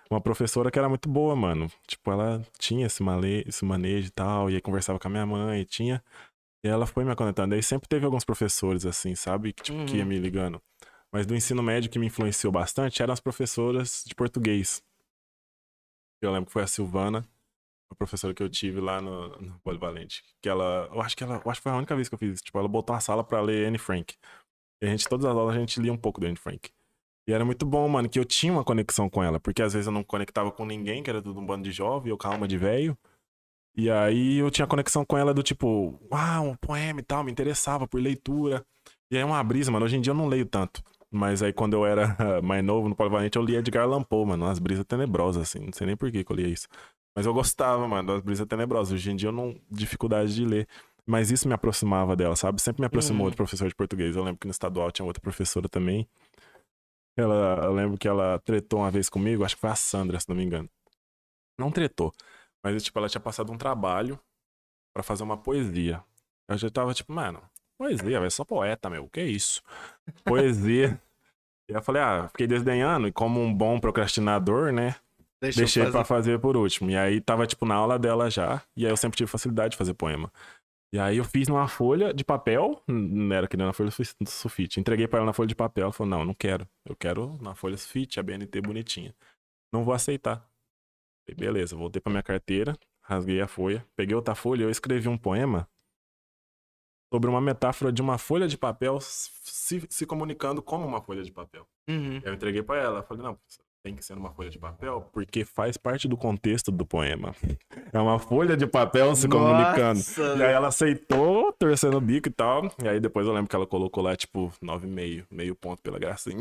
uma professora que era muito boa, mano. Tipo, ela tinha esse manejo e tal, e aí conversava com a minha mãe, tinha. E ela foi me conectando. Aí sempre teve alguns professores, assim, sabe? Que, tipo, que ia me ligando. Mas do ensino médio que me influenciou bastante eram as professoras de português. Eu lembro que foi a Silvana, a professora que eu tive lá no Polivalente. Que eu acho que foi a única vez que eu fiz isso. Tipo, ela botou uma sala pra ler Anne Frank. E a gente, todas as aulas, a gente lia um pouco do Anne Frank. E era muito bom, mano, que eu tinha uma conexão com ela. Porque às vezes eu não conectava com ninguém, que era tudo um bando de jovem, eu com a alma de velho. E aí eu tinha conexão com ela do tipo, um poema e tal, me interessava por leitura. E aí uma brisa, mano. Hoje em dia eu não leio tanto. Mas aí quando eu era mais novo, no Polivalente, eu lia Edgar Allan Poe, mano. Umas brisas tenebrosas, assim. Não sei nem por que eu lia isso. Mas eu gostava, mano, das brisas tenebrosas. Hoje em dia eu não... Dificuldade de ler. Mas isso me aproximava dela, sabe? Sempre me aproximou de professor de português. Eu lembro que no estadual tinha outra professora também. Eu lembro que ela tretou uma vez comigo. Acho que foi a Sandra, se não me engano. Não tretou. Mas, tipo, ela tinha passado um trabalho pra fazer uma poesia. Eu já tava tipo, mano, poesia, velho, só poeta, meu, que isso? Poesia. E eu falei, fiquei desdenhando, e como um bom procrastinador, né? Deixei pra fazer por último. E aí tava, tipo, na aula dela já, e aí eu sempre tive facilidade de fazer poema. E aí eu fiz numa folha de papel, não era que nem na folha sulfite. Entreguei pra ela na folha de papel, ela falou, não quero. Eu quero na folha sulfite, a BNT bonitinha. Não vou aceitar. Falei, beleza, voltei pra minha carteira, rasguei a folha, peguei outra folha e eu escrevi um poema sobre uma metáfora de uma folha de papel se comunicando como uma folha de papel. Eu entreguei pra ela, falei, não, tem que ser uma folha de papel porque faz parte do contexto do poema. É uma folha de papel se comunicando. E aí ela aceitou, torcendo o bico e tal. E aí depois eu lembro que ela colocou lá, tipo, 9,5, meio ponto pela gracinha.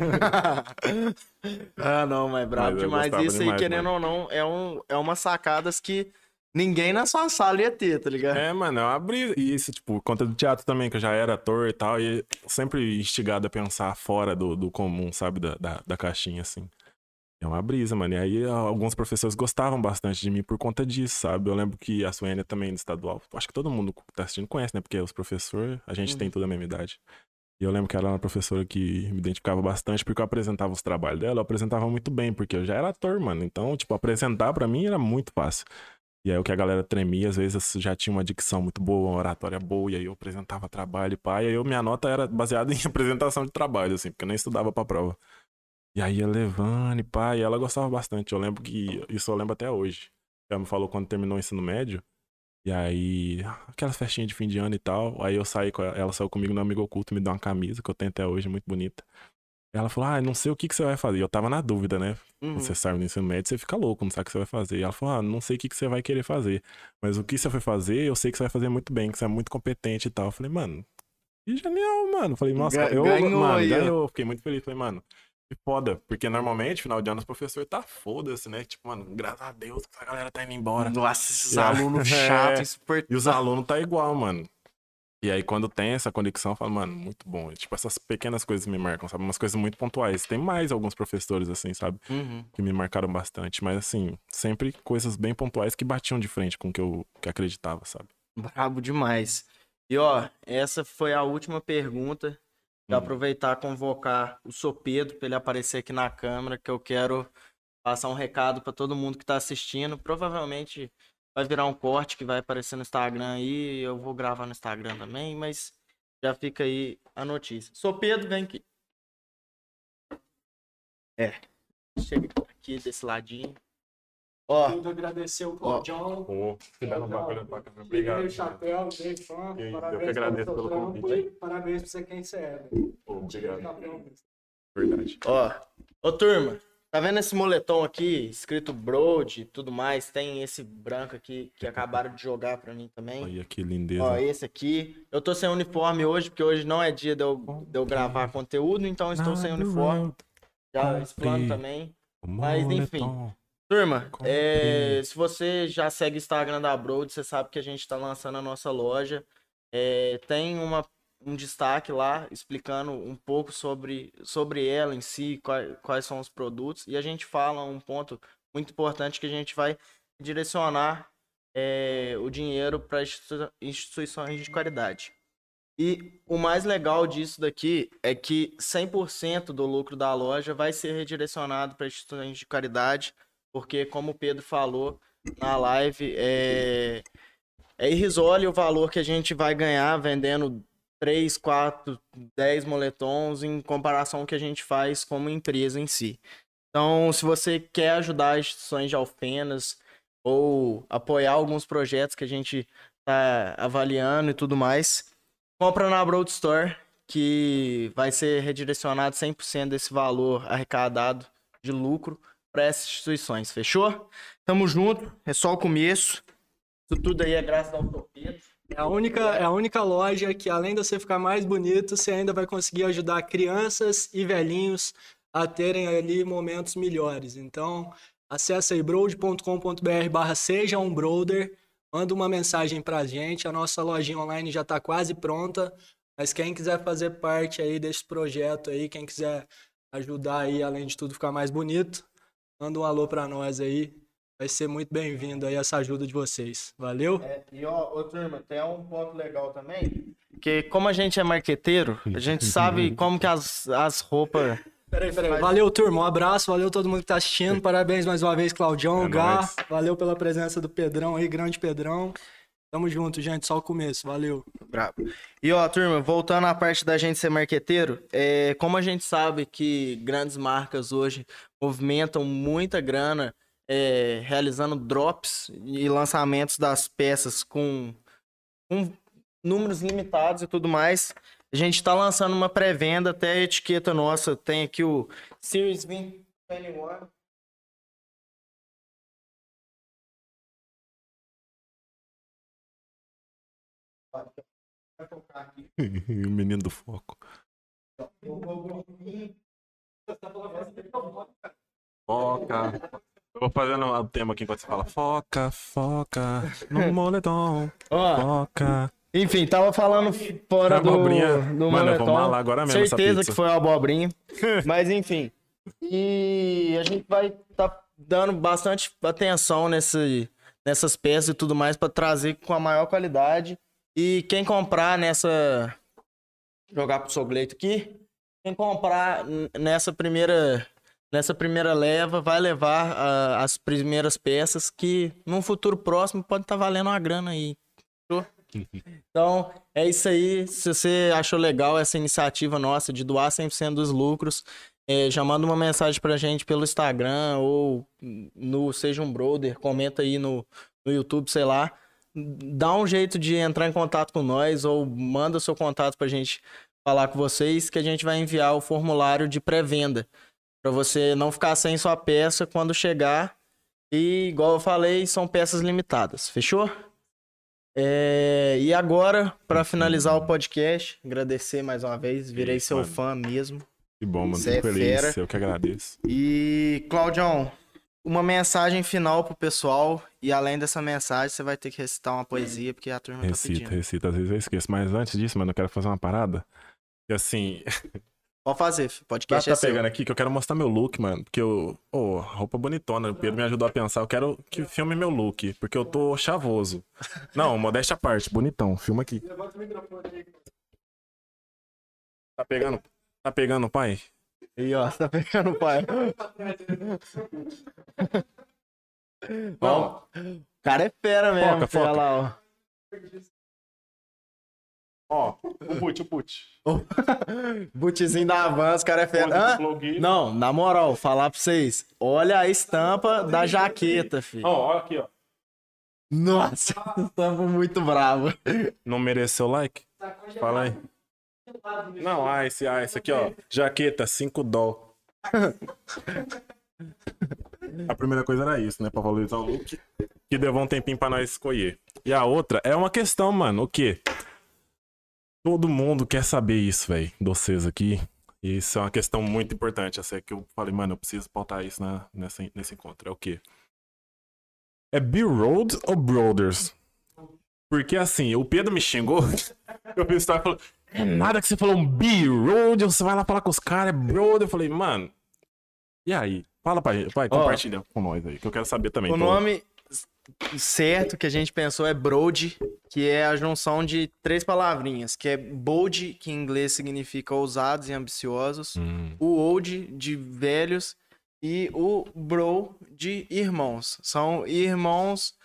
Não, mas brabo demais. Isso aí, querendo ou não, é umas sacadas que ninguém na sua sala ia ter, tá ligado? Mano, é uma brisa. E isso, tipo, por conta do teatro também, que eu já era ator e tal, e sempre instigado a pensar fora do comum, sabe? Da caixinha, assim. É uma brisa, mano. E aí alguns professores gostavam bastante de mim por conta disso, sabe? Eu lembro que a Suênia também, do estadual, acho que todo mundo que tá assistindo conhece, né? Porque os professores, a gente tem toda a mesma idade. E eu lembro que ela era uma professora que me identificava bastante porque eu apresentava os trabalhos dela, eu apresentava muito bem, porque eu já era ator, mano. Então, tipo, apresentar pra mim era muito fácil. E aí o que a galera tremia, às vezes eu já tinha uma dicção muito boa, uma oratória boa, e aí eu apresentava trabalho e pá, e aí minha nota era baseada em apresentação de trabalho, assim, porque eu nem estudava pra prova. E aí ia levando e pá, e ela gostava bastante. Eu lembro que, isso eu lembro até hoje. Ela me falou quando terminou o ensino médio, e aí, aquelas festinhas de fim de ano e tal, aí eu saí com ela saiu comigo no Amigo Oculto, me deu uma camisa, que eu tenho até hoje, muito bonita. Ela falou, não sei o que você vai fazer. E eu tava na dúvida, né? Você sabe no ensino médio, você fica louco, não sabe o que você vai fazer. E ela falou, não sei o que você vai querer fazer. Mas o que você vai fazer, eu sei que você vai fazer muito bem, que você é muito competente e tal. Eu falei, mano, que genial, mano. Falei, nossa, ganhou. Eu fiquei muito feliz. Falei, mano, que foda. Porque normalmente, final de ano, os professores tá foda-se, né? Tipo, mano, graças a Deus, essa galera tá indo embora. Nossa, esses alunos chatos, insuportáveis. E os alunos tá igual, mano. E aí, quando tem essa conexão, eu falo, mano, muito bom. Tipo, essas pequenas coisas me marcam, sabe? Umas coisas muito pontuais. Tem mais alguns professores, assim, sabe? Que me marcaram bastante. Mas, assim, sempre coisas bem pontuais que batiam de frente com o que eu acreditava, sabe? Brabo demais. E, ó, essa foi a última pergunta. Vou aproveitar e convocar o Sr. Pedro para ele aparecer aqui na câmera, que eu quero passar um recado para todo mundo que tá assistindo. Provavelmente vai virar um corte que vai aparecer no Instagram aí. Eu vou gravar no Instagram também, mas já fica aí a notícia. Sr. Pedro, vem aqui. Chega aqui desse ladinho. Ó, Quero agradecer o Claudião. Obrigado. O chapéu, bem fã. Eu que agradeço pelo convite. Parabéns pra você quem você é. Obrigado. Verdade. Ô turma, tá vendo esse moletom aqui, escrito Broad e tudo mais? Tem esse branco aqui que acabaram de jogar pra mim também. Olha que lindeza. Ó, esse aqui. Eu tô sem uniforme hoje, porque hoje não é dia de eu gravar conteúdo, então eu estou sem uniforme. Já esse plano também. Mas enfim. Turma, se você já segue o Instagram da Broad, você sabe que a gente tá lançando a nossa loja. Tem um destaque lá explicando um pouco sobre ela em si, quais são os produtos. E a gente fala um ponto muito importante que a gente vai direcionar o dinheiro para instituições de caridade. E o mais legal disso daqui é que 100% do lucro da loja vai ser redirecionado para instituições de caridade, porque, como o Pedro falou na live, é irrisório o valor que a gente vai ganhar vendendo 3, 4, 10 moletons em comparação ao que a gente faz como empresa em si. Então, se você quer ajudar as instituições de Alfenas ou apoiar alguns projetos que a gente está avaliando e tudo mais, compra na Broad Store, que vai ser redirecionado 100% desse valor arrecadado de lucro para essas instituições. Fechou? Tamo junto, é só o começo. Isso tudo aí é graças ao Pedro. É a única loja que, além de você ficar mais bonito, você ainda vai conseguir ajudar crianças e velhinhos a terem ali momentos melhores. Então, acessa aí broad.com.br/seja-um-brother, manda uma mensagem pra gente, a nossa lojinha online já tá quase pronta, mas quem quiser fazer parte aí desse projeto aí, quem quiser ajudar aí, além de tudo, ficar mais bonito, manda um alô pra nós aí. Vai ser muito bem-vindo aí essa ajuda de vocês. Valeu? E ó, turma, tem um ponto legal também, que como a gente é marqueteiro, a gente sabe como que as roupas... Peraí. Valeu, turma. Um abraço. Valeu todo mundo que tá assistindo. Parabéns mais uma vez, Claudião, Gá. Nóis. Valeu pela presença do Pedrão aí, grande Pedrão. Tamo junto, gente. Só o começo. Valeu. Bravo. E ó, turma, voltando à parte da gente ser marqueteiro, como a gente sabe que grandes marcas hoje movimentam muita grana realizando drops e lançamentos das peças com números limitados e tudo mais, a gente tá lançando uma pré-venda, até a etiqueta nossa tem aqui o Series 2021. Vai tocar aqui. O menino do foco. Foca. Eu vou fazendo o tema aqui enquanto você fala. Foca, no moletom. Ó, Foca. enfim, tava falando fora do Abobrinha. Mano, eu vou moletom. malar agora mesmo essa Certeza pizza. que foi uma abobrinha. Mas enfim. E a gente vai tá dando bastante atenção nessas peças e tudo mais para trazer com a maior qualidade. E quem comprar jogar pro Sogleito aqui, quem comprar nessa primeira leva vai levar as primeiras peças que num futuro próximo pode estar valendo uma grana aí. Fechou? Então, é isso aí. Se você achou legal essa iniciativa nossa de doar 100% dos lucros, já manda uma mensagem pra gente pelo Instagram ou no Seja um Brother, comenta aí no YouTube, sei lá. Dá um jeito de entrar em contato com nós ou manda o seu contato pra gente falar com vocês, que a gente vai enviar o formulário de pré-venda pra você não ficar sem sua peça quando chegar. E, igual eu falei, são peças limitadas. Fechou? E agora, pra finalizar o podcast, agradecer mais uma vez. Virei seu mano. fã mesmo. Que bom, mano. Cê Fico é feliz. fera. Eu que agradeço. E, Claudião, uma mensagem final pro pessoal. E além dessa mensagem, você vai ter que recitar uma poesia, porque a turma tá pedindo. Recita. Às vezes eu esqueço. Mas antes disso, mano, eu quero fazer uma parada. E assim, Pode fazer, podcast tá é seu. pegando aqui que eu quero mostrar meu look, mano. Porque roupa bonitona. O Pedro me ajudou a pensar. Eu quero que filme meu look. Porque eu tô chavoso. Não, modéstia à parte. Bonitão. Filma aqui. Levanta o microfone aí. Tá pegando, pai? E ó, você tá pegando o pai. Não. Ó, o cara é fera mesmo. Foca. Olha lá, Ó, o put. ó. Bootzinho da Havans, o cara é fera. Pose do Hã? blogueiro. Não, na moral, falar pra vocês. Olha a estampa da jaqueta, filho. Ó, olha aqui, ó. Nossa, estampa muito brava. Não mereceu like? Fala aí. Não, esse aqui, ó. Jaqueta, 5 doll. A primeira coisa era isso, né? Pra valorizar o look. Que levou um tempinho pra nós escolher. E a outra é uma questão, mano. O quê? Todo mundo quer saber isso, velho. De vocês aqui. E isso é uma questão muito importante. Essa é que eu falei, mano, eu preciso pautar isso nesse encontro. É o quê? É B-Road ou Brothers? Porque assim, o Pedro me xingou. Eu fiz história falando, é nada que você falou um B-Road, você vai lá falar com os caras, é brother. Eu falei, mano, e aí? Fala pra gente, vai, compartilha com nós aí, que eu quero saber também. O nome certo que a gente pensou é Brode, que é a junção de 3 palavrinhas, que é bold, que em inglês significa ousados e ambiciosos, o old, de velhos, e o bro, de irmãos. São irmãos,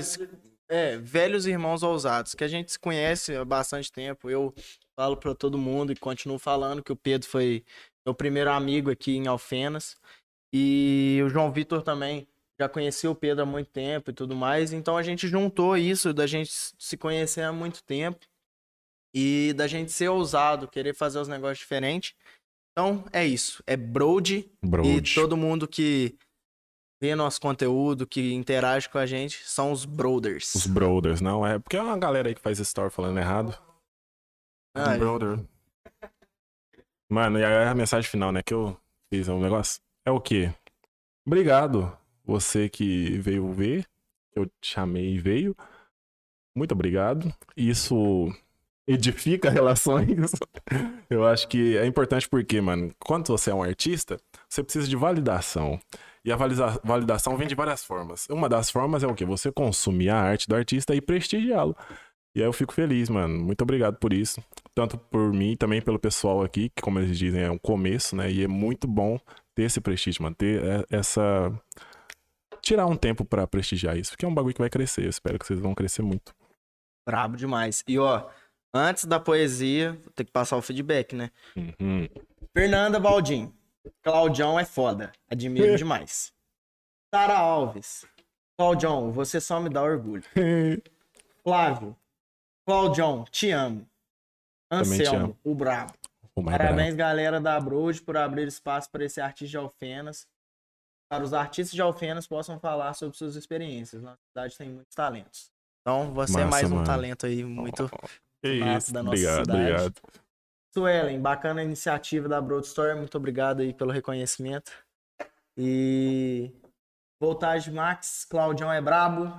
velhos irmãos ousados, que a gente se conhece há bastante tempo. Eu falo pra todo mundo e continuo falando que o Pedro foi meu primeiro amigo aqui em Alfenas, e o João Vitor também. Já conheci o Pedro há muito tempo e tudo mais, então a gente juntou isso da gente se conhecer há muito tempo e da gente ser ousado, querer fazer os negócios diferentes. Então é isso, é Brode, e todo mundo que vê nosso conteúdo, que interage com a gente, são os Brothers. Os Brothers, não é? Porque é uma galera aí que faz story falando errado. Brother. Mano, e aí a mensagem final, né, que eu fiz um negócio, é o quê? Obrigado. Você que veio ver, eu te chamei e veio. Muito obrigado. Isso edifica relações. Eu acho que é importante porque, mano, quando você é um artista, você precisa de validação. E a validação vem de várias formas. Uma das formas é o quê? Você consumir a arte do artista e prestigiá-lo. E aí eu fico feliz, mano. Muito obrigado por isso. Tanto por mim, também pelo pessoal aqui, que como eles dizem, é um começo, né? E é muito bom ter esse prestígio, mano. Ter essa... Tirar um tempo pra prestigiar isso, porque é um bagulho que vai crescer. Eu espero que vocês vão crescer muito. Brabo demais. E ó, antes da poesia, vou ter que passar o feedback, né? Fernanda Baldin. Claudião é foda. Admiro demais. Sara Alves. Claudião, você só me dá orgulho. Flávio. Claudião, te amo. Anselmo, o brabo. Parabéns, galera da Brode, por abrir espaço para esse artista de Alfenas. Para os artistas de Alfenas possam falar sobre suas experiências. Nossa cidade tem muitos talentos. Então, você é mais um talento aí muito massa da nossa cidade. Obrigado. Suelen, bacana a iniciativa da Broad Store. Muito obrigado aí pelo reconhecimento. E Voltage Max, Claudião é brabo.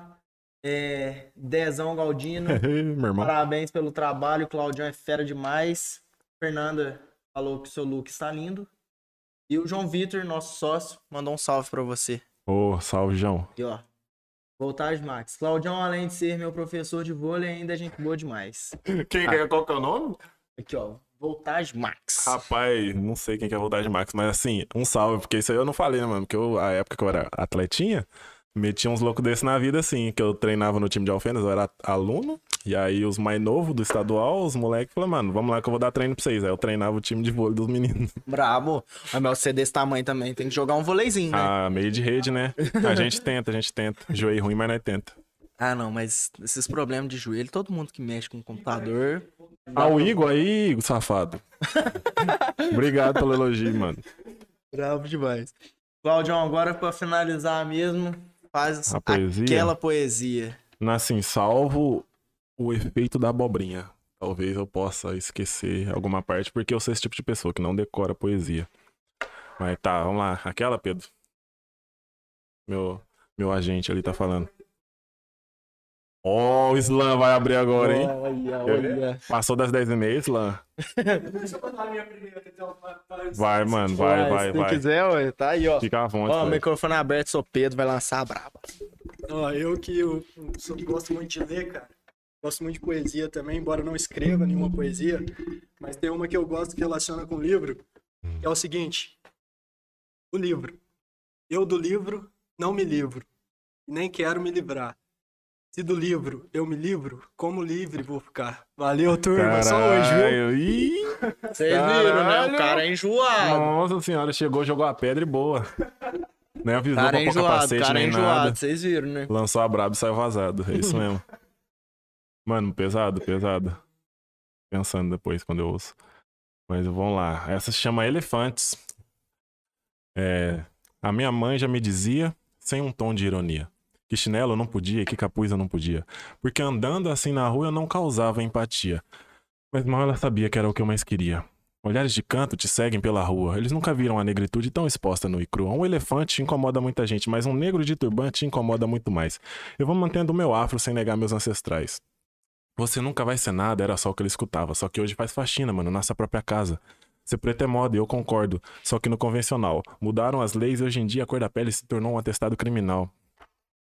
Dezão Galdino. Meu irmão. Parabéns pelo trabalho. Claudião é fera demais. Fernanda falou que o seu look está lindo. E o João Vitor, nosso sócio, mandou um salve pra você. Salve, João. Aqui, ó. Voltage Max. Claudião, além de ser meu professor de vôlei, ainda é gente boa demais. Qual que é o nome? Aqui, ó. Voltage Max. Rapaz, não sei quem que é Voltage Max, mas assim, um salve, porque isso aí eu não falei, né, mano? Porque a época que eu era atletinha, metia uns loucos desses na vida, assim, que eu treinava no time de Alfenas, eu era aluno, e aí os mais novos do estadual, os moleques falaram, mano, vamos lá que eu vou dar treino pra vocês. Aí eu treinava o time de vôlei dos meninos. Brabo. Mas meu ser desse tamanho também, tem que jogar um vôleizinho, né? Meio de rede, né? A gente tenta. Joelho ruim, mas nós tenta. Não, mas esses problemas de joelho, todo mundo que mexe com o computador... O Igor aí, Igor safado. Obrigado pelo elogio, mano. Bravo demais. Claudião, agora pra finalizar mesmo, faz aquela poesia. Assim, salvo o efeito da abobrinha. Talvez eu possa esquecer alguma parte, porque eu sou esse tipo de pessoa que não decora poesia. Mas tá, vamos lá. Aquela, Pedro? Meu agente ali tá falando. O Slam vai abrir agora, hein? Olha. Passou das 10h30, Slam. Vai, mano, vai. Se quiser, ué, tá aí, ó. Fica à vontade. Ó, o microfone aberto, sou Pedro, vai lançar a braba. Ó, eu gosto muito de ler, cara. Gosto muito de poesia também, embora eu não escreva nenhuma poesia. Mas tem uma que eu gosto que relaciona com o livro, que é o seguinte. O livro. Eu do livro não me livro. E nem quero me livrar. Se do livro eu me livro, como livre vou ficar. Valeu, turma. Só hoje, viu? Vocês viram, né? O cara é enjoado. Nossa senhora, chegou, jogou a pedra e boa. Nem avisou cara pra é pôr capacete, cara nem é enjoado, nada. vocês viram, né? Lançou a braba e saiu vazado. É isso mesmo. Mano, pesado. Pensando depois quando eu ouço. Mas vamos lá. Essa se chama Elefantes. A minha mãe já me dizia, sem um tom de ironia, que chinelo eu não podia e que capuz eu não podia. Porque andando assim na rua eu não causava empatia. Mas mal ela sabia que era o que eu mais queria. Olhares de canto te seguem pela rua. Eles nunca viram a negritude tão exposta no e crua. Um elefante incomoda muita gente, mas um negro de turbante incomoda muito mais. Eu vou mantendo o meu afro sem negar meus ancestrais. Você nunca vai ser nada, era só o que ele escutava. Só que hoje faz faxina, mano, na sua própria casa. Ser preto é moda, e eu concordo. Só que no convencional. Mudaram as leis e hoje em dia a cor da pele se tornou um atestado criminal.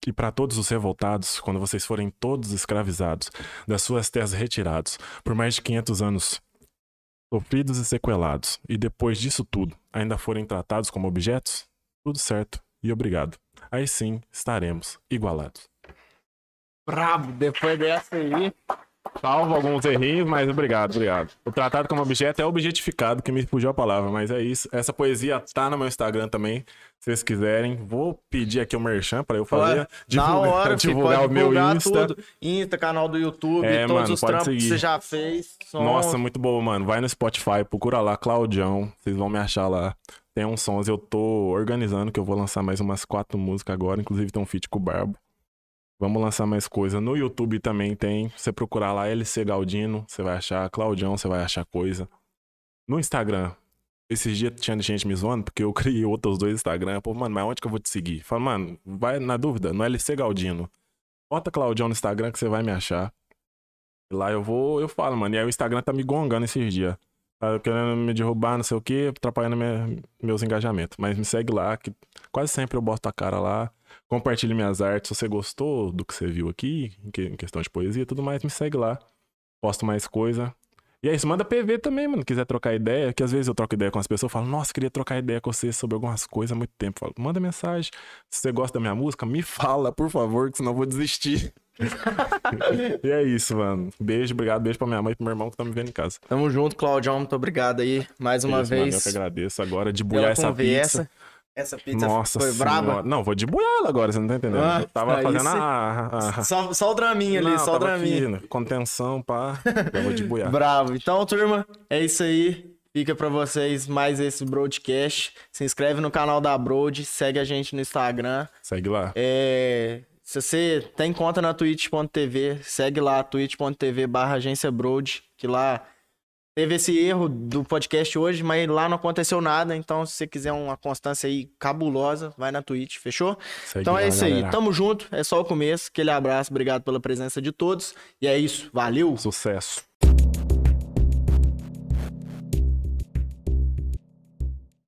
E para todos os revoltados, quando vocês forem todos escravizados, das suas terras retirados, por mais de 500 anos, sofridos e sequelados, e depois disso tudo, ainda forem tratados como objetos, tudo certo e obrigado. Aí sim, estaremos igualados. Brabo, depois dessa aí. Salvo alguns errinhos, mas obrigado. O tratado como objeto é objetificado, que me fugiu a palavra, mas é isso. Essa poesia tá no meu Instagram também, se vocês quiserem. Vou pedir aqui o merchan pra eu fazer. Na hora, divulgar pode o meu divulgar Insta. tudo. Insta, canal do YouTube, É, todos mano, os pode trampos seguir. que você já fez. Nossa, muito boa, mano. Vai no Spotify, procura lá, Claudião. Vocês vão me achar lá. Tem uns sons, eu tô organizando, que eu vou lançar mais umas 4 músicas agora. Inclusive tem um feat com o Barbo. Vamos lançar mais coisa. No YouTube também tem. Você procurar lá LC Galdino, você vai achar. Claudião, você vai achar coisa. No Instagram, esses dias tinha gente me zoando, porque eu criei outros 2 Instagram. Pô, mano, mas onde que eu vou te seguir? Fala, mano, vai na dúvida, no LC Galdino. Bota Claudião no Instagram que você vai me achar. E lá eu falo, mano. E aí o Instagram tá me gongando esses dias. Tá querendo me derrubar, não sei o quê, atrapalhando meus engajamentos. Mas me segue lá, que quase sempre eu boto a cara lá. Compartilhe minhas artes. Se você gostou do que você viu aqui, em questão de poesia e tudo mais, me segue lá. Posto mais coisa. E é isso, manda PV também, mano. Quiser trocar ideia, que às vezes eu troco ideia com as pessoas, eu falo, nossa, queria trocar ideia com você sobre algumas coisas há muito tempo. Eu falo, manda mensagem. Se você gosta da minha música, me fala, por favor, que senão eu vou desistir. E é isso, mano. Beijo, obrigado. Beijo pra minha mãe e pro meu irmão que tá me vendo em casa. Tamo junto, Claudião. Muito obrigado aí mais uma Isso, mano, vez. eu que agradeço agora de buiar pela essa conversa. pizza. Essa pizza Nossa foi senhora. braba. Não, vou de buiar ela agora, você não tá entendendo. Ah, eu tava aí fazendo sim. Só o draminha ali, Não, só o tava draminha. aqui, contenção, pá. Eu vou de buiar. Bravo. Então, turma, é isso aí. Fica pra vocês mais esse broadcast. Se inscreve no canal da Broad, segue a gente no Instagram. Segue lá. Se você tem conta na twitch.tv, segue lá, twitch.tv/agência Broad, que lá teve esse erro do podcast hoje, mas lá não aconteceu nada. Então, se você quiser uma constância aí cabulosa, vai na Twitch, fechou? Segue Então lá, é isso aí. galera. Tamo junto, é só o começo. Aquele abraço, obrigado pela presença de todos. E é isso, valeu! Sucesso.